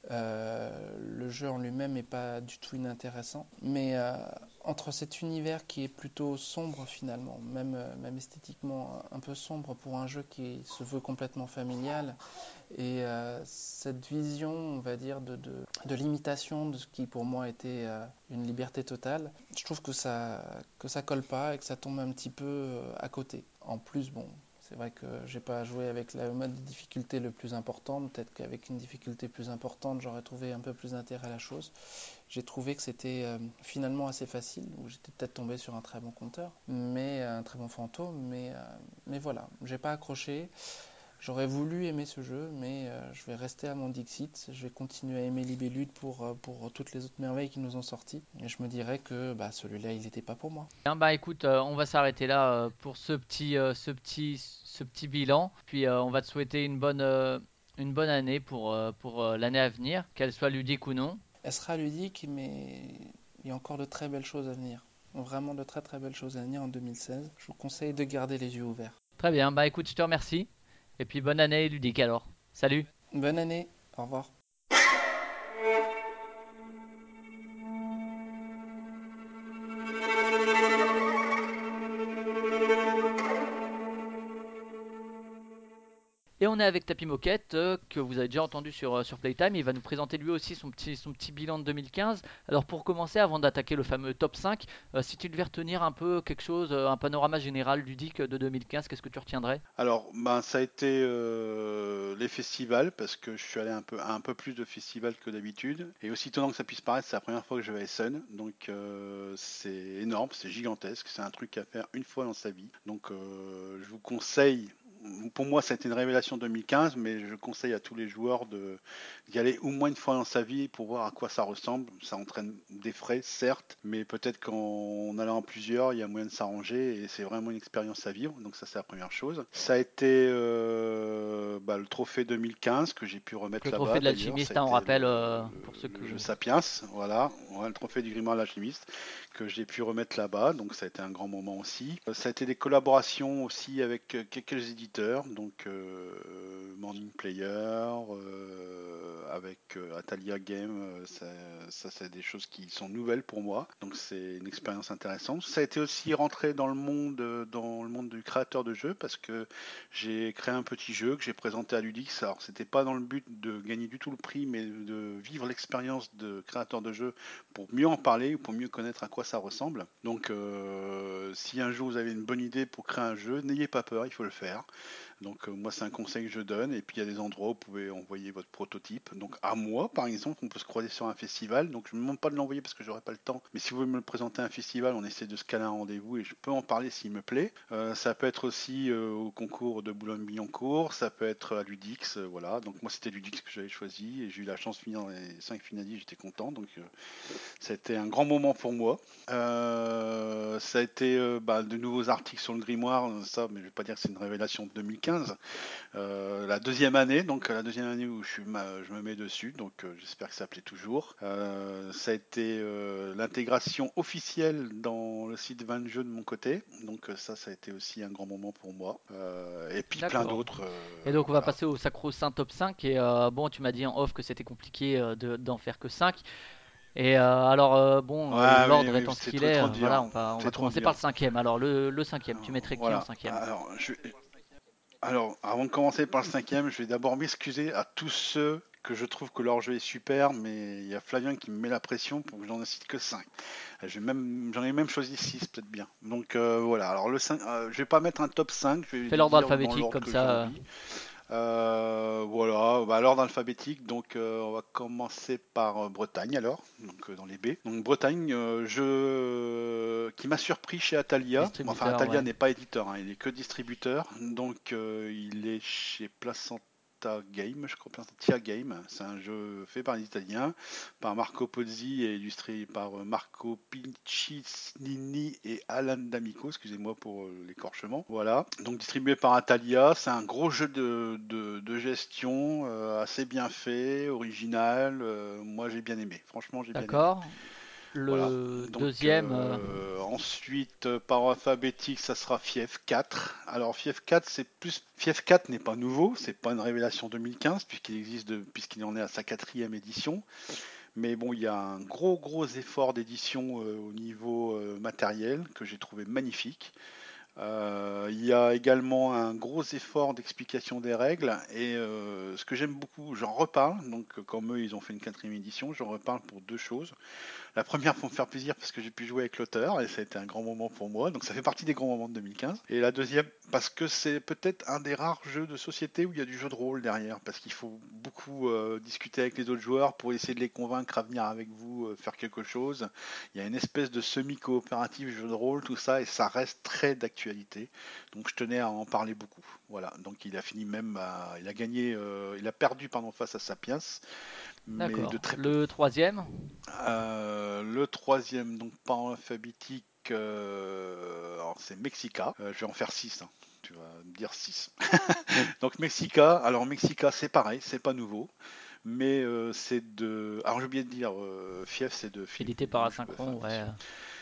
le jeu en lui-même n'est pas du tout inintéressant, mais entre cet univers qui est plutôt sombre finalement, même esthétiquement un peu sombre pour un jeu qui se veut complètement familial, et cette vision, on va dire, de limitation de ce qui pour moi était une liberté totale, je trouve que ça colle pas et que ça tombe un petit peu à côté. En plus, bon, c'est vrai que j'ai pas joué avec le mode de difficulté le plus important. Peut-être qu'avec une difficulté plus importante, j'aurais trouvé un peu plus d'intérêt à la chose. J'ai trouvé que c'était finalement assez facile, ou j'étais peut-être tombé sur un très bon compteur, mais un très bon fantôme, mais voilà, j'ai pas accroché. J'aurais voulu aimer ce jeu, mais je vais rester à mon Dixit. Je vais continuer à aimer Libellude pour toutes les autres merveilles qui nous ont sorti. Et je me dirais que celui-là, il n'était pas pour moi. Bien, bah écoute, on va s'arrêter là pour ce petit bilan. Puis on va te souhaiter une bonne année pour l'année à venir, qu'elle soit ludique ou non. Elle sera ludique, mais il y a encore de très belles choses à venir. Vraiment de très très belles choses à venir en 2016. Je vous conseille de garder les yeux ouverts. Très bien, bah écoute, je te remercie. Et puis bonne année ludique alors. Salut! Bonne année, au revoir. Et on est avec Tapis Moquette, que vous avez déjà entendu sur Playtime. Il va nous présenter lui aussi son petit bilan de 2015. Alors pour commencer, avant d'attaquer le fameux top 5, si tu devais retenir un peu quelque chose, un panorama général ludique de 2015, qu'est-ce que tu retiendrais? Alors, ben, ça a été les festivals, parce que je suis allé à un peu plus de festivals que d'habitude. Et aussi étonnant que ça puisse paraître, c'est la première fois que je vais à Essen. Donc, c'est énorme, c'est gigantesque. C'est un truc à faire une fois dans sa vie. Donc, je vous conseille. Pour moi, ça a été une révélation 2015, mais je conseille à tous les joueurs d'y aller au moins une fois dans sa vie pour voir à quoi ça ressemble. Ça entraîne des frais, certes, mais peut-être qu'en allant en plusieurs, il y a moyen de s'arranger et c'est vraiment une expérience à vivre. Donc ça, c'est la première chose. Ça a été le trophée 2015 que j'ai pu remettre Le trophée là-bas de d'ailleurs. Ça l'alchimiste, a hein, on été rappelle pour ceux le que... jeu Sapiens, voilà. Ouais, le trophée du grimoire de l'alchimiste que j'ai pu remettre là-bas. Donc ça a été un grand moment aussi. Ça a été des collaborations aussi avec quelques éditeurs, donc Morning Player, avec Atalia Game. Ça, c'est des choses qui sont nouvelles pour moi, donc c'est une expérience intéressante. Ça a été aussi rentré dans le monde du créateur de jeux, parce que j'ai créé un petit jeu que j'ai présenté à Ludix. Alors c'était pas dans le but de gagner du tout le prix, mais de vivre l'expérience de créateur de jeu pour mieux en parler ou pour mieux connaître à quoi ça ressemble. Donc si un jour vous avez une bonne idée pour créer un jeu, n'ayez pas peur, il faut le faire. Donc moi c'est un conseil que je donne, et puis il y a des endroits où vous pouvez envoyer votre prototype. Donc à moi par exemple, on peut se croiser sur un festival, donc je ne me demande pas de l'envoyer parce que j'aurai pas le temps, mais si vous voulez me le présenter à un festival, on essaie de se caler un rendez-vous et je peux en parler s'il me plaît. Ça peut être aussi au concours de Boulogne-Billancourt, ça peut être à Ludix, voilà. Donc moi c'était Ludix que j'avais choisi et j'ai eu la chance de finir dans les 5 finalistes, j'étais content, donc ça a été un grand moment pour moi. Ça a été de nouveaux articles sur le grimoire, ça, mais je vais pas dire que c'est une révélation de 2015. La deuxième année, donc la deuxième année où je me mets dessus, donc j'espère que ça plaît toujours. Ça a été l'intégration officielle dans le site 20 jeux de mon côté, donc ça a été aussi un grand moment pour moi. Et puis plein D'accord. d'autres. Et donc on va Voilà. passer au sacro-saint top 5 et bon tu m'as dit en off que c'était compliqué d'en faire que 5 et alors Ouais, l'ordre oui, étant ce c'est qu'il trop, est, trop dire. voilà on va C'est trop commencer par dire. le cinquième. Alors le cinquième, tu mettrais qui en Voilà. cinquième? Alors, avant de commencer par le cinquième, je vais d'abord m'excuser à tous ceux que je trouve que leur jeu est super, mais il y a Flavien qui me met la pression pour que j'en cite que 5. J'en ai même choisi 6, peut-être bien. Donc voilà, alors le 5, je vais pas mettre un top 5, je vais Fais les l'ordre dire dans alphabétique l'ordre comme que j'ai ça. envie. Voilà, l'ordre alphabétique, donc on va commencer par Bretagne alors, donc dans les B. Donc Bretagne, jeu qui m'a surpris chez Atalia. Enfin, Distributeur, Atalia ouais. n'est pas éditeur, hein, il est que distributeur. Donc il est chez Placenta Game, je crois, Placentia Game. C'est un jeu fait par les Italiens, par Marco Pozzi et illustré par Marco Piccinini et Alan D'Amico, excusez-moi pour l'écorchement. Voilà, donc distribué par Atalia, c'est un gros jeu de gestion, assez bien fait, original. Moi j'ai bien aimé, franchement j'ai bien aimé. D'accord. Voilà. Le Donc deuxième, ensuite par alphabétique ça sera Fief 4. Alors Fief 4 c'est plus Fief 4 n'est pas nouveau, c'est pas une révélation 2015 puisqu'il en est à sa 4e édition. Mais bon, il y a un gros effort d'édition au niveau matériel que j'ai trouvé magnifique. Il y a également un gros effort d'explication des règles et ce que j'aime beaucoup, j'en reparle, donc comme eux ils ont fait une 4e édition, j'en reparle pour deux choses. La première pour me faire plaisir parce que j'ai pu jouer avec l'auteur et ça a été un grand moment pour moi, donc ça fait partie des grands moments de 2015. Et la deuxième parce que c'est peut-être un des rares jeux de société où il y a du jeu de rôle derrière, parce qu'il faut beaucoup discuter avec les autres joueurs pour essayer de les convaincre à venir avec vous faire quelque chose. Il y a une espèce de semi-coopératif jeu de rôle, tout ça, et ça reste très d'actualité. Donc je tenais à en parler beaucoup. Voilà, donc il a fini même, il a gagné, il a perdu pardon face à Sapiens, mais de d'accord. très peu. Le troisième, Le troisième, donc par alphabétique, alors c'est Mexica. Je vais en faire 6, hein. Tu vas me dire 6. Donc Mexica, alors Mexica c'est pareil, c'est pas nouveau, mais c'est de... Alors j'ai oublié de dire, Fief c'est de Philippe édité par Boulbouche, enfin Asynchron, bien ouais. sûr.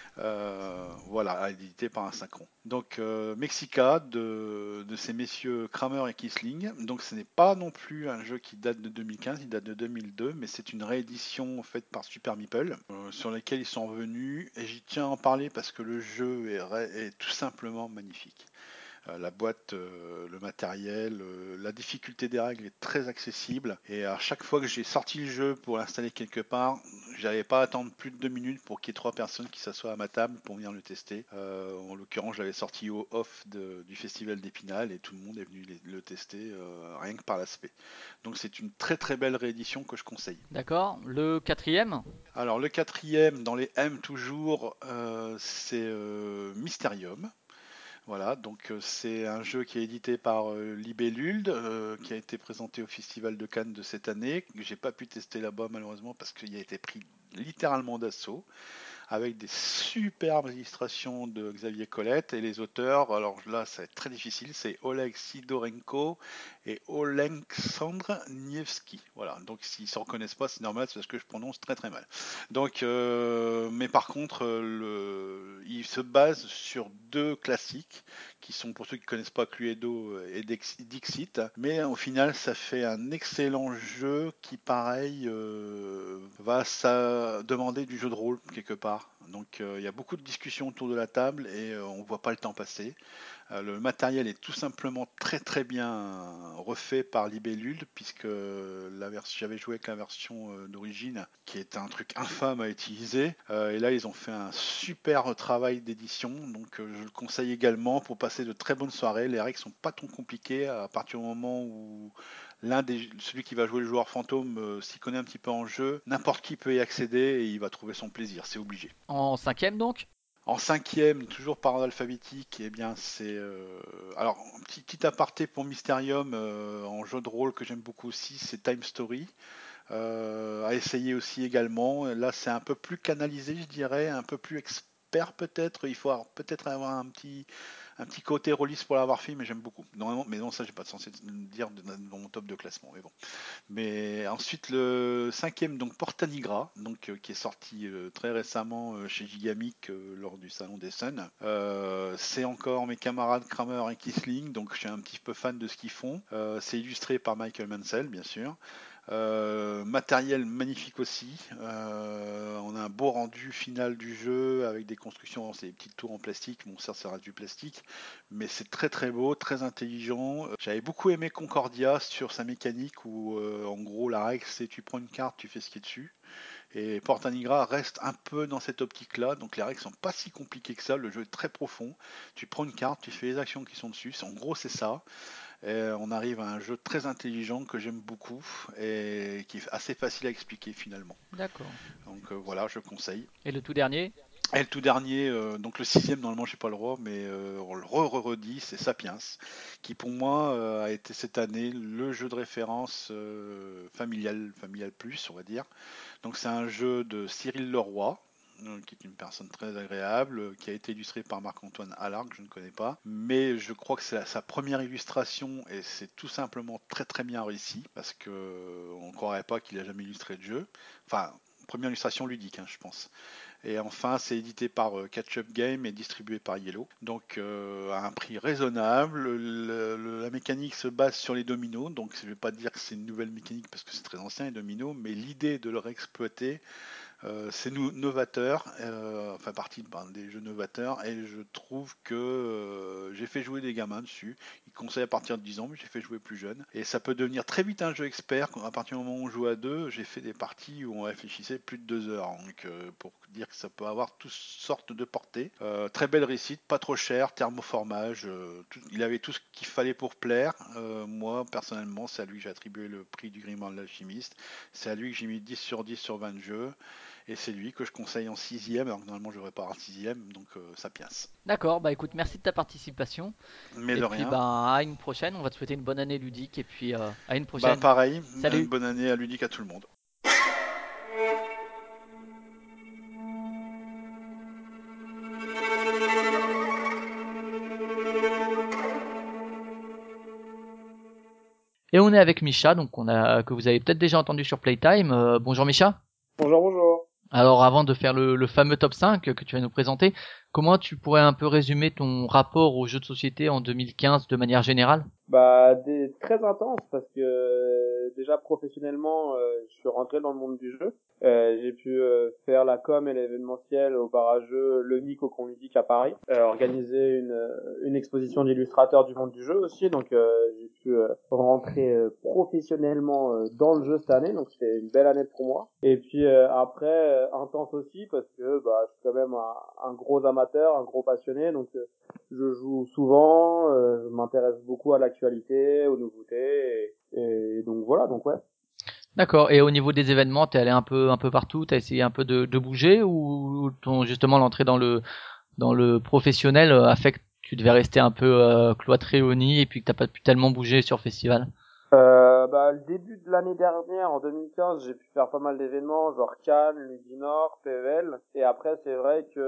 Voilà, édité par un synchron. Donc Mexica de ces messieurs Kramer et Kisling. Donc ce n'est pas non plus un jeu qui date de 2015, il date de 2002, mais c'est une réédition faite par Super Meeple, sur laquelle ils sont revenus. Et j'y tiens à en parler parce que le jeu est tout simplement magnifique. La boîte, le matériel, la difficulté des règles est très accessible. Et à chaque fois que j'ai sorti le jeu pour l'installer quelque part, j'avais pas à attendre plus de 2 minutes pour qu'il y ait 3 personnes qui s'assoient à ma table pour venir le tester. En l'occurrence, je l'avais sorti au off du festival d'Épinal et tout le monde est venu le tester rien que par l'aspect. Donc c'est une très belle réédition que je conseille. D'accord. Le quatrième, Alors le quatrième, dans les M toujours, c'est Mysterium. Voilà, donc c'est un jeu qui est édité par Libellule, qui a été présenté au Festival de Cannes de cette année, que j'ai pas pu tester là-bas malheureusement parce qu'il a été pris littéralement d'assaut, avec des superbes illustrations de Xavier Colette et les auteurs, alors là ça va être très difficile, c'est Oleg Sidorenko et Oleksandr Nievski. Voilà, donc s'ils ne se reconnaissent pas, c'est normal, c'est parce que je prononce très mal. Donc, mais par contre, il se base sur deux classiques qui sont, pour ceux qui connaissent pas, Cluedo et Dixit. Mais au final, ça fait un excellent jeu qui, pareil, va demander du jeu de rôle quelque part. Donc il y a beaucoup de discussions autour de la table et on voit pas le temps passer. Le matériel est tout simplement très très bien refait par Libellule, puisque j'avais joué avec la version d'origine, qui est un truc infâme à utiliser. Et là, ils ont fait un super travail d'édition, donc je le conseille également pour passer de très bonnes soirées. Les règles sont pas trop compliquées à partir du moment où celui qui va jouer le joueur fantôme s'y connaît un petit peu en jeu. N'importe qui peut y accéder et il va trouver son plaisir, c'est obligé. En 5e donc? En 5e, toujours par ordre alphabétique, eh bien c'est alors un petit aparté pour Mysterium en jeu de rôle que j'aime beaucoup aussi, c'est Time Story. À essayer aussi également. Là, c'est un peu plus canalisé, je dirais, un peu plus expert peut-être. Il faut peut-être avoir un petit côté rôliste pour l'avoir fait, mais j'aime beaucoup. Normalement, mais non, ça, j'ai pas censé le dire dans mon top de classement, mais bon. Mais ensuite, le 5e, donc Portanigra, donc, qui est sorti très récemment chez Gigamic lors du Salon des Suns. C'est encore mes camarades Kramer et Kisling, donc je suis un petit peu fan de ce qu'ils font. C'est illustré par Michael Mansell, bien sûr. Matériel magnifique aussi. On a un beau rendu final du jeu avec des constructions, c'est des petites tours en plastique. Bon, ça reste du plastique, mais c'est très très beau, très intelligent. J'avais beaucoup aimé Concordia sur sa mécanique où, en gros, la règle c'est tu prends une carte, tu fais ce qui est dessus. Et Portanigra reste un peu dans cette optique-là, donc les règles sont pas si compliquées que ça. Le jeu est très profond. Tu prends une carte, tu fais les actions qui sont dessus. En gros, c'est ça. Et on arrive à un jeu très intelligent que j'aime beaucoup et qui est assez facile à expliquer finalement. D'accord. Donc voilà, je conseille. Et le tout dernier? Et le tout dernier, donc le 6e, normalement j'ai pas le droit, mais on le redit, c'est Sapiens, qui pour moi a été cette année le jeu de référence familial plus, on va dire. Donc c'est un jeu de Cyril Leroy, qui est une personne très agréable, qui a été illustré par Marc-Antoine Allard, que je ne connais pas, mais je crois que c'est sa première illustration et c'est tout simplement très très bien réussi, parce que on ne croirait pas qu'il a jamais illustré de jeu. Enfin, première illustration ludique, hein, je pense. Et enfin, c'est édité par Catch Up Game et distribué par Yellow. Donc à un prix raisonnable. La mécanique se base sur les dominos. Donc je ne vais pas dire que c'est une nouvelle mécanique parce que c'est très ancien les dominos, mais l'idée de le réexploiter, c'est novateur, enfin partie des jeux novateurs, et je trouve que j'ai fait jouer des gamins dessus. Ils conseillent à partir de 10 ans, mais j'ai fait jouer plus jeune. Et ça peut devenir très vite un jeu expert. À partir du moment où on joue à deux, j'ai fait des parties où on réfléchissait plus de 2 heures. Donc pour dire que ça peut avoir toutes sortes de portées. Très belle réussite, pas trop cher, thermoformage. Il avait tout ce qu'il fallait pour plaire. Moi, personnellement, c'est à lui que j'ai attribué le prix du Grimoire de l'Alchimiste. C'est à lui que j'ai mis 10 sur 10 sur 20 jeux. Et c'est lui que je conseille en 6e, alors que normalement je devrais pas avoir 6e, donc Sapiens. D'accord, bah écoute, merci de ta participation. Mais Et de puis rien. bah à une prochaine, on va te souhaiter une bonne année ludique et puis à une Bah prochaine. pareil, une Salut. bonne année à ludique à tout le monde. Et on est avec Misha, donc que vous avez peut-être déjà entendu sur Playtime. Bonjour Misha. Bonjour, bonjour. Alors avant de faire le fameux top 5 que tu vas nous présenter, comment tu pourrais un peu résumer ton rapport aux jeux de société en 2015 de manière générale? Bah, très intense parce que déjà professionnellement, je suis rentré dans le monde du jeu. J'ai pu faire la com et l'événementiel au barrageux Le Nick au Con Ludique à Paris, organiser une exposition d'illustrateurs du monde du jeu aussi. Donc j'ai pu rentrer professionnellement dans le jeu cette année. Donc c'était une belle année pour moi. Et puis après intense aussi parce que bah je suis quand même un gros amateur, un gros passionné. Donc je joue souvent, je m'intéresse beaucoup à l'actualité, aux nouveautés, et donc voilà, donc ouais. D'accord. Et au niveau des événements, t'es allé un peu partout, t'as essayé un peu de bouger ou justement l'entrée dans le professionnel a fait que tu devais rester un peu cloîtré au nid et puis que t'as pas pu tellement bouger sur festival? Bah, le début de l'année dernière, en 2015, j'ai pu faire pas mal d'événements, genre Cannes, Ludinor, PEL. Et après, c'est vrai que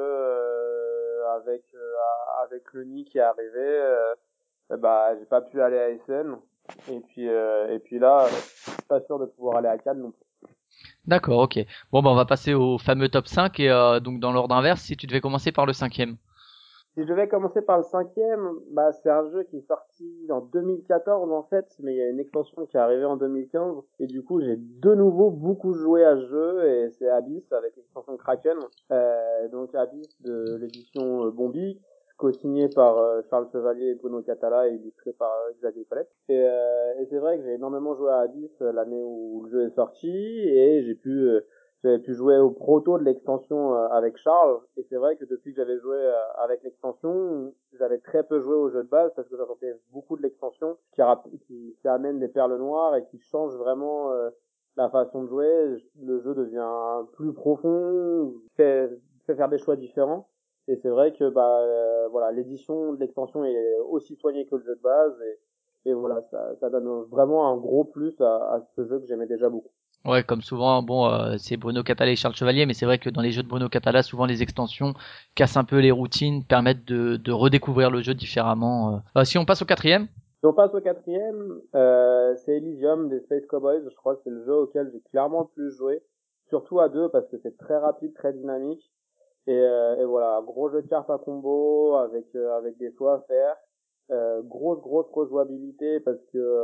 avec le nid qui est arrivé, bah, j'ai pas pu aller à Essen. Et puis là, je suis pas sûr de pouvoir aller à Cannes non plus. D'accord, ok. Bon, bah on va passer au fameux top 5 et donc dans l'ordre inverse, si tu devais commencer par le 5e. Si je devais commencer par le cinquième, bah c'est un jeu qui est sorti en 2014 en fait, mais il y a une extension qui est arrivée en 2015 et du coup j'ai de nouveau beaucoup joué à ce jeu et c'est Abyss avec l'extension Kraken. Donc Abyss de l'édition Bombi, co-signé par Charles Chevalier et Bruno Catala et illustré par Xavier Colette. Et c'est vrai que j'ai énormément joué à Abyss l'année où le jeu est sorti et j'avais pu jouer au proto de l'extension avec Charles, et c'est vrai que depuis que j'avais joué avec l'extension, j'avais très peu joué au jeu de base parce que j'attendais beaucoup de l'extension qui amène des perles noires et qui change vraiment la façon de jouer. Le jeu devient plus profond, fait faire des choix différents, et c'est vrai que voilà, l'édition de l'extension est aussi soignée que le jeu de base, et voilà, ça donne vraiment un gros plus à ce jeu que j'aimais déjà beaucoup. Ouais, comme souvent, bon, c'est Bruno Catala et Charles Chevalier, mais c'est vrai que dans les jeux de Bruno Catala, souvent les extensions cassent un peu les routines, permettent de redécouvrir le jeu différemment. Si on passe au quatrième. Si on passe au quatrième, c'est Elysium des Space Cowboys. Je crois que c'est le jeu auquel j'ai clairement le plus joué, surtout à deux parce que c'est très rapide, très dynamique. Et voilà, gros jeu de cartes à combo avec des choix à faire. Grosse rejouabilité parce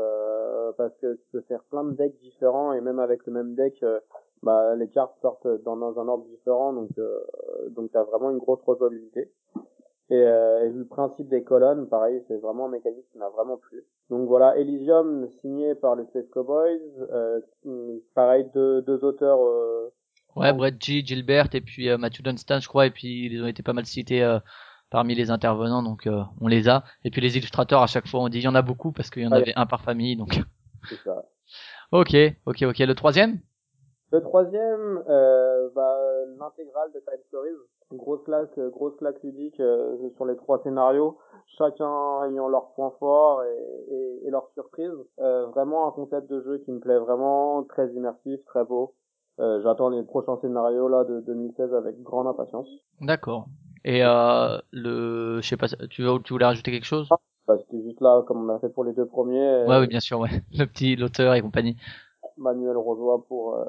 que tu peux faire plein de decks différents et même avec le même deck les cartes sortent dans un ordre différent, donc t'as vraiment une grosse rejouabilité. Et le principe des colonnes, pareil, c'est vraiment un mécanisme qui m'a vraiment plu. Donc voilà, Elysium signé par les Space Cowboys, pareil deux auteurs Ouais, Brett G, Gilbert et puis Matthew Dunstan, je crois, et puis ils ont été pas mal cités parmi les intervenants, donc on les a. Et puis les illustrateurs, à chaque fois, on dit il y en a beaucoup parce qu'il y en avait un par famille, donc. C'est ça. Ok. Le troisième? Le troisième, l'intégrale de Time Stories, grosse claque ludique sur les trois scénarios, chacun ayant leur point fort et leur surprise. Vraiment un concept de jeu qui me plaît vraiment, très immersif, très beau. J'attends les prochains scénarios là de 2016 avec grande impatience. D'accord. Et je sais pas, tu voulais rajouter quelque chose? C'était juste là comme on a fait pour les deux premiers. Ouais, oui, bien sûr, ouais. L'auteur et compagnie. Manuel Rosoy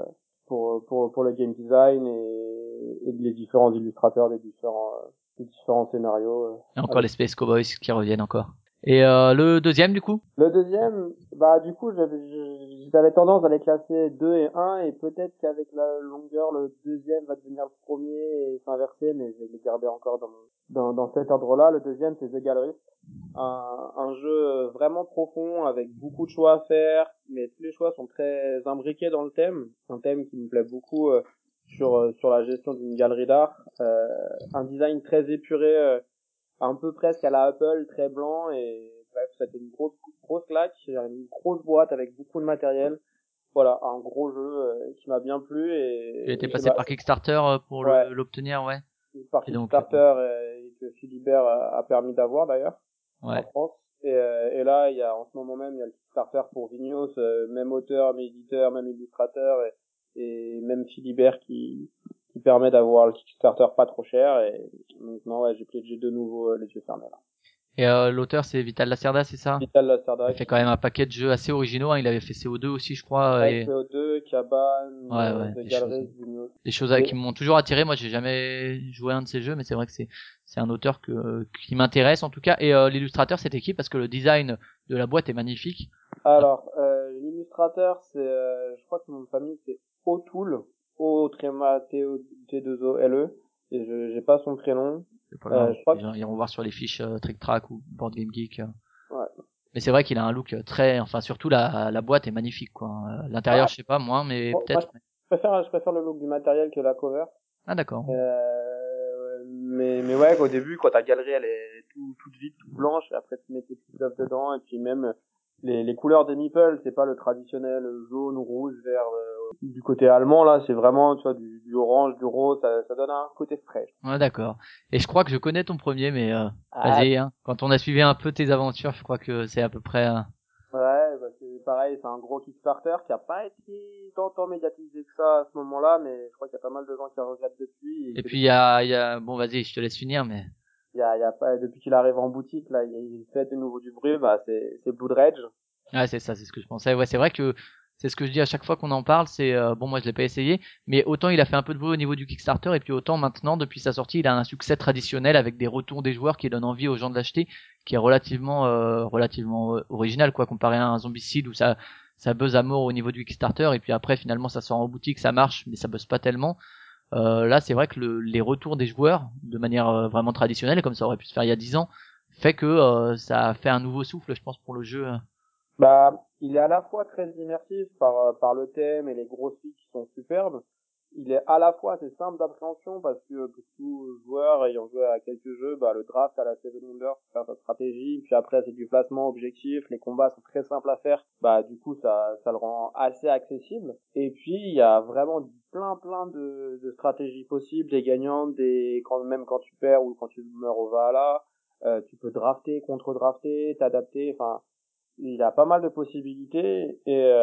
pour le game design et les différents illustrateurs des différents scénarios. Et encore les Space Cowboys qui reviennent encore. Et le deuxième du coup? Le deuxième, du coup j'avais tendance à les classer 2 et 1 et peut-être qu'avec la longueur le deuxième va devenir le premier et s'inverser, mais je vais les garder encore dans cet ordre-là. Le deuxième c'est The Gallery. Un jeu vraiment profond avec beaucoup de choix à faire, mais tous les choix sont très imbriqués dans le thème, un thème qui me plaît beaucoup sur la gestion d'une galerie d'art, un design très épuré, un peu presque à la Apple, très blanc, et bref, c'était une grosse claque, une grosse boîte avec beaucoup de matériel. Voilà, un gros jeu qui m'a bien plu et tu étais passé par Kickstarter pour l'obtenir, ouais. Par Kickstarter et que Philibert a permis d'avoir d'ailleurs en France. Et là, il y a en ce moment même, il y a le Kickstarter pour Vignos, même auteur, même éditeur, même illustrateur et même Philibert qui permet d'avoir le Kickstarter pas trop cher. Et donc non, ouais, j'ai pledgé de nouveau les yeux fermés là. Et l'auteur c'est Vital Lacerda, c'est ça? Vital Lacerda. Il fait quand même un paquet de jeux assez originaux, hein. Il avait fait CO2 aussi, je crois. CO2, Cabane, The Gallery, Vignos. Des choses qui m'ont toujours attiré. Moi, j'ai jamais joué à un de ces jeux, mais c'est vrai que c'est un auteur qui m'intéresse en tout cas. Et l'illustrateur, c'était qui? Parce que le design de la boîte est magnifique. Alors, l'illustrateur, je crois que mon famille c'est O'Toole, O-T-2-O-L-E, et j'ai pas son prénom. C'est pas grave. Je crois ils vont voir sur les fiches Trick Track ou Board Game Geek. Ouais. Mais c'est vrai qu'il a un look surtout la boîte est magnifique, quoi. L'intérieur, je sais pas, moi, mais peut-être. Je préfère le look du matériel que la cover. Ah, d'accord. Mais ouais, au début, quand ta galerie, elle est toute vide, toute blanche, et après tu mets tes petites œuvres dedans, et puis même, les couleurs des meeples, c'est pas le traditionnel jaune, rouge, vert, du côté allemand, là, c'est vraiment, tu vois, du orange, du rose, ça donne un côté frais. Ouais, d'accord. Et je crois que je connais ton premier, mais vas-y, hein. Quand on a suivi un peu tes aventures, je crois que c'est à peu près... Ouais, c'est pareil, c'est un gros Kickstarter qui a pas été tant médiatisé que ça à ce moment-là, mais je crois qu'il y a pas mal de gens qui regrettent depuis. Et puis il y a, bon, vas-y, je te laisse finir, mais... Il y a pas, depuis qu'il arrive en boutique, là, il fait de nouveau du bruit, c'est Blood Rage. Ouais, c'est ça, c'est ce que je pensais. Ouais, c'est vrai que C'est ce que je dis à chaque fois qu'on en parle, c'est bon, moi je l'ai pas essayé, mais autant il a fait un peu de bruit au niveau du Kickstarter, et puis autant maintenant, depuis sa sortie, il a un succès traditionnel avec des retours des joueurs qui donnent envie aux gens de l'acheter, qui est relativement original, quoi, comparé à un Zombicide où ça buzz à mort au niveau du Kickstarter, et puis après finalement ça sort en boutique, ça marche, mais ça buzz pas tellement. Là, c'est vrai que les retours des joueurs, de manière vraiment traditionnelle, comme ça aurait pu se faire il y a 10 ans, fait que ça a fait un nouveau souffle, je pense, pour le jeu. Bah, il est à la fois très immersif par le thème et les grosses filles qui sont superbes. Il est à la fois assez simple d'appréhension parce que pour tout joueur ayant joué à quelques jeux, bah, le draft à la Seven Wonders pour faire sa stratégie, puis après c'est du placement objectif, les combats sont très simples à faire, bah, du coup, ça le rend assez accessible. Et puis, il y a vraiment plein de stratégies possibles, des gagnantes, même quand tu perds ou quand tu meurs au Valhalla, tu peux drafter, contre-drafter, t'adapter, enfin, il a pas mal de possibilités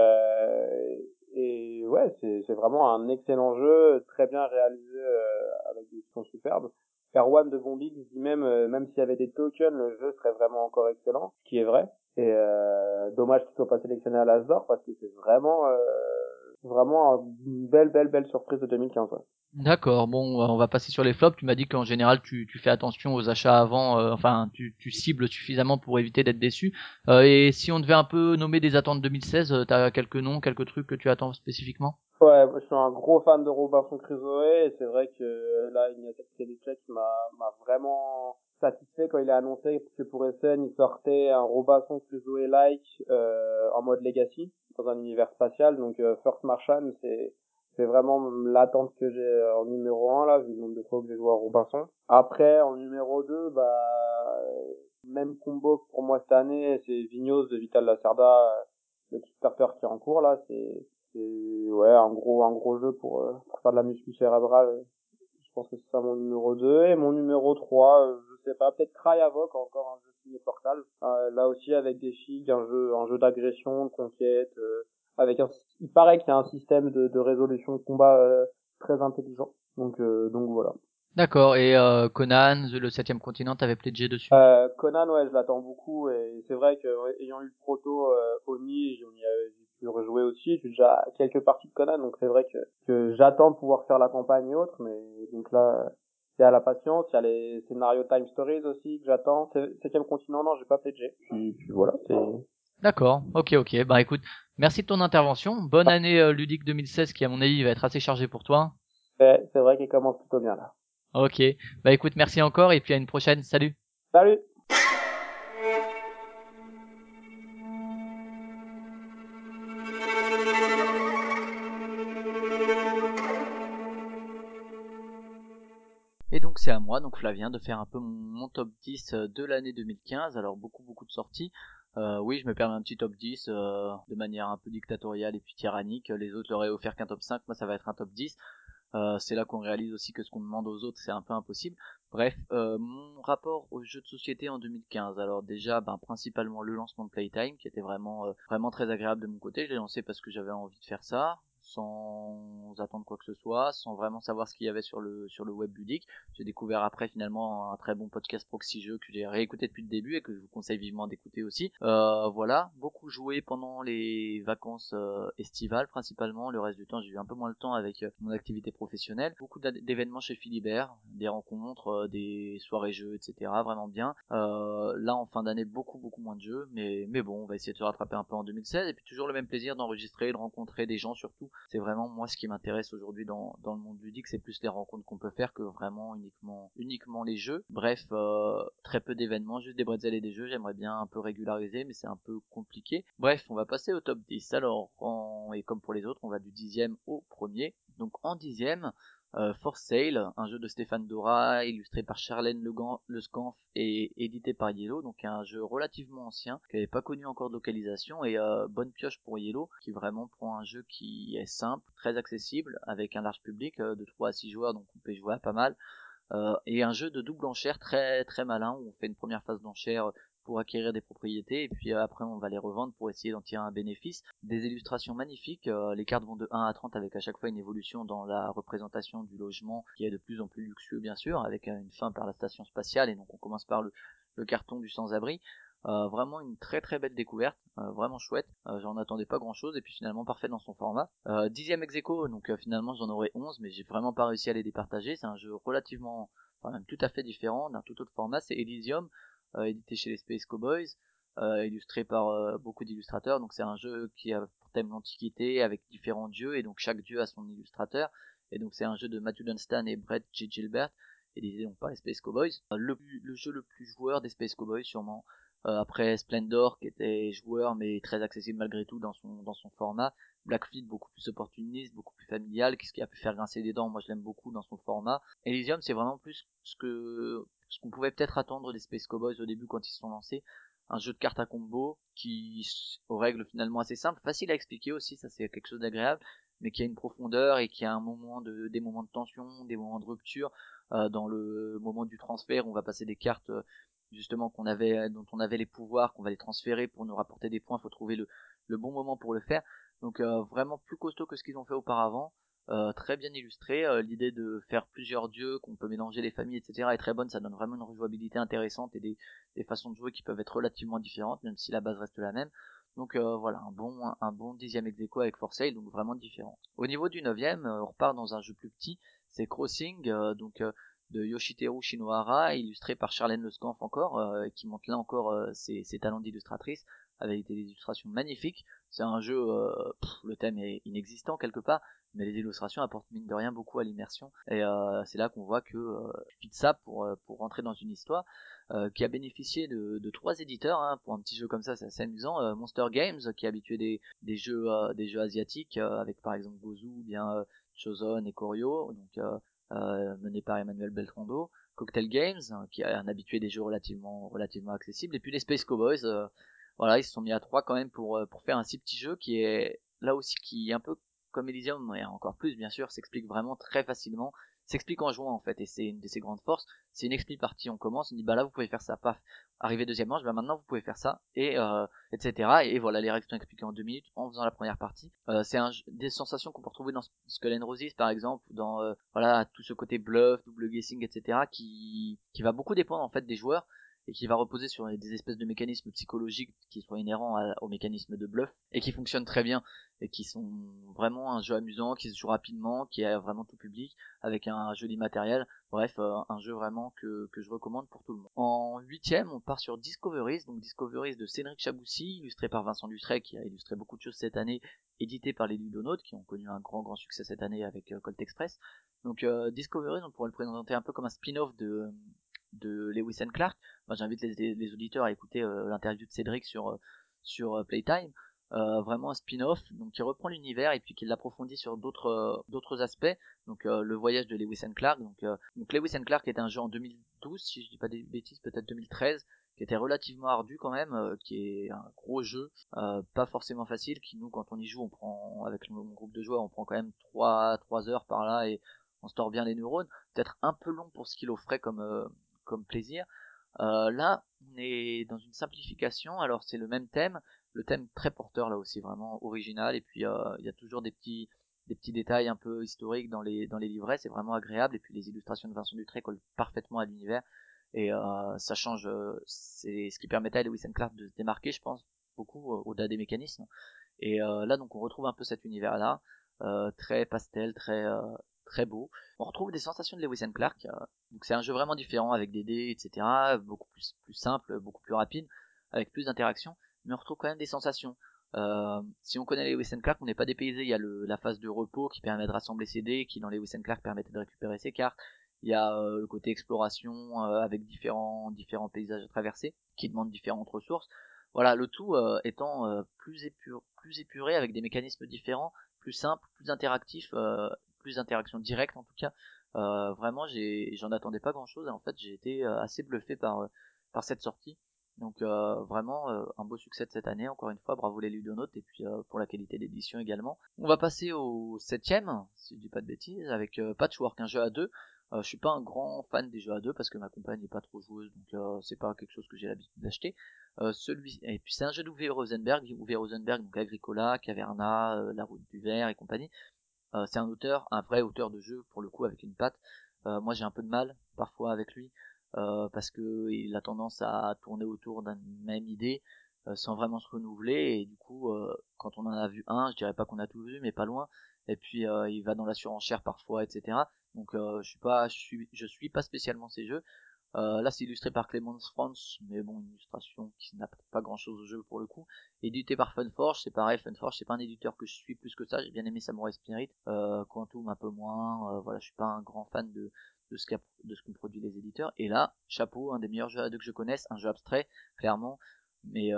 et ouais, c'est vraiment un excellent jeu, très bien réalisé avec des sons superbes. Erwan de Bombix dit même s'il y avait des tokens, le jeu serait vraiment encore excellent, ce qui est vrai. Et dommage qu'il soit pas sélectionné à l'Asdor parce que c'est vraiment une belle surprise de 2015. Ouais. D'accord, bon, on va passer sur les flops. Tu m'as dit qu'en général, tu fais attention aux achats avant, enfin, tu cibles suffisamment pour éviter d'être déçu. Et si on devait un peu nommer des attentes 2016, t'as quelques noms, quelques trucs que tu attends spécifiquement? Ouais, moi, je suis un gros fan de Robinson Crusoe et c'est vrai que là, Ignatek Krejcik m'a vraiment satisfait quand il a annoncé que pour Essen, il sortait un Robinson Crusoe-like en mode Legacy dans un univers spatial. Donc First Martian, c'est vraiment l'attente que j'ai en numéro 1 là, vu le nombre de fois que j'ai joué à Robinson. Après, en numéro 2, bah même combo que pour moi cette année, c'est Vignos de Vital Lacerda, le Kickstarter qui est en cours là, c'est ouais un gros jeu pour faire de la muscu cérébrale. Je pense que c'est ça mon numéro 2 et mon numéro 3, je sais pas, peut-être Cry Havoc, encore un jeu signé Portal. Là aussi avec des figues, un jeu d'agression, de conquête, il paraît qu'il y a un système de résolution de combat très intelligent. Donc voilà. D'accord, et Conan, le 7ème continent, t'avais pledgé dessus? Conan, ouais, je l'attends beaucoup et c'est vrai que ouais, ayant eu le proto Oni, j'ai pu rejouer aussi. J'ai déjà quelques parties de Conan, donc c'est vrai que j'attends de pouvoir faire la campagne et autres, mais donc là, il y a la patience, il y a les scénarios Time Stories aussi que j'attends. Septième continent, non, j'ai pas pledgé. Puis voilà, c'est... D'accord, ok. Bah écoute, merci de ton intervention. Bonne année ludique 2016 qui à mon avis va être assez chargée pour toi. Ouais, c'est vrai qu'il commence plutôt bien là. Ok, bah écoute, merci encore et puis à une prochaine. Salut. Salut. Et donc c'est à moi, donc Flavien, de faire un peu mon top 10 de l'année 2015. Alors beaucoup de sorties. Oui, je me permets un petit top 10 de manière un peu dictatoriale et puis tyrannique. Les autres leur aient offert qu'un top 5, moi ça va être un top 10. C'est là qu'on réalise aussi que ce qu'on demande aux autres c'est un peu impossible. Bref, mon rapport aux jeux de société en 2015. Alors déjà, principalement le lancement de Playtime qui était vraiment très agréable de mon côté. Je l'ai lancé parce que j'avais envie de faire ça, sans attendre quoi que ce soit, sans vraiment savoir ce qu'il y avait sur le web ludique. J'ai découvert après finalement un très bon podcast Proxy Jeux que j'ai réécouté depuis le début et que je vous conseille vivement d'écouter aussi. Voilà, beaucoup joué pendant les vacances estivales principalement. Le reste du temps j'ai eu un peu moins le temps avec mon activité professionnelle. Beaucoup d'événements chez Philibert, des rencontres, des soirées jeux, etc. Vraiment bien. Là en fin d'année beaucoup moins de jeux, mais bon, on va essayer de se rattraper un peu en 2016 et puis toujours le même plaisir d'enregistrer, de rencontrer des gens surtout. C'est vraiment moi ce qui m'intéresse aujourd'hui dans le monde ludique, c'est plus les rencontres qu'on peut faire que vraiment uniquement les jeux. Bref, très peu d'événements, juste des bretzels et des jeux. J'aimerais bien un peu régulariser, mais c'est un peu compliqué. Bref, on va passer au top 10. Alors, et comme pour les autres, on va du 10e au premier. Donc en 10e, For Sale, un jeu de Stéphane Dora, illustré par Charlène Le Scanf et édité par Yellow, donc un jeu relativement ancien, qui n'avait pas connu encore de localisation, et bonne pioche pour Yellow, qui vraiment prend un jeu qui est simple, très accessible, avec un large public de 3 à 6 joueurs, donc on peut y jouer à pas mal, et un jeu de double enchère très malin, où on fait une première phase d'enchère pour acquérir des propriétés et puis après on va les revendre pour essayer d'en tirer un bénéfice. Des illustrations magnifiques, les cartes vont de 1 à 30 avec à chaque fois une évolution dans la représentation du logement qui est de plus en plus luxueux bien sûr, avec une fin par la station spatiale et donc on commence par le carton du sans-abri. Vraiment une très très belle découverte, vraiment chouette. J'en attendais pas grand chose et puis finalement parfait dans son format. 10e ex aequo, donc finalement j'en aurais 11, mais j'ai vraiment pas réussi à les départager. C'est un jeu relativement, enfin même tout à fait différent, d'un tout autre format. C'est Elysium, édité chez les Space Cowboys, illustré par beaucoup d'illustrateurs. Donc c'est un jeu qui a pour thème l'Antiquité avec différents dieux et donc chaque dieu a son illustrateur. Et donc c'est un jeu de Matthew Dunstan et Brett G. Gilbert, édité donc par les Space Cowboys. Le jeu le plus joueur des Space Cowboys sûrement. Après Splendor qui était joueur mais très accessible malgré tout dans son format. Black Fleet beaucoup plus opportuniste, beaucoup plus familial, ce qui a pu faire grincer des dents. Moi je l'aime beaucoup dans son format. Elysium c'est vraiment plus ce qu'on pouvait peut-être attendre des Space Cowboys au début quand ils se sont lancés. Un jeu de cartes à combo qui aux règles finalement assez simples, facile à expliquer aussi, ça c'est quelque chose d'agréable, mais qui a une profondeur et qui a des moments de tension, des moments de rupture. Dans le moment du transfert, on va passer des cartes justement dont on avait les pouvoirs, qu'on va les transférer pour nous rapporter des points. Il faut trouver le bon moment pour le faire. Donc vraiment plus costaud que ce qu'ils ont fait auparavant. Très bien illustré. L'idée de faire plusieurs dieux, qu'on peut mélanger les familles, etc. est très bonne. Ça donne vraiment une rejouabilité intéressante et des façons de jouer qui peuvent être relativement différentes, même si la base reste la même. Donc voilà, un bon 10e ex aequo avec For Sale, donc vraiment différent. Au niveau du 9e, on repart dans un jeu plus petit. C'est Crossing, de Yoshiteru Shinohara, illustré par Charlène Lescanf encore, qui montre là encore ses talents d'illustratrice, avec des illustrations magnifiques. C'est un jeu, le thème est inexistant quelque part, mais les illustrations apportent mine de rien beaucoup à l'immersion, et c'est là qu'on voit que suffit de ça pour rentrer dans une histoire qui a bénéficié de 3 éditeurs, hein. Pour un petit jeu comme ça c'est assez amusant. Monster Games qui est habitué des jeux asiatiques, avec par exemple Gozu, bien Chozon et Koryo, donc mené par Emmanuel Beltrando. Cocktail Games, qui est un habitué des jeux relativement accessibles, et puis les Space Cowboys, voilà, ils se sont mis à 3 quand même pour faire un si petit jeu qui est là aussi, qui est un peu comme Elysium, et encore plus bien sûr, s'explique vraiment très facilement, s'explique en jouant en fait, et c'est une de ses grandes forces. C'est une expli partie, on commence, on dit bah là vous pouvez faire ça, paf, arrivé deuxième manche, bah maintenant vous pouvez faire ça, et etc. Et voilà, les règles sont expliquées en 2 minutes en faisant la première partie. C'est des sensations qu'on peut retrouver dans Skull and Roses par exemple, ou dans voilà, tout ce côté bluff, double guessing, etc. qui va beaucoup dépendre en fait des joueurs, et qui va reposer sur des espèces de mécanismes psychologiques qui sont inhérents au mécanisme de bluff, et qui fonctionnent très bien, et qui sont vraiment un jeu amusant, qui se joue rapidement, qui est vraiment tout public, avec un joli matériel. Bref, un jeu vraiment que je recommande pour tout le monde. En 8ème, on part sur Discoveries, donc Discoveries de Cédric Chaboussi, illustré par Vincent Dutray, qui a illustré beaucoup de choses cette année, édité par les Ludonautes, qui ont connu un grand succès cette année avec Colt Express. Donc Discoveries, on pourrait le présenter un peu comme un spin-off de Lewis and Clark. Moi, j'invite les auditeurs à écouter l'interview de Cédric sur Playtime. Vraiment un spin-off, donc qui reprend l'univers et puis qui l'approfondit sur d'autres aspects. Donc le voyage de Lewis and Clark. Donc Lewis and Clark est un jeu en 2012, si je dis pas des bêtises, peut-être 2013, qui était relativement ardu quand même, qui est un gros jeu, pas forcément facile, qui nous quand on y joue, on prend avec mon groupe de joueurs, on prend quand même 3 heures par là et on se tord bien les neurones. Peut-être un peu long pour ce qu'il offrait comme plaisir. Là, on est dans une simplification. Alors c'est le même thème, le thème très porteur là aussi, vraiment original. Et puis il y a toujours des petits détails un peu historiques dans les livrets. C'est vraiment agréable. Et puis les illustrations de Vincent Dutray collent parfaitement à l'univers. Et ça change. C'est ce qui permettait à Lewis and Clark de se démarquer, je pense, beaucoup au-delà des mécanismes. Et là, donc on retrouve un peu cet univers-là, très pastel, très beau. On retrouve des sensations de Lewis and Clark. Donc c'est un jeu vraiment différent avec des dés, etc. Beaucoup plus simple, beaucoup plus rapide, avec plus d'interaction, mais on retrouve quand même des sensations. Si on connaît Lewis and Clark, on n'est pas dépaysé. Il y a la phase de repos qui permet de rassembler ses dés, qui dans Lewis and Clark permettait de récupérer ses cartes. Il y a le côté exploration avec différents paysages à traverser, qui demandent différentes ressources. Voilà, le tout étant plus épuré avec des mécanismes différents, plus simples, plus interactifs, plus d'interaction directe en tout cas. Vraiment, j'en attendais pas grand chose et en fait j'ai été assez bluffé par cette sortie. Donc vraiment un beau succès de cette année, encore une fois, bravo les Ludonautes, et puis pour la qualité d'édition également. On va passer au 7ème, si je dis pas de bêtises, avec Patchwork, un jeu à 2. Je suis pas un grand fan des jeux à 2 parce que ma compagne n'est pas trop joueuse, donc c'est pas quelque chose que j'ai l'habitude d'acheter. Et puis c'est un jeu d'Uwe Rosenberg, donc Agricola, Caverna, La Route du Ver et compagnie. C'est un vrai auteur de jeu pour le coup avec une patte. Moi j'ai un peu de mal parfois avec lui. parce que il a tendance à tourner autour d'une même idée sans vraiment se renouveler, et du coup quand on en a vu un, je dirais pas qu'on a tout vu mais pas loin, et puis il va dans la surenchère parfois, etc. Donc je suis pas spécialement ces jeux. Là c'est illustré par Clemens France, mais bon, une illustration qui n'apporte pas grand chose au jeu pour le coup. Édité par Funforge, c'est pareil, Funforge c'est pas un éditeur que je suis plus que ça, j'ai bien aimé Samurai Spirit, Quantum un peu moins, voilà, je suis pas un grand fan de ce qu'ont produit les éditeurs. Et là, chapeau, un des meilleurs jeux A2 que je connaisse, un jeu abstrait, clairement, mais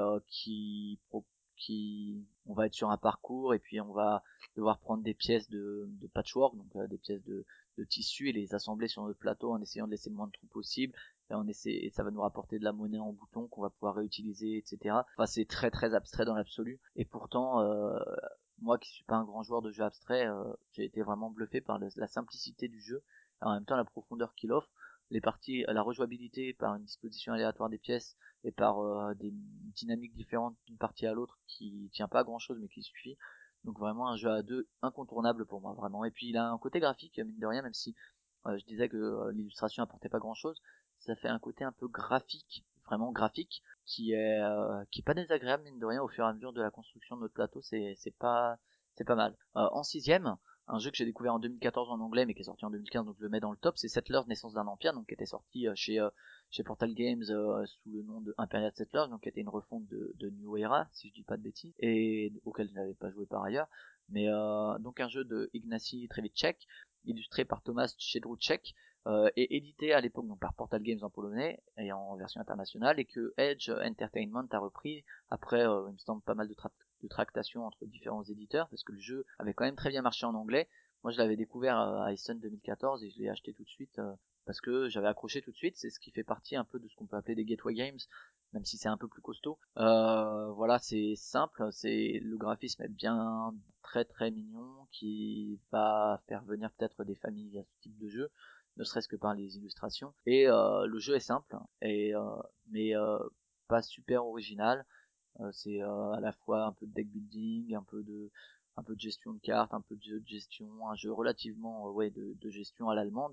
on va être sur un parcours et puis on va devoir prendre des pièces de patchwork, donc des pièces de tissu, et les assembler sur notre plateau en essayant de laisser le moins de trous possible. Et ça va nous rapporter de la monnaie en bouton qu'on va pouvoir réutiliser, etc. Enfin, c'est très très abstrait dans l'absolu. Et pourtant, moi qui suis pas un grand joueur de jeux abstraits, j'ai été vraiment bluffé par la simplicité du jeu, et en même temps la profondeur qu'il offre. Les parties, la rejouabilité par une disposition aléatoire des pièces et par des dynamiques différentes d'une partie à l'autre qui tient pas à grand chose mais qui suffit. Donc vraiment un jeu à deux incontournable pour moi, vraiment. Et puis il a un côté graphique, mine de rien, même si je disais que l'illustration apportait pas grand chose, ça fait un côté un peu graphique, vraiment graphique, qui est pas désagréable, mine de rien. Au fur et à mesure de la construction de notre plateau, c'est pas mal. En sixième, un jeu que j'ai découvert en 2014 en anglais mais qui est sorti en 2015, donc je le mets dans le top, c'est Settlers Naissance d'un Empire, donc qui était sorti chez Portal Games sous le nom de Imperial Settlers, donc qui était une refonte de New Era, si je dis pas de bêtises, et auquel je n'avais pas joué par ailleurs. Mais donc un jeu de Ignacy Trzewiczek, illustré par Tomasz Cedruczek, et édité à l'époque donc par Portal Games en polonais et en version internationale, et que Edge Entertainment a repris après, il me semble, pas mal de tractations entre différents éditeurs, parce que le jeu avait quand même très bien marché en anglais. Moi je l'avais découvert à Essen 2014 et je l'ai acheté tout de suite parce que j'avais accroché tout de suite. C'est ce qui fait partie un peu de ce qu'on peut appeler des gateway games, même si c'est un peu plus costaud. Voilà, c'est simple, c'est le graphisme est bien très très mignon, qui va faire venir peut-être des familles à ce type de jeu, ne serait-ce que par les illustrations. Et le jeu est simple, mais pas super original. C'est à la fois un peu de deck building, un peu de gestion de cartes, un peu de jeu de gestion, un jeu relativement de gestion à l'allemande,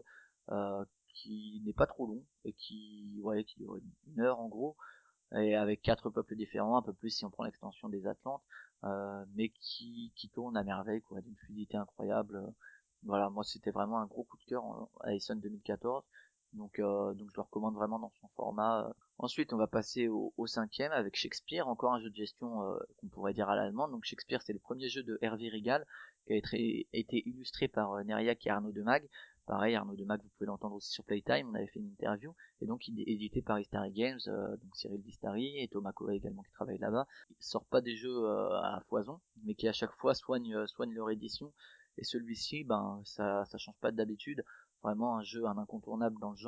qui n'est pas trop long et qui dure une heure en gros, et avec 4 peuples différents, un peu plus si on prend l'extension des Atlantes, mais qui tourne à merveille, quoi, d'une fluidité incroyable. Voilà, moi c'était vraiment un gros coup de cœur à Essen 2014, donc je le recommande vraiment dans son format. Ensuite on va passer au cinquième avec Shakespeare, encore un jeu de gestion qu'on pourrait dire à l'allemande. Donc Shakespeare c'est le premier jeu de Hervé Rigal qui a été illustré par Neriac et Arnaud Demag. Pareil, Arnaud Demag, vous pouvez l'entendre aussi sur Playtime, on avait fait une interview, et donc il est édité par Istari Games, donc Cyril Distari et Thomas Coe également qui travaille là-bas. Ils sortent pas des jeux à foison, mais qui à chaque fois soignent leur édition, et celui-ci, ben ça change pas d'habitude, vraiment un jeu, un incontournable dans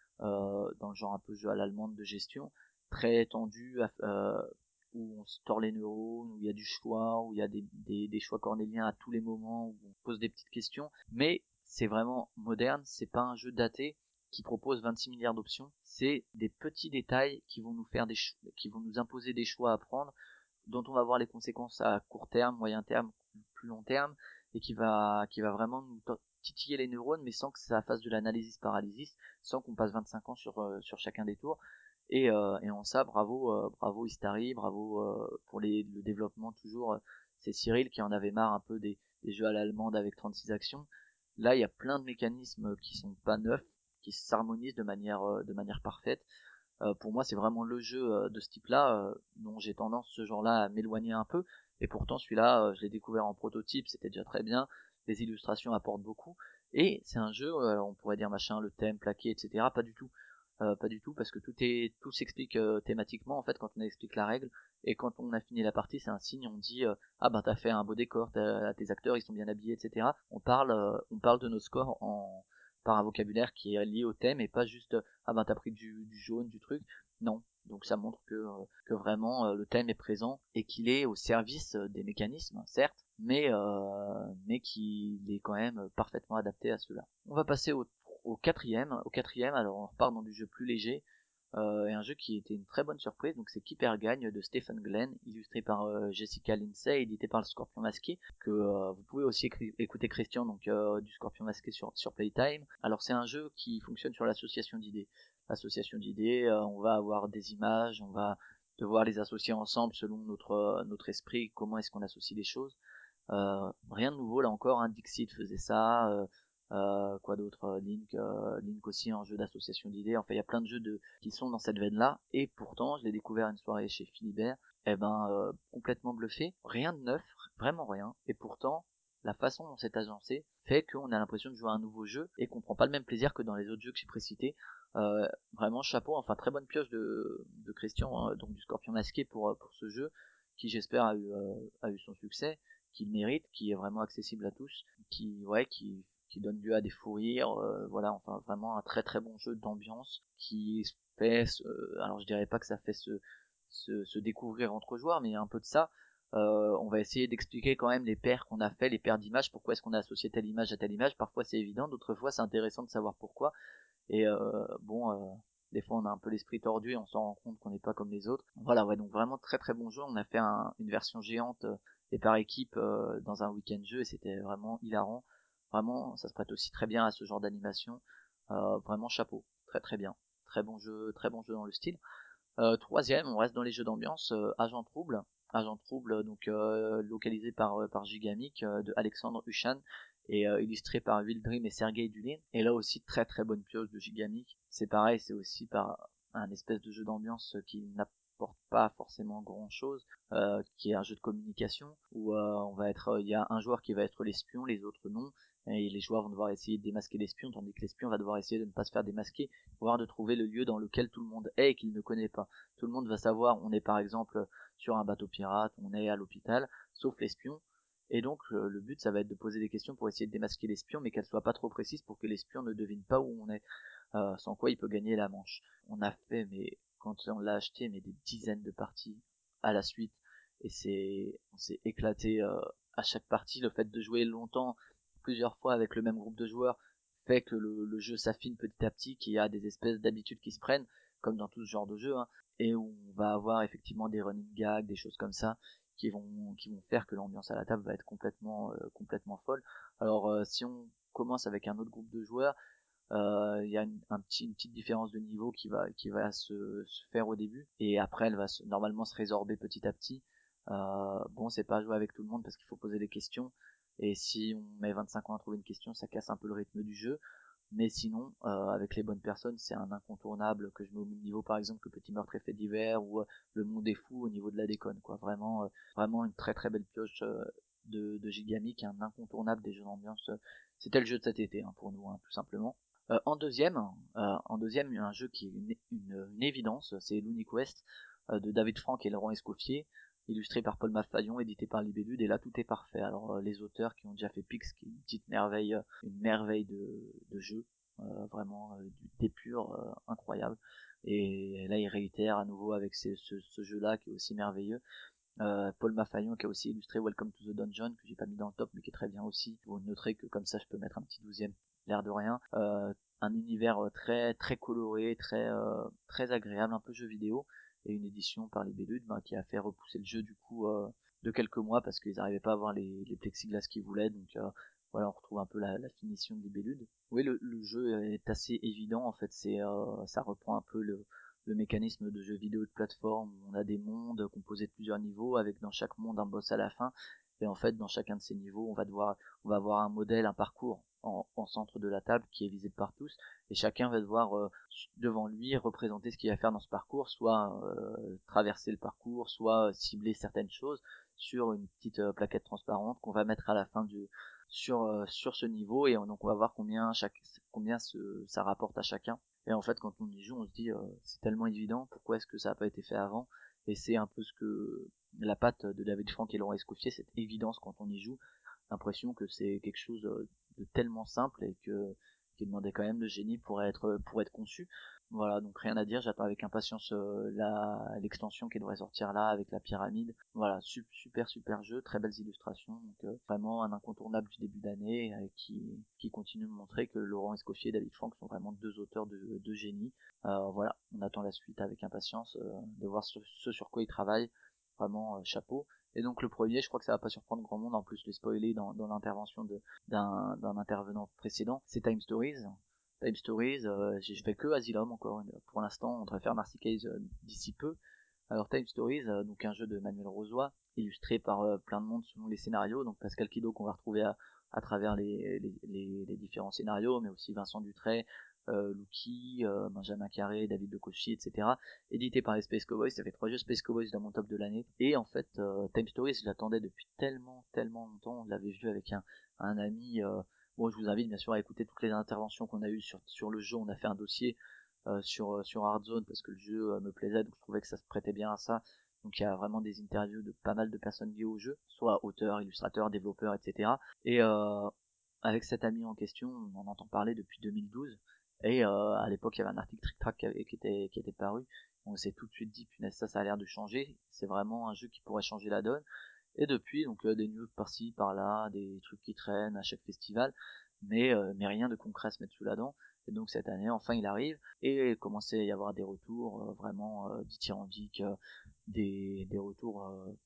le genre un peu jeu à l'allemande de gestion, très tendu, où on se tord les neurones, où il y a du choix, où il y a des choix cornéliens à tous les moments, où on pose des petites questions, mais c'est vraiment moderne, c'est pas un jeu daté qui propose 26 milliards d'options, c'est des petits détails qui vont nous faire qui vont nous imposer des choix à prendre, dont on va voir les conséquences à court terme, moyen terme, plus long terme, et qui va vraiment nous titiller les neurones, mais sans que ça fasse de l'analysis paralysis, sans qu'on passe 25 ans sur chacun des tours. Et en ça, bravo Istari, bravo pour le développement toujours. C'est Cyril qui en avait marre un peu des jeux à l'allemande avec 36 actions. Là, il y a plein de mécanismes qui sont pas neufs, qui s'harmonisent de manière parfaite. Pour moi, c'est vraiment le jeu de ce type-là dont j'ai tendance ce genre-là à m'éloigner un peu. Et pourtant, celui-là, je l'ai découvert en prototype, c'était déjà très bien. Les illustrations apportent beaucoup. Et c'est un jeu, on pourrait dire machin, le thème plaqué, etc. Pas du tout. Pas du tout, parce que tout s'explique thématiquement en fait quand on explique la règle, et quand on a fini la partie c'est un signe, on dit ah ben t'as fait un beau décor, tes acteurs ils sont bien habillés, etc. On parle de nos scores par un vocabulaire qui est lié au thème, et pas juste ah ben t'as pris du jaune, du truc. Non, donc ça montre que vraiment le thème est présent et qu'il est au service des mécanismes, certes, mais qu'il est quand même parfaitement adapté à cela. On va passer au quatrième, alors on repart dans du jeu plus léger, et un jeu qui était une très bonne surprise, donc c'est Keeper Gagne de Stephen Glenn, illustré par Jessica Lindsay, édité par le Scorpion Masqué, que vous pouvez aussi écouter Christian, donc du Scorpion Masqué sur Playtime. Alors c'est un jeu qui fonctionne sur l'association d'idées. association d'idées, on va avoir des images, on va devoir les associer ensemble selon notre esprit, comment est-ce qu'on associe les choses. Rien de nouveau là encore, hein, Dixit faisait ça, quoi d'autre, Link aussi, un jeu d'association d'idées. Enfin, il y a plein de jeux qui sont dans cette veine-là, et pourtant, je l'ai découvert une soirée chez Philibert, complètement bluffé, rien de neuf, vraiment rien, et pourtant, la façon dont c'est agencé fait qu'on a l'impression de jouer à un nouveau jeu et qu'on prend pas le même plaisir que dans les autres jeux que j'ai précités. Vraiment chapeau, enfin très bonne pioche de Christian, donc du Scorpion Masqué pour ce jeu, qui j'espère a eu son succès, qu'il mérite, qui est vraiment accessible à tous, qui donne lieu à des fous rires, voilà, enfin vraiment un très très bon jeu d'ambiance qui fait, alors je dirais pas que ça fait se découvrir entre joueurs, mais il y a un peu de ça. On va essayer d'expliquer quand même les paires qu'on a fait, les paires d'images, pourquoi est-ce qu'on a associé telle image à telle image. Parfois c'est évident, d'autres fois c'est intéressant de savoir pourquoi. Et des fois on a un peu l'esprit tordu et on s'en rend compte qu'on n'est pas comme les autres. Voilà, ouais, donc vraiment très très bon jeu. On a fait une version géante et par équipe dans un week-end jeu et c'était vraiment hilarant. Vraiment, ça se prête aussi très bien à ce genre d'animation. Vraiment chapeau, très très bien. Très bon jeu dans le style. Troisième, on reste dans les jeux d'ambiance, Agent Trouble. Agent Trouble, donc localisé par Gigamic, de Alexandre Huchan et illustré par Will Dream et Sergei Dulin. Et là aussi très très bonne pioche de Gigamic. C'est pareil, c'est aussi par un espèce de jeu d'ambiance qui n'apporte pas forcément grand chose, qui est un jeu de communication où il y a un joueur qui va être l'espion, les autres non, et les joueurs vont devoir essayer de démasquer l'espion, tandis que l'espion va devoir essayer de ne pas se faire démasquer, voire de trouver le lieu dans lequel tout le monde est et qu'il ne connaît pas. Tout le monde va savoir, on est par exemple sur un bateau pirate, on est à l'hôpital, sauf l'espion. Et donc le but ça va être de poser des questions pour essayer de démasquer l'espion, mais qu'elles soient pas trop précises pour que l'espion ne devine pas où on est, sans quoi il peut gagner la manche. On a fait, mais quand on l'a acheté, mais des dizaines de parties à la suite, et on s'est éclaté à chaque partie. Le fait de jouer longtemps, plusieurs fois avec le même groupe de joueurs, fait que le jeu s'affine petit à petit, qu'il y a des espèces d'habitudes qui se prennent, comme dans tout ce genre de jeu, hein, et où on va avoir effectivement des running gags, des choses comme ça, qui vont faire que l'ambiance à la table va être complètement folle. Alors si on commence avec un autre groupe de joueurs, il y a une petite différence de niveau qui va se faire au début, et après elle va normalement se résorber petit à petit. Bon, c'est pas jouer avec tout le monde parce qu'il faut poser des questions, et si on met 25 ans à trouver une question, ça casse un peu le rythme du jeu. Mais sinon, avec les bonnes personnes, c'est un incontournable que je mets au même niveau, par exemple, que Petit Meurtre et Fait divers, ou Le Monde des Fous au niveau de la déconne, quoi. Vraiment une très très belle pioche de Gigamic, un incontournable des jeux d'ambiance. C'était le jeu de cet été, hein, pour nous, hein, tout simplement. En deuxième, il y a un jeu qui est une évidence, c'est Looney Quest de David Frank et Laurent Escoffier, illustré par Paul Maffaillon, édité par Libellude, et là tout est parfait. Alors les auteurs qui ont déjà fait Pix, qui est une petite merveille, de jeu, vraiment des purs incroyable. Et là il réitère à nouveau avec ce jeu-là qui est aussi merveilleux. Paul Maffaillon qui a aussi illustré Welcome to the Dungeon, que j'ai pas mis dans le top mais qui est très bien aussi. Vous noterez que comme ça je peux mettre un petit 12e, l'air de rien. Un univers très très coloré, très agréable, un peu jeu vidéo, et une édition par les Libellude qui a fait repousser le jeu du coup de quelques mois parce qu'ils n'arrivaient pas à avoir les plexiglas qu'ils voulaient, donc voilà, on retrouve un peu la finition de Libellude. Oui, le jeu est assez évident en fait, ça reprend un peu le mécanisme de jeu vidéo de plateforme où on a des mondes composés de plusieurs niveaux avec dans chaque monde un boss à la fin, et en fait dans chacun de ces niveaux on va avoir un modèle, un parcours en centre de la table qui est visible par tous, et chacun va devoir devant lui représenter ce qu'il va faire dans ce parcours, soit traverser le parcours, soit cibler certaines choses sur une petite plaquette transparente qu'on va mettre à la fin sur ce niveau, et donc on va voir combien ça rapporte à chacun. Et en fait, quand on y joue, on se dit c'est tellement évident, pourquoi est-ce que ça n'a pas été fait avant? Et c'est un peu ce que la patte de David Frank et Laurent Escoffier, cette évidence quand on y joue, l'impression que c'est quelque chose de tellement simple et qui demandait quand même de génie pour être conçu. Voilà, donc rien à dire, j'attends avec impatience l'extension qui devrait sortir là avec la pyramide. Voilà, super jeu, très belles illustrations, donc vraiment un incontournable du début d'année qui continue de montrer que Laurent Escoffier et David Frank sont vraiment deux auteurs de génie. Voilà, on attend la suite avec impatience de voir ce sur quoi ils travaillent. Vraiment chapeau. Et donc le premier, je crois que ça va pas surprendre grand monde, en plus je l'ai spoilé dans l'intervention d'un intervenant précédent, c'est Time Stories, Time Stories, j'ai fait que Asylum encore pour l'instant. On devrait faire Marcy Case d'ici peu. Alors Time Stories, donc un jeu de Manuel Rozoy, illustré par plein de monde selon les scénarios, donc Pascal Quido qu'on va retrouver à travers les différents scénarios, mais aussi Vincent Dutray, Lucky, Benjamin Carré, David Decauchy, etc. Édité par les Space Cowboys, ça fait 3 jeux Space Cowboys dans mon top de l'année. Et en fait, Time Stories, je l'attendais depuis tellement longtemps. On l'avait vu avec un ami. Bon, je vous invite bien sûr à écouter toutes les interventions qu'on a eues sur le jeu. On a fait un dossier sur Hardzone parce que le jeu me plaisait, donc je trouvais que ça se prêtait bien à ça. Donc il y a vraiment des interviews de pas mal de personnes liées au jeu, soit auteurs, illustrateurs, développeurs, etc. Et avec cet ami en question, on en entend parler depuis 2012. Et à l'époque, il y avait un article Trick Track qui était paru. On s'est tout de suite dit, punaise, ça a l'air de changer. C'est vraiment un jeu qui pourrait changer la donne. Et depuis, donc des news par-ci, par-là, des trucs qui traînent à chaque festival, mais rien de concret à se mettre sous la dent. Et donc cette année, enfin, il arrive, et il commençait à y avoir des retours vraiment dithyrambiques, des retours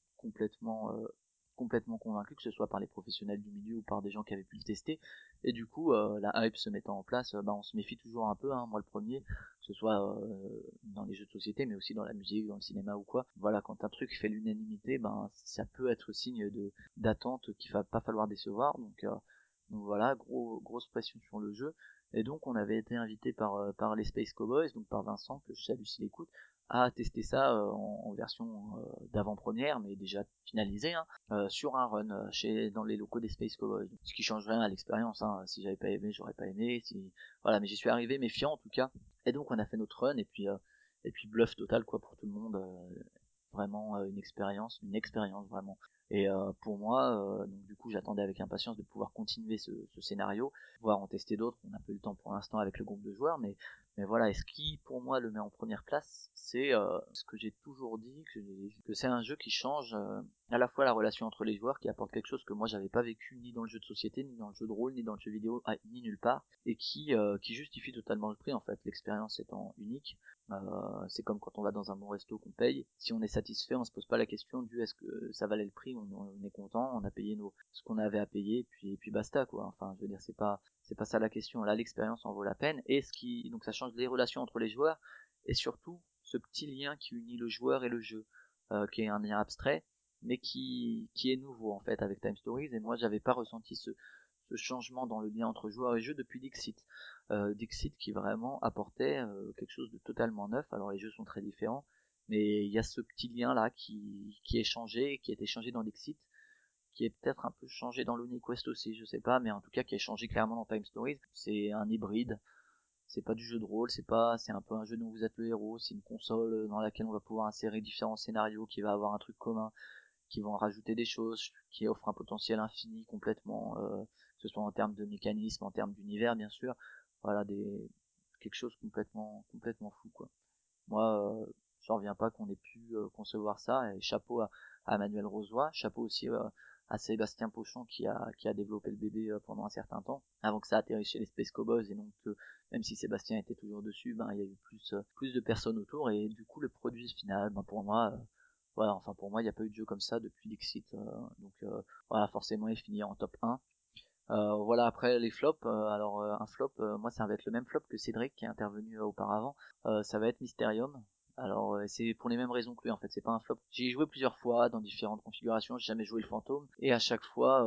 complètement convaincus, que ce soit par les professionnels du milieu ou par des gens qui avaient pu le tester. Et du coup, la hype se mettant en place, on se méfie toujours un peu, hein, moi le premier, que ce soit dans les jeux de société, mais aussi dans la musique, dans le cinéma ou quoi. Voilà, quand un truc fait l'unanimité, ça peut être signe d'attente qu'il va pas falloir décevoir. Donc voilà, grosse pression sur le jeu. Et donc on avait été invité par les Space Cowboys, donc par Vincent, que je salue s'il écoute, à tester ça en version d'avant-première, mais déjà finalisée, hein, sur un run dans les locaux des Space Cowboys. Ce qui change rien à l'expérience, hein. Si j'avais pas aimé, j'aurais pas aimé. Voilà, mais j'y suis arrivé méfiant en tout cas. Et donc on a fait notre run, et puis bluff total quoi pour tout le monde. Vraiment une expérience vraiment. Et pour moi, donc du coup j'attendais avec impatience de pouvoir continuer ce scénario, pouvoir en tester d'autres. On n'a pas eu le temps pour l'instant avec le groupe de joueurs, mais voilà. Et ce qui pour moi le met en première place, c'est ce que j'ai toujours dit, que c'est un jeu qui change à la fois la relation entre les joueurs, qui apporte quelque chose que moi j'avais pas vécu ni dans le jeu de société, ni dans le jeu de rôle, ni dans le jeu vidéo, ni nulle part, et qui justifie totalement le prix en fait, l'expérience étant unique. C'est comme quand on va dans un bon resto qu'on paye, si on est satisfait, on se pose pas la question du est-ce que ça valait le prix, on est content, on a payé ce qu'on avait à payer, et puis basta quoi. Enfin, je veux dire, c'est pas ça la question. Là, l'expérience en vaut la peine, et donc ça change les relations entre les joueurs, et surtout ce petit lien qui unit le joueur et le jeu, qui est un lien abstrait, mais qui est nouveau en fait avec Time Stories. Et moi, j'avais pas ressenti ce changement dans le lien entre joueurs et jeu depuis Dixit. Dixit qui vraiment apportait quelque chose de totalement neuf. Alors les jeux sont très différents, mais il y a ce petit lien là qui est changé, qui a été changé dans Dixit, qui est peut-être un peu changé dans Looney Quest aussi, je sais pas, mais en tout cas qui est changé clairement dans Time Stories. C'est un hybride. C'est pas du jeu de rôle, c'est un peu un jeu dont vous êtes le héros, c'est une console dans laquelle on va pouvoir insérer différents scénarios, qui va avoir un truc commun, qui vont rajouter des choses, qui offrent un potentiel infini complètement, que ce soit en termes de mécanisme, en termes d'univers bien sûr. Voilà, quelque chose complètement fou quoi. Moi, j'en reviens pas qu'on ait pu concevoir ça, et chapeau à Manuel Rozoy, chapeau aussi à Sébastien Pochon qui a développé le bébé pendant un certain temps, avant que ça atterrisse chez les Space Cowboys. Et donc même si Sébastien était toujours dessus, il y a eu plus de personnes autour, et du coup le produit final, pour moi, voilà, enfin pour moi il n'y a pas eu de jeu comme ça depuis Dixit, donc voilà, forcément il finit en top 1. Voilà, après les flops, alors un flop, moi ça va être le même flop que Cédric qui est intervenu auparavant, ça va être Mysterium. Alors c'est pour les mêmes raisons que lui en fait, c'est pas un flop. J'y ai joué plusieurs fois dans différentes configurations, j'ai jamais joué le fantôme, et à chaque fois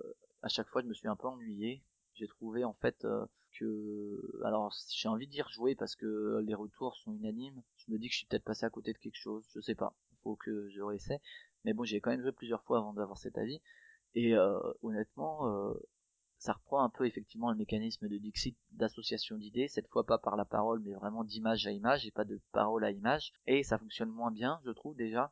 je me suis un peu ennuyé. J'ai trouvé en fait alors j'ai envie d'y rejouer parce que les retours sont unanimes. Je me dis que je suis peut-être passé à côté de quelque chose, je sais pas, faut que je réessaie. Mais bon, j'ai quand même joué plusieurs fois avant d'avoir cet avis, et honnêtement ça reprend un peu effectivement le mécanisme de Dixit d'association d'idées, cette fois pas par la parole mais vraiment d'image à image et pas de parole à image, et ça fonctionne moins bien je trouve déjà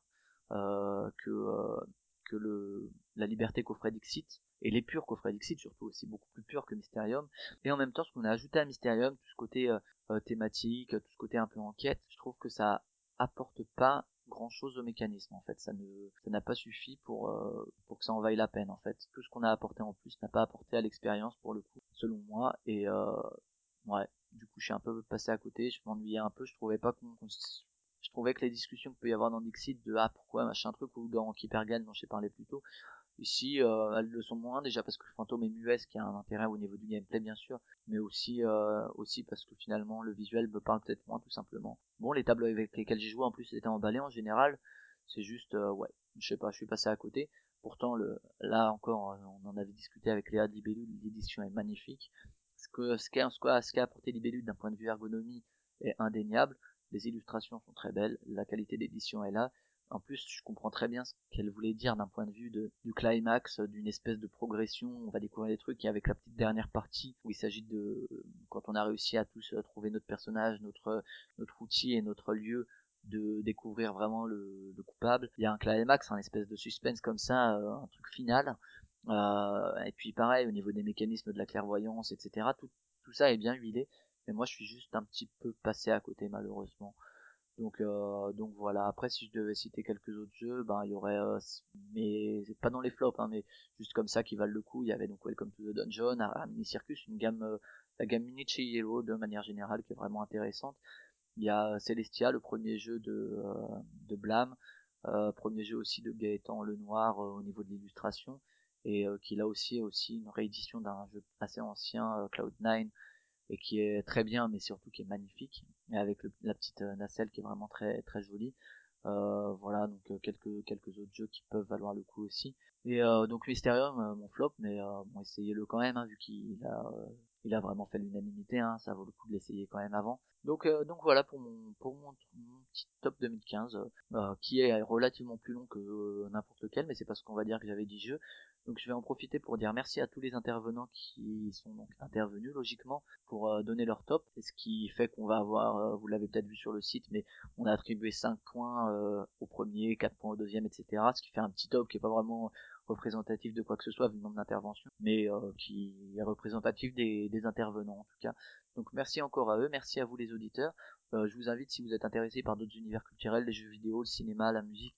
que la liberté qu'offrait Dixit, et les purs qu'offrait Dixit surtout, aussi beaucoup plus purs que Mysterium. Et en même temps, ce qu'on a ajouté à Mysterium, tout ce côté thématique, tout ce côté un peu enquête, je trouve que ça apporte pas grand chose au mécanisme en fait, ça n'a pas suffi pour que ça en vaille la peine en fait. Tout ce qu'on a apporté en plus n'a pas apporté à l'expérience pour le coup, selon moi. Et ouais, du coup je suis un peu passé à côté, je m'ennuyais un peu, je trouvais pas je trouvais que les discussions qu'il peut y avoir dans Dixit de pourquoi machin truc, ou dans Keeper Gun dont j'ai parlé plus tôt, Ici, elles le sont moins, déjà parce que le fantôme est muet, ce qui a un intérêt au niveau du gameplay bien sûr, mais aussi parce que finalement le visuel me parle peut-être moins tout simplement. Bon, les tables avec lesquelles j'ai joué en plus étaient emballées en général, c'est juste ouais, je sais pas, je suis passé à côté. Pourtant là encore, on en avait discuté avec Léa de Libellule, l'édition est magnifique. Ce qu'a apporté Libellule d'un point de vue ergonomie est indéniable. Les illustrations sont très belles, la qualité d'édition est là. En plus, je comprends très bien ce qu'elle voulait dire d'un point de vue du climax, d'une espèce de progression. On va découvrir des trucs, et avec la petite dernière partie où il s'agit de, quand on a réussi à tous trouver notre personnage, notre outil et notre lieu, de découvrir vraiment le coupable. Il y a un climax, un espèce de suspense comme ça, un truc final. Et puis pareil, au niveau des mécanismes de la clairvoyance, etc., tout ça est bien huilé. Mais moi, je suis juste un petit peu passé à côté, malheureusement. Donc voilà. Après, si je devais citer quelques autres jeux, ben il y aurait, mais pas dans les flops, hein, mais juste comme ça qui valent le coup. Il y avait donc Welcome to the Dungeon, Mini Circus, la gamme mini de chez Yellow de manière générale qui est vraiment intéressante. Il y a Celestia, le premier jeu de Blam, premier jeu aussi de Gaëtan Lenoir au niveau de l'illustration, et qui là aussi est aussi une réédition d'un jeu assez ancien, Cloud9, et qui est très bien, mais surtout qui est magnifique, et avec la petite nacelle qui est vraiment très très jolie. Voilà, donc quelques autres jeux qui peuvent valoir le coup aussi. Et donc Mysterium, mon flop, mais bon, essayez-le quand même, hein, vu il a vraiment fait l'unanimité, hein, ça vaut le coup de l'essayer quand même avant. Donc voilà pour mon petit top 2015, qui est relativement plus long que n'importe lequel, mais c'est parce qu'on va dire que j'avais 10 jeux. Donc je vais en profiter pour dire merci à tous les intervenants qui sont donc intervenus logiquement pour donner leur top, et ce qui fait qu'on va avoir, vous l'avez peut-être vu sur le site, mais on a attribué 5 points au premier, 4 points au deuxième, etc. Ce qui fait un petit top qui est pas vraiment représentatif de quoi que ce soit vu le nombre d'interventions, mais qui est représentatif des intervenants en tout cas. Donc merci encore à eux, merci à vous les auditeurs. Je vous invite, si vous êtes intéressés par d'autres univers culturels, les jeux vidéo, le cinéma, la musique,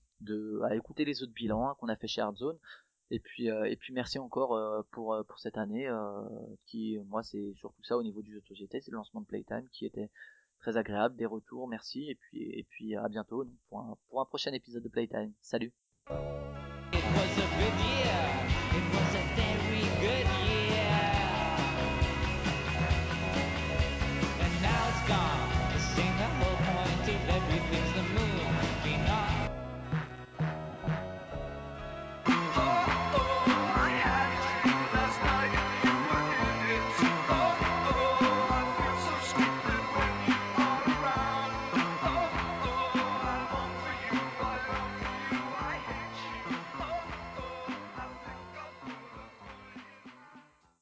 à écouter les autres bilans, hein, qu'on a fait chez Hardzone. Et puis merci encore pour cette année, qui moi c'est surtout ça au niveau du jeu de société, c'est le lancement de Playtime qui était très agréable, des retours, merci, et puis à bientôt pour un prochain épisode de Playtime. Salut. It was a good year.